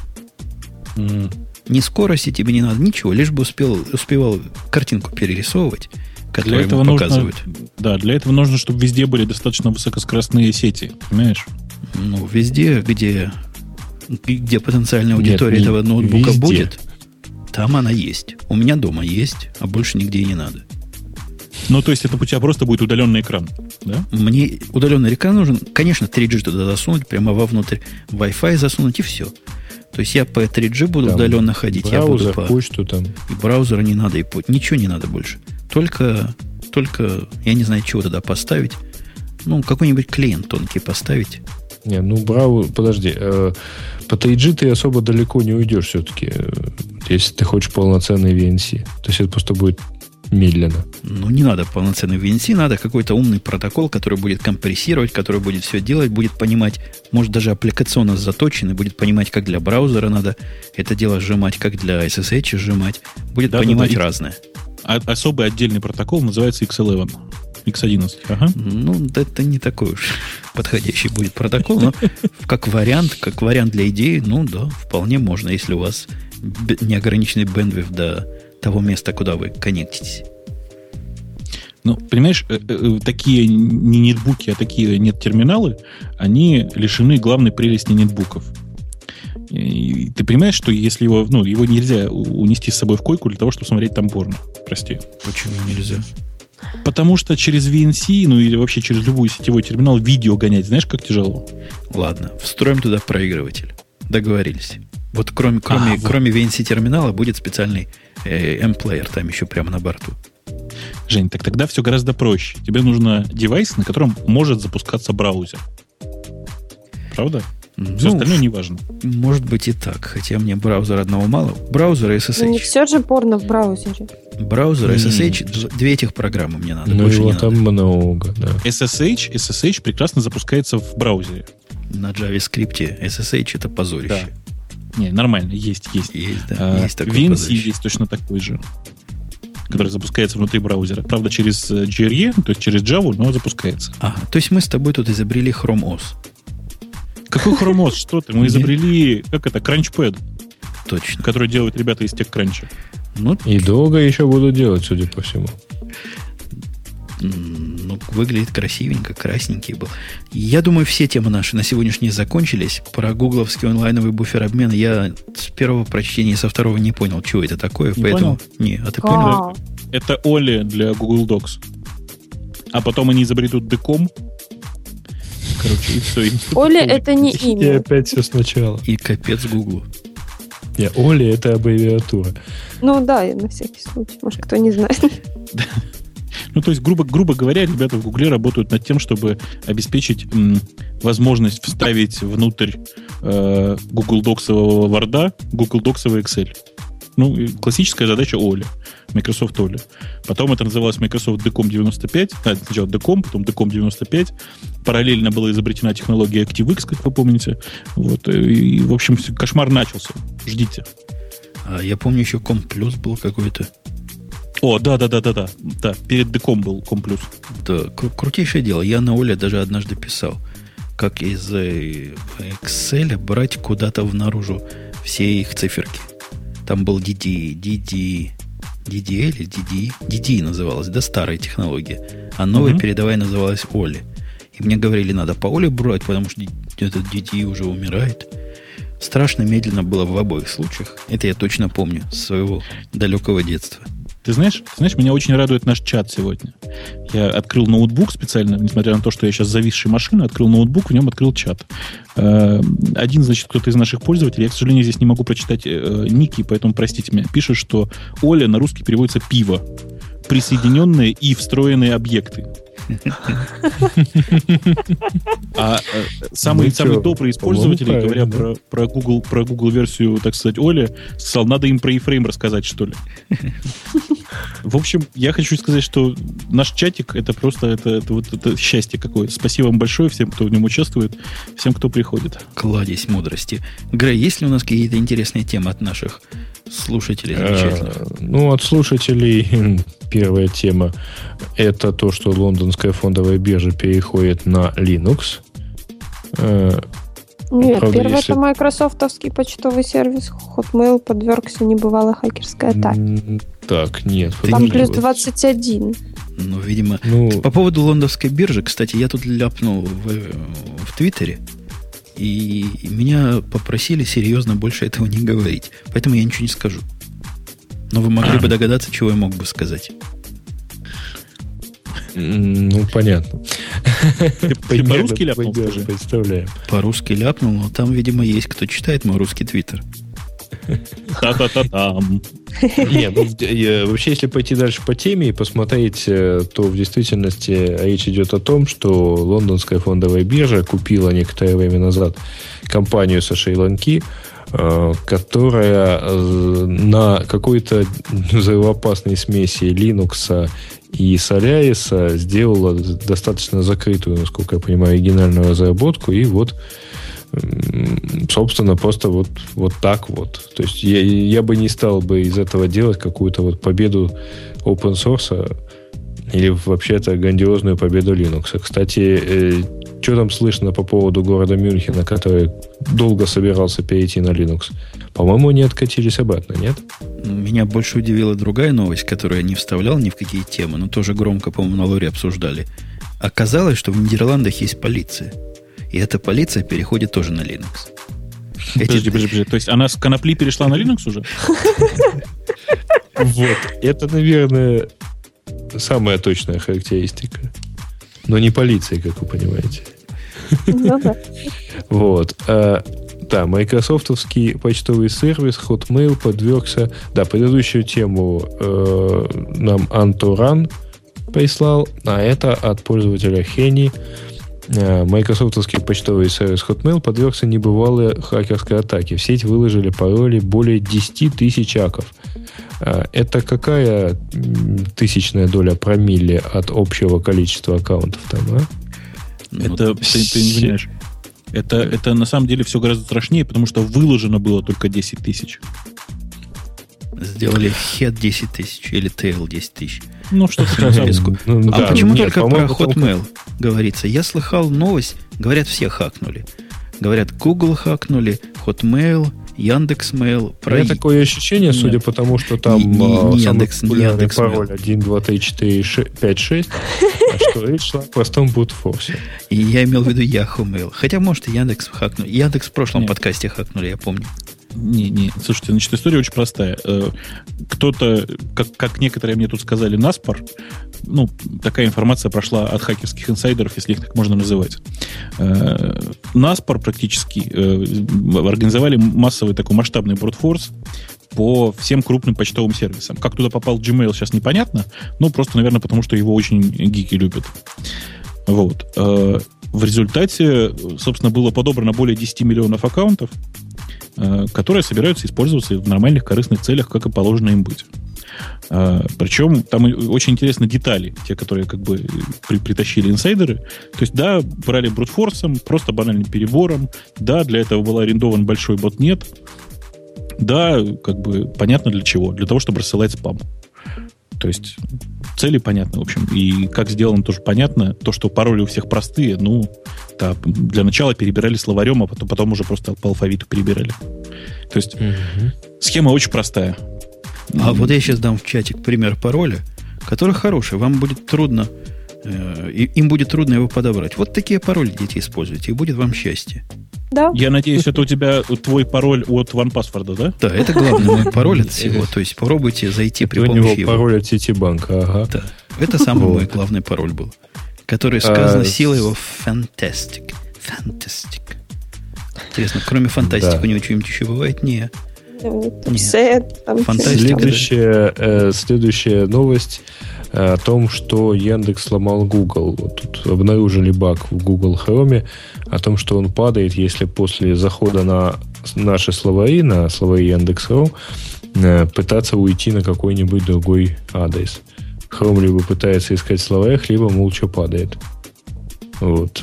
Mm. Ни скорости тебе не надо, ничего. Лишь бы успел, успевал картинку перерисовывать, которую ему показывают. Нужно, да, для этого нужно, чтобы везде были достаточно высокоскоростные сети. Понимаешь? Ну, везде, где, где потенциальная аудитория нет, этого ноутбука везде. будет, там она есть. У меня дома есть, а больше нигде и не надо. Ну, то есть это у тебя просто будет удаленный экран, да? Мне удаленный экран нужен, конечно, три джи туда засунуть, прямо вовнутрь Wi-Fi засунуть, и все. То есть я по три джи буду там удаленно ходить. Браузер, я буду по... почту там. И браузера не надо, и по... ничего не надо больше. Только, только, я не знаю, чего тогда поставить. Ну, какой-нибудь клиент тонкий поставить. Не, ну, браузер, подожди. Э, по три джи ты особо далеко не уйдешь все-таки, э, если ты хочешь полноценный ви эн си. То есть это просто будет медленно. Ну, не надо полноценный ви эн си, надо какой-то умный протокол, который будет компрессировать, который будет все делать, будет понимать, может, даже аппликационно заточенный, будет понимать, как для браузера надо это дело сжимать, как для эс эс эйч сжимать, будет да, понимать да, да. разное. А, особый отдельный протокол называется икс одиннадцать. икс одиннадцать, ага. Ну, это не такой уж подходящий будет протокол, но как вариант, как вариант для идеи, ну да, вполне можно, если у вас неограниченный бэндвидth до того места, куда вы коннектитесь. Ну, понимаешь, такие не нетбуки, а такие нет-терминалы, они лишены главной прелести нетбуков. И ты понимаешь, что если его, ну, его нельзя унести с собой в койку для того, чтобы смотреть там порно? Прости. Почему нельзя? Потому что через ви эн си, ну или вообще через любой сетевой терминал видео гонять, знаешь, как тяжело? Ладно, встроим туда проигрыватель. Договорились. Вот кроме, кроме, а, кроме вот. ви эн си-терминала будет специальный э, M-плеер там еще прямо на борту. Жень, так тогда все гораздо проще. Тебе нужно девайс, на котором может запускаться браузер. Правда? Ну, все остальное не важно. Может быть и так, хотя мне браузера одного мало. Браузер и эс эс эйч. Ну, не все же порно в браузере. Браузер, эс эс эйч, mm. две этих программы мне надо. Ну, больше его не там надо. много, да. эс эс эйч, эс эс эйч прекрасно запускается в браузере. На JavaScript эс эс эйч это позорище. Да. Не, нормально, есть, есть. Есть, да, а, есть такой ви эн си позорище. есть точно такой же, который запускается внутри браузера. Правда, через джи ар и, то есть через Java, но запускается. Ага, то есть мы с тобой тут изобрели Chrome о эс. Какой Chrome о эс? Что ты? Мы изобрели, как это, Crunchpad. Точно. Который делают ребята из TechCrunch. Ну, и долго еще буду делать, судя по всему. Ну, выглядит красивенько, красненький был. Я думаю, все темы наши на сегодняшний закончились. Про гугловский онлайновый буфер обмена я с первого прочтения и со второго не понял, что это такое. Не поэтому... понял? Не, а ты а понял? Это Оли для Google Docs. А потом они изобретут Деком. Короче, и все. Оли это не имя. И опять все сначала. И капец Гуглу. Не, Оли это аббревиатура. Ну да, на всякий случай. Может, кто не знает. Ну, то есть, грубо, грубо говоря, ребята в Гугле работают над тем, чтобы обеспечить м, возможность вставить внутрь э, Google Docs'ового Word, Google Docs'овый Excel. Ну, классическая задача Оли. Microsoft Оли. Потом это называлось Microsoft Decom девяносто пять. А, сначала Decom, потом Decom девяносто пять. Параллельно была изобретена технология ActiveX, как вы помните. Вот. И, в общем, кошмар начался. Ждите. А я помню, еще Com Plus был какой-то. О, да-да-да-да-да. Да, перед Decom был Com Plus. Да, кру- крутейшее дело. Я на Оле даже однажды писал, как из Excel брать куда-то внаружи все их циферки. Там был ди ди, ди ди, ди ди эл или ди ди, ди ди называлась, да, старая технология. А новая uh-huh. передовая называлась Оли. И мне говорили, надо по Оле брать, потому что этот ди ди уже умирает. Страшно медленно было в обоих случаях. Это я точно помню с своего далекого детства. Ты знаешь, ты знаешь, меня очень радует наш чат сегодня. Я открыл ноутбук специально, несмотря на то, что я сейчас зависшей машины, открыл ноутбук, в нем открыл чат. Один, значит, кто-то из наших пользователей, я, к сожалению, здесь не могу прочитать ники, поэтому простите меня, пишет, что Оля на русский переводится «пиво», присоединенные и встроенные объекты. А самые добрые пользователи, говоря про Google, про Google версию, так сказать, Оли, сказал, надо им про eFrame рассказать, что ли. В общем, я хочу сказать, что наш чатик это просто это, это, вот, это счастье какое-то. Спасибо вам большое всем, кто в нем участвует, всем, кто приходит. Кладезь мудрости. Грей, есть ли у нас какие-то интересные темы от наших слушателей замечательных? Ну, от слушателей первая тема это то, что лондонская фондовая биржа переходит на Linux. Нет, правда, первый если... это майкрософтовский почтовый сервис Hotmail подвергся небывалой хакерской атаке. Так, нет. Там плюс двадцать один. Ну, видимо. Ну... По поводу лондонской биржи, кстати, я тут ляпнул в, в Твиттере, и меня попросили серьезно больше этого не говорить. Поэтому я ничего не скажу. Но вы могли бы догадаться, чего я мог бы сказать. Ну, понятно. Ты, ты по-русски ляпнул, скажи? Представляем. По-русски ляпнул, но там, видимо, есть кто читает мой русский твиттер. Та-та-та-там. Не, ну, вообще, если пойти дальше по теме и посмотреть, то в действительности речь идет о том, что лондонская фондовая биржа купила некоторое время назад компанию со Шри-Ланки, которая на какой-то взрывоопасной смеси Linux и Solaris сделала достаточно закрытую, насколько я понимаю, оригинальную разработку, и вот, собственно, просто вот, вот так вот. То есть я, я бы не стал бы из этого делать какую-то вот победу open source или вообще-то грандиозную победу Linux. Кстати, э, что там слышно по поводу города Мюнхена, который долго собирался перейти на Linux? По-моему, не откатились обратно, нет? Меня больше удивила другая новость, которую я не вставлял ни в какие темы, но тоже громко, по-моему, на Лоре обсуждали. Оказалось, что в Нидерландах есть полиция. И эта полиция переходит тоже на Linux. Подожди, подожди, подожди. То есть она с конопли перешла на Linux уже? Вот. Это, наверное, самая точная характеристика. Но не полиция, как вы понимаете. Ну да. Вот. Да, майкрософтовский почтовый сервис Hotmail подвергся... Да, предыдущую тему э, нам Антуран прислал, а это от пользователя Хени. Э, майкрософтовский почтовый сервис Hotmail подвергся небывалой хакерской атаке. В сеть выложили пароли более десять тысяч аков. Э, это какая тысячная доля промилле от общего количества аккаунтов там, а? Это, ты, ты не понимаешь. Это, это на самом деле все гораздо страшнее, потому что выложено было только десять тысяч. Сделали head десять тысяч или tail десять тысяч. Ну, что-то такое. Ну, а да, почему нет, только про Hotmail говорится? Я слыхал новость, говорят, все хакнули. Говорят, Google хакнули, Hotmail, Яндекс.Mail. У меня такое ощущение, судя нет. по тому, что там не, не, не Яндекс, не Яндекс пароль один, два, три, четыре, пять, шесть, а что речь шла о простом брутфорсе. И я имел в виду Yahoo Mail. Хотя, может, и Яндекс хакнули. Яндекс в прошлом нет. подкасте хакнули, я помню. Не, не, слушайте, значит, история очень простая. Кто-то, как, как некоторые мне тут сказали, наспор, ну, такая информация прошла от хакерских инсайдеров, если их так можно называть. Наспор практически организовали массовый такой масштабный брутфорс по всем крупным почтовым сервисам. Как туда попал Gmail, сейчас непонятно, ну, просто, наверное, потому что его очень гики любят. Вот. В результате, собственно, было подобрано более десять миллионов аккаунтов, которые собираются использоваться в нормальных корыстных целях, как и положено им быть. Причем там очень интересны детали, те, которые как бы при, притащили инсайдеры. То есть, да, брали брутфорсом, просто банальным перебором, да, для этого был арендован большой ботнет, да, как бы понятно для чего, для того, чтобы рассылать спам. То есть цели понятны, в общем. И как сделано, тоже понятно. То, что пароли у всех простые, ну, да, для начала перебирали словарем, а потом, потом уже просто по алфавиту перебирали. То есть mm-hmm. схема очень простая. А mm-hmm. вот я сейчас дам в чатик пример пароля, который хороший. Вам будет трудно, э, им будет трудно его подобрать. Вот такие пароли, дети, используйте, и будет вам счастье. Да. Я надеюсь, это у тебя твой пароль от OnePassword, да? Да, это главный мой пароль от всего. То есть попробуйте зайти при помощи его. Пароль от Ситибанка, ага. Да. Это самый мой главный пароль был. Который сказано, сила его fantastic. Fantastic. Интересно, кроме фантастики у него что-нибудь еще бывает? Не. Следующая, э, следующая новость. о том, что Яндекс сломал Google. Вот тут обнаружили баг в Google Chrome о том, что он падает, если после захода на наши словари, на словари Яндекс.ру, пытаться уйти на какой-нибудь другой адрес. Chrome либо пытается искать в словарях, либо молча падает. Вот.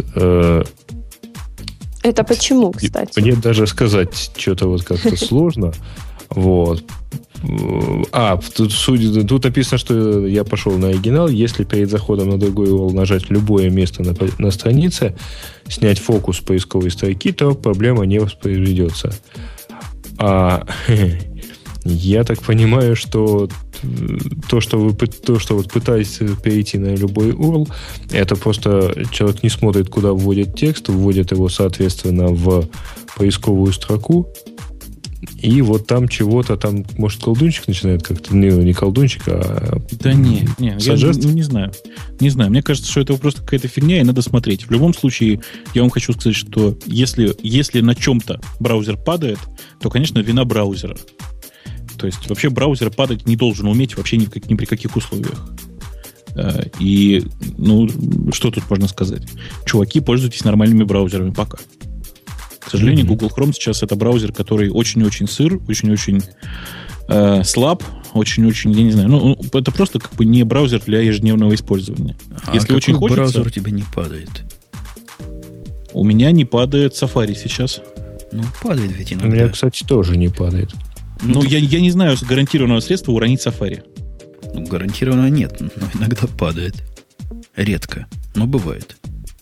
Это почему, кстати? Мне даже сказать что-то вот как-то сложно. Вот. А, тут, тут написано, что я пошел на оригинал. Если перед заходом на другой ю ар эл нажать любое место на, на странице, снять фокус поисковой строки, то проблема не воспроизведется. А я так понимаю, что то, что вы то, что вот пытаетесь перейти на любой ю ар эл, это просто человек не смотрит, куда вводит текст, вводит его, соответственно, в поисковую строку, и вот там чего-то, там, может, колдунчик начинает как-то, не, не колдунчик, а... Да не, не я не, не знаю. Не знаю. Мне кажется, что это просто какая-то фигня, и надо смотреть. В любом случае, я вам хочу сказать, что если, если на чем-то браузер падает, то, конечно, вина браузера. То есть вообще браузер падать не должен уметь вообще ни, ни при каких условиях. И, ну, что тут можно сказать? Чуваки, пользуйтесь нормальными браузерами пока. К сожалению, Google Chrome сейчас это браузер, который очень-очень сыр, очень-очень э, слаб, очень-очень, я не знаю, ну, это просто как бы не браузер для ежедневного использования. А Если какой очень хочется, браузер у тебя не падает? У меня не падает Safari сейчас. Ну, падает ведь иногда. У меня, кстати, тоже не падает. Ну, я, я не знаю гарантированного средства уронить Safari. Ну, гарантированно нет, но иногда падает. Редко, но бывает.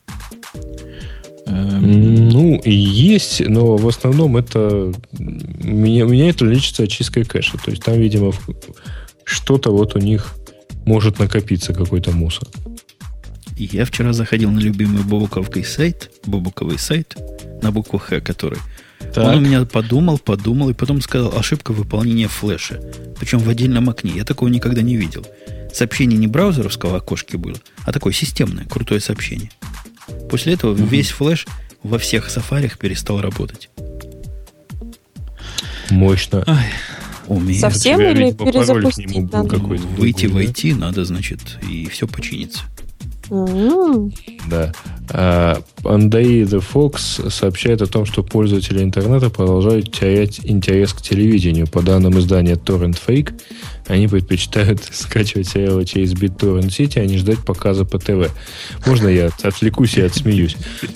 Ну, есть, но в основном это... У меня, у меня это лечится очисткой кэша. То есть там, видимо, что-то вот у них может накопиться, какой-то мусор. Я вчера заходил на любимый бобуковский сайт, бобуковый сайт, на букву Х, который... Так. Он у меня подумал, подумал, и потом сказал, ошибка выполнения флеша. Причем в отдельном окне. Я такого никогда не видел. Сообщение не браузеровского окошки было, а такое системное, крутое сообщение. После этого угу. весь флеш во всех сафариях перестал работать. Мощно. Умеет. Совсем или перезапустить надо? Выйти в ай ти надо, значит, и все починится. Mm-hmm. Да. Uh, Андрей The Fox сообщает о том, что пользователи интернета продолжают терять интерес к телевидению. По данным издания Torrent Freak, они предпочитают скачивать сериалы через BitTorrent сети, а не ждать показа по ТВ. Можно я отвлекусь и отсмеюсь?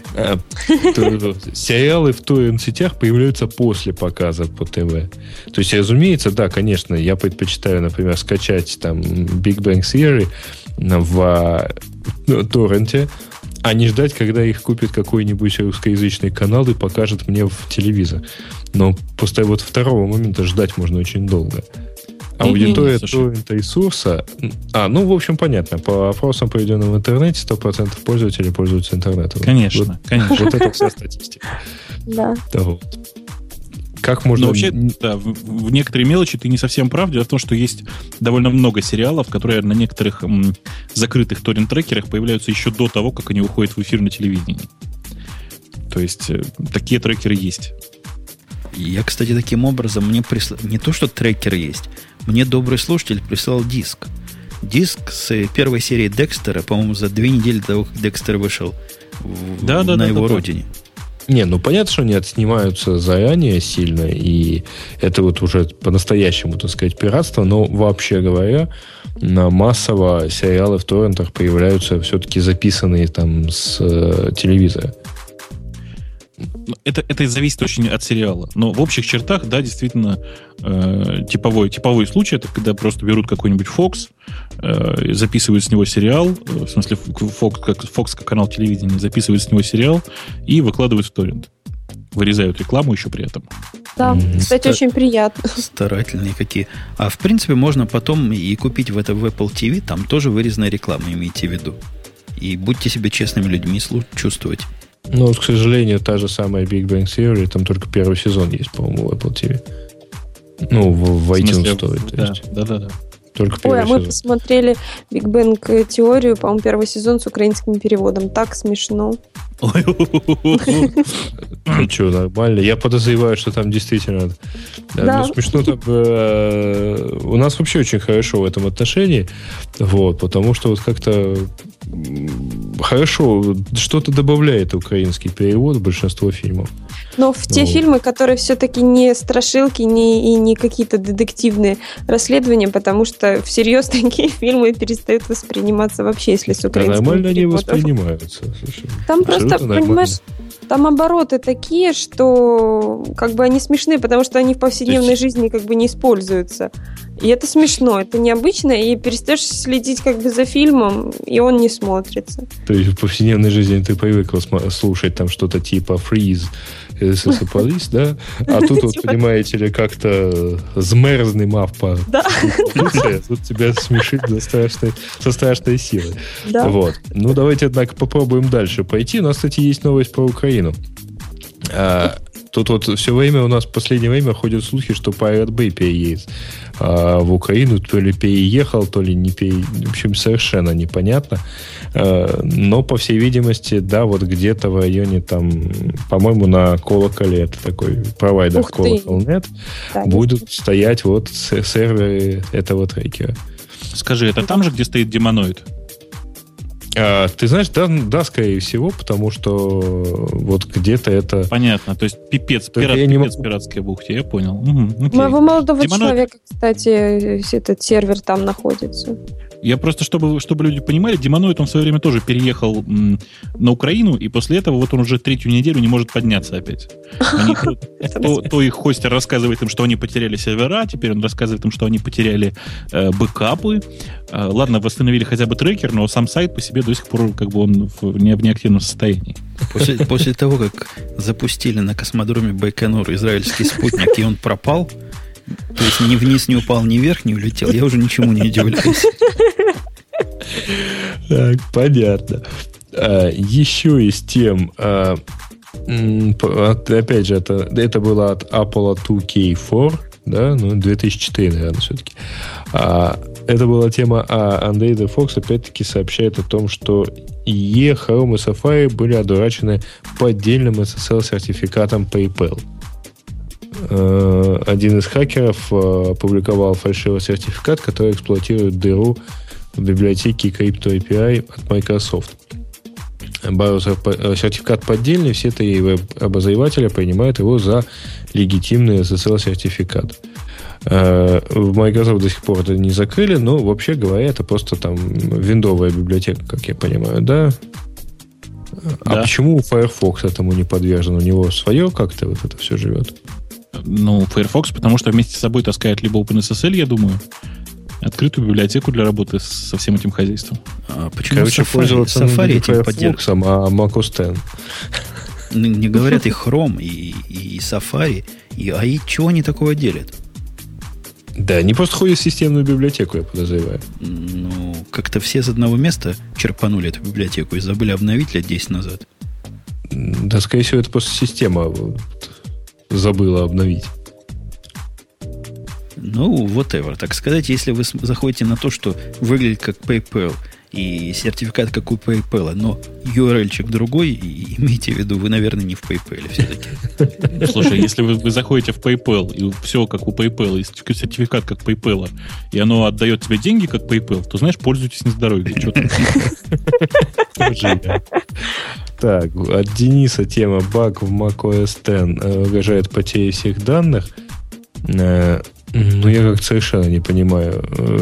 Сериалы в торрент-сетях появляются после показа по ТВ. То есть, разумеется, да, конечно, я предпочитаю, например, скачать там Big Bang Theory в торренте, а не ждать, когда их купит какой-нибудь русскоязычный канал и покажет мне в телевизор. Но после вот второго момента ждать можно очень долго. Аудитория торрента ресурса... А, ну, в общем, понятно. По опросам, проведенным в интернете, сто процентов пользователей пользуются интернетом. Конечно, вот, конечно. Вот это вся статистика. Да. Да, вот. Как можно... Но вообще, да, в, в некоторые мелочи ты не совсем прав. Дело в том, что есть довольно много сериалов, которые на некоторых м, закрытых торрент-трекерах появляются еще до того, как они уходят в эфир на телевидении. То есть э, такие трекеры есть. Я, кстати, таким образом мне прислал... Не то, что трекер есть. Мне добрый слушатель прислал диск. Диск с первой серии Декстера, по-моему, за две недели до того, как Декстер вышел в... да, да, на да, его да, родине. Да. Не, ну понятно, что они отснимаются заранее сильно, и это вот уже по-настоящему, так сказать, пиратство, но вообще говоря, массово сериалы в торрентах появляются все-таки записанные там с э, телевизора. Это, это зависит очень от сериала. Но в общих чертах, да, действительно, э, типовой, типовой случай, это когда просто берут какой-нибудь Fox, э, записывают с него сериал, э, в смысле Fox как, Fox как канал телевидения, записывают с него сериал и выкладывают в торрент. Вырезают рекламу еще при этом. Да, mm-hmm. кстати, Стар... очень приятно. Старательные какие. А в принципе можно потом и купить в это в Apple ти ви, там тоже вырезанная реклама, имейте в виду. И будьте себе честными людьми чувствовать. Ну, к сожалению, та же самая Big Bang Theory, там только первый сезон есть, по-моему, в Apple ти ви. Ну, в, в iTunes Store. Да, да, да, да. Только первый Ой, а сезон. мы посмотрели Big Bang теорию, по-моему, первый сезон с украинским переводом. Так смешно. Ну что, нормально. Я подозреваю, что там действительно... Да. Ну, смешно так... Э, у нас вообще очень хорошо в этом отношении. Вот, потому что вот как-то хорошо что-то добавляет украинский перевод в большинство фильмов. Но в те ну, фильмы, которые все-таки не страшилки, не, и не какие-то детективные расследования, потому что всерьез такие фильмы перестают восприниматься вообще, если с украинским да, нормально переводом. Они воспринимаются. Слушай, там просто, понимаешь, там обороты такие, что как бы они смешные, потому что они в повседневной есть... жизни как бы не используются. И это смешно, это необычно, и перестаешь следить как бы за фильмом, и он не смотрится. То есть в повседневной жизни ты привыкла слушать там что-то типа «Freeze», «Сосополис», да? А тут, вот, понимаете ли, как-то змерзный мавпа. Да. Тут тебя смешит со страшной силой. Вот. Ну, давайте, однако, попробуем дальше пойти. У нас, кстати, есть новость про Украину. Тут вот все время у нас в последнее время ходят слухи, что Pirate Bay переедет а, в Украину. То ли переехал, то ли не переехал. В общем, совершенно непонятно. А, но, по всей видимости, да, вот где-то в районе там, по-моему, на Колоколе, это такой провайдер Колокол точка нет, да, будут стоять вот серверы этого трекера. Скажи, это там же, где стоит Демоноид? А, ты знаешь, да, да, скорее всего, потому что вот где-то это... Понятно, то есть пипец, пират, пипец могу... пиратская бухте, я понял. Угу, моего молодого Демоноид... человека, кстати, этот сервер там находится. Я просто, чтобы, чтобы люди понимали, Демоноид, он в свое время тоже переехал м, на Украину, и после этого вот он уже третью неделю не может подняться опять. Они, то, то, то их хостер рассказывает им, что они потеряли сервера, теперь он рассказывает им, что они потеряли э, бэкапы. Э, ладно, восстановили хотя бы трекер, но сам сайт по себе до сих пор как бы он в, не, в неактивном состоянии. После, после того, как запустили на космодроме Байконур израильский спутник, и он пропал, то есть ни вниз не упал, ни вверх не улетел, я уже ничему не удивляюсь. Так, понятно. А, еще из тем, а, опять же, это, это было от Apollo два кей четыре, да, ну, две тысячи четыре, наверное, все-таки. А, это была тема, а Андрей Де Фокс опять-таки сообщает о том, что и и, Chrome и Safari были одурачены поддельным эс эс эл-сертификатом PayPal. Один из хакеров опубликовал фальшивый сертификат, который эксплуатирует дыру в библиотеке Crypto эй пи ай от Microsoft. Сертификат поддельный, все три веб-обозревателя принимают его за легитимный эс эс эл-сертификат. В Microsoft до сих пор это не закрыли, но, вообще говоря, это просто там виндовая библиотека, как я понимаю, да? А да. Почему Firefox этому не подвержен? У него свое как-то вот это все живет? Ну, Firefox, потому что вместе с собой таскает либо OpenSSL, я думаю, открытую библиотеку для работы со всем этим хозяйством. А почему Короче, Safari, пользоваться Safari этим поддерживает? А Mac о эс X? Не говорят и Chrome, и, и Safari, и эй ай. Чего они такого делят? Да, они просто ходят в системную библиотеку, я подозреваю. Ну, как-то все с одного места черпанули эту библиотеку и забыли обновить лет десять назад. Да, скорее всего, это просто система забыла обновить. Ну, whatever. Так сказать, если вы заходите на то, что выглядит как PayPal, и сертификат как у PayPal, но ю ар эл-чик другой, и имейте в виду, вы, наверное, не в PayPal все-таки. Слушай, если вы, вы заходите в PayPal, и все как у PayPal, и сертификат как PayPal, и оно отдает тебе деньги как PayPal, то, знаешь, пользуйтесь на здоровье. Так, от Дениса тема баг в macOS X угрожает потери всех данных. Ну, я как-то совершенно не понимаю.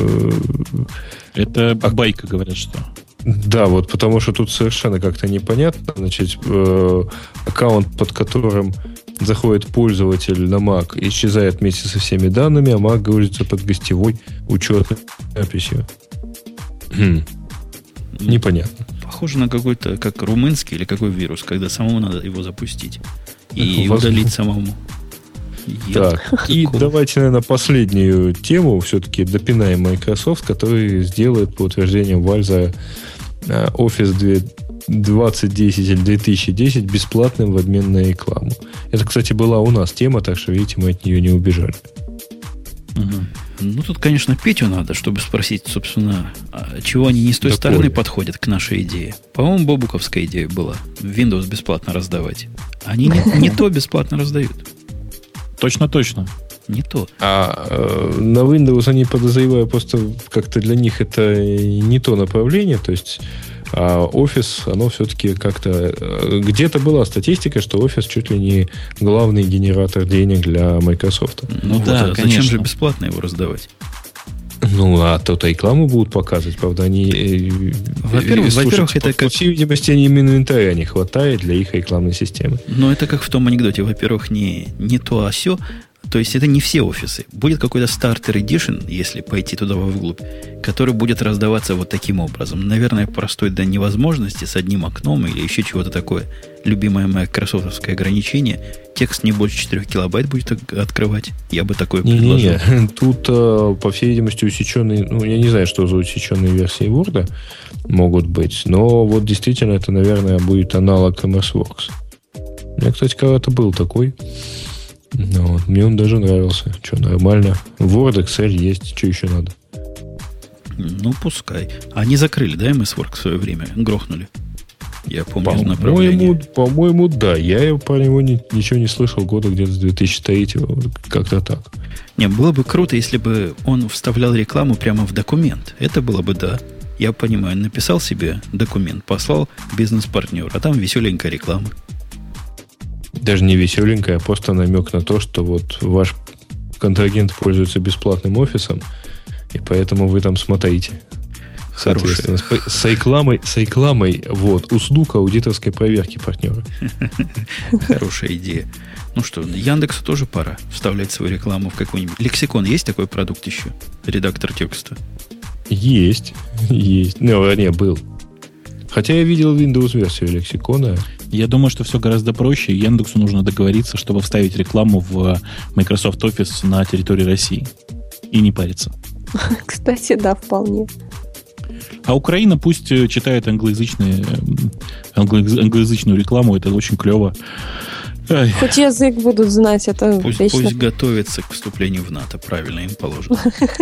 Это а, байка, говорят, что. Да, вот потому что тут совершенно как-то непонятно. Значит, э, аккаунт, под которым заходит пользователь на Mac, исчезает вместе со всеми данными, а Mac грузится под гостевой учетной записью. Хм. Непонятно. Похоже на какой-то, как румынский или какой вирус, когда самому надо его запустить и Возможно. удалить самому. Так, и давайте, наверное, последнюю тему все-таки допинаем Microsoft, который сделает, по утверждениям Вальза, Office двадцать десять или две тысячи десять бесплатным в обмен на рекламу. Это, кстати, была у нас тема, так что, видите, мы от нее не убежали. Угу. Ну, тут, конечно, Петю надо, чтобы спросить, собственно, а чего они не с той да стороны Коля. подходят к нашей идее. По-моему, бобуковская идея была Windows бесплатно раздавать. Они не, не то бесплатно раздают. Точно-точно. Не то. А э, на Windows они, подозреваю, просто как-то для них это не то направление. То есть а Office, оно все-таки как-то... Где-то была статистика, что Office чуть ли не главный генератор денег для Microsoft. Ну да, вот, а зачем конечно. же бесплатно его раздавать? Ну, а то рекламу будут показывать. Правда, они... Во-первых, слушайте, во-первых, это по, как... по всей видимости, им инвентаря не хватает для их рекламной системы. Но это как в том анекдоте. Во-первых, не, не то, а сё. То есть это не все офисы. Будет какой-то стартер Edition, если пойти туда вглубь, который будет раздаваться вот таким образом. Наверное, простой до невозможности, с одним окном или еще чего-то такое. Любимое майкрософтовское ограничение. Текст не больше четырех килобайт будет открывать. Я бы такое предложил. Не-не-не. Тут, по всей видимости, усеченные... Ну, я не знаю, что за усеченные версии Word могут быть. Но вот действительно это, наверное, будет аналог CommerceWorks. У меня, кстати, когда-то был такой... Ну, вот, мне он даже нравился. Что, нормально. Word, Excel есть. Что еще надо? Ну, пускай. Они закрыли, да, эм эс Word в свое время? Грохнули. Я помню из По-моему, направления. по-моему, да. Я про него ни- ничего не слышал года где-то с две тысячи третьего. Как-то так. Не, было бы круто, если бы он вставлял рекламу прямо в документ. Это было бы да. Я понимаю, написал себе документ, послал бизнес-партнеру, а там веселенькая реклама. Даже не веселенькая, а просто намек на то, что вот ваш контрагент пользуется бесплатным офисом, и поэтому вы там смотрите. Соответственно, с, с рекламой, с рекламой, вот, услуг аудиторской проверки партнера. Хорошая идея. Ну что, Яндексу тоже пора вставлять свою рекламу в какой-нибудь... Лексикон есть такой продукт еще? Редактор текста? Есть. Есть. Ну, не, был. Хотя я видел Windows-версию лексикона. Я думаю, что все гораздо проще. Яндексу нужно договориться, чтобы вставить рекламу в Microsoft Office на территории России. И не париться. Кстати, да, вполне. А Украина пусть читает англоязычные, англо- англоязычную рекламу. Это очень клево. Ай. Хоть язык будут знать, это Пусть, вечно. пусть готовится к вступлению в НАТО. Правильно, им положено.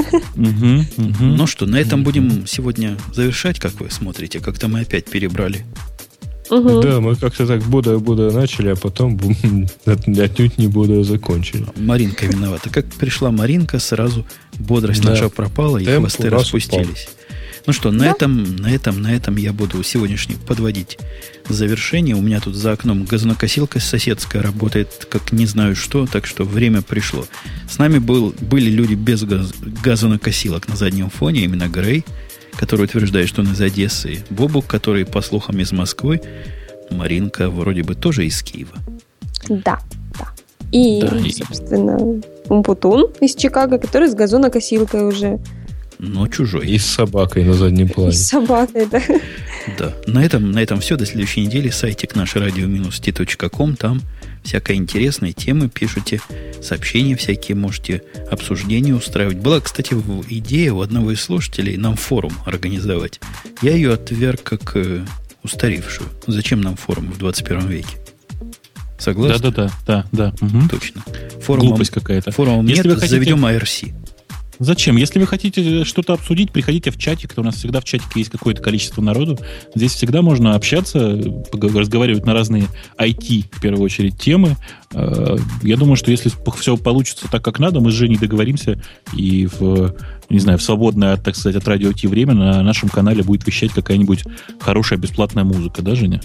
Мгм, мгм. Ну что, на этом будем сегодня завершать, как вы смотрите. Как-то мы опять перебрали. Мгм. Да, мы как-то так бодро-бодро начали, а потом бум, отнюдь не бодро закончили. Маринка виновата. Как пришла Маринка, сразу бодрость Да. наша пропала, и Темп хвосты у нас распустились. Ну что, на Да. этом, на этом, на этом я буду сегодняшний подводить завершение. У меня тут за окном газонокосилка соседская работает, как не знаю что, так что время пришло. С нами был, были люди без газ, газонокосилок на заднем фоне, именно Грей, который утверждает, что он из Одессы, Бобук, который, по слухам, из Москвы, Маринка вроде бы тоже из Киева. Да, да. И, Да, и- собственно, Умпутун из Чикаго, который с газонокосилкой уже. Но чужой. И с собакой на заднем И плане. с собакой, да. Да. На этом, на этом все. До следующей недели. Сайтик наш радио-ти точка ком. Там всякое интересное. Темы пишите. Сообщения всякие можете. Обсуждения устраивать. Была, кстати, в- идея у одного из слушателей нам форум организовать. Я ее отверг как э, устаревшую. Зачем нам форум в двадцать первом веке? Согласны? Да-да-да, да, да. Мгм. Точно. Форумом, Глупость какая-то. форумом Если нет, вы хотите- заведем ай ар си. Зачем? Если вы хотите что-то обсудить, приходите в чатик, то у нас всегда в чатике есть какое-то количество народу. Здесь всегда можно общаться, пог- разговаривать на разные ай ти, в первую очередь, темы. Э, Я думаю, что если все получится так, как надо, мы с Женей договоримся, и в, не знаю, в свободное, так сказать, от радио Ти время на нашем канале будет вещать какая-нибудь хорошая бесплатная музыка, да, Женя?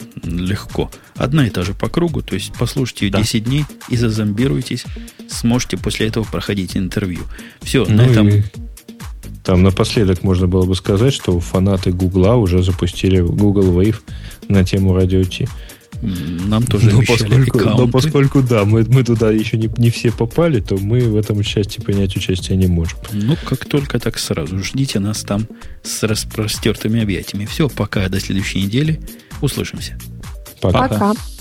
Легко. Одна и та же по кругу, то есть послушайте ее Да. десять дней и зазомбируйтесь. Сможете после этого проходить интервью. Все, Ну на этом... и там напоследок можно было бы сказать, что фанаты Гугла уже запустили Google Wave на тему радио Ти. м, Нам тоже Но обещали поскольку, но аккаунты. поскольку, да, мы, мы туда еще не, не все попали, то мы в этом части принять участие не можем. Ну, как только, так сразу. Ждите нас там с распростертыми объятиями. Все, пока, до следующей недели. Услышимся. Пока. Пока.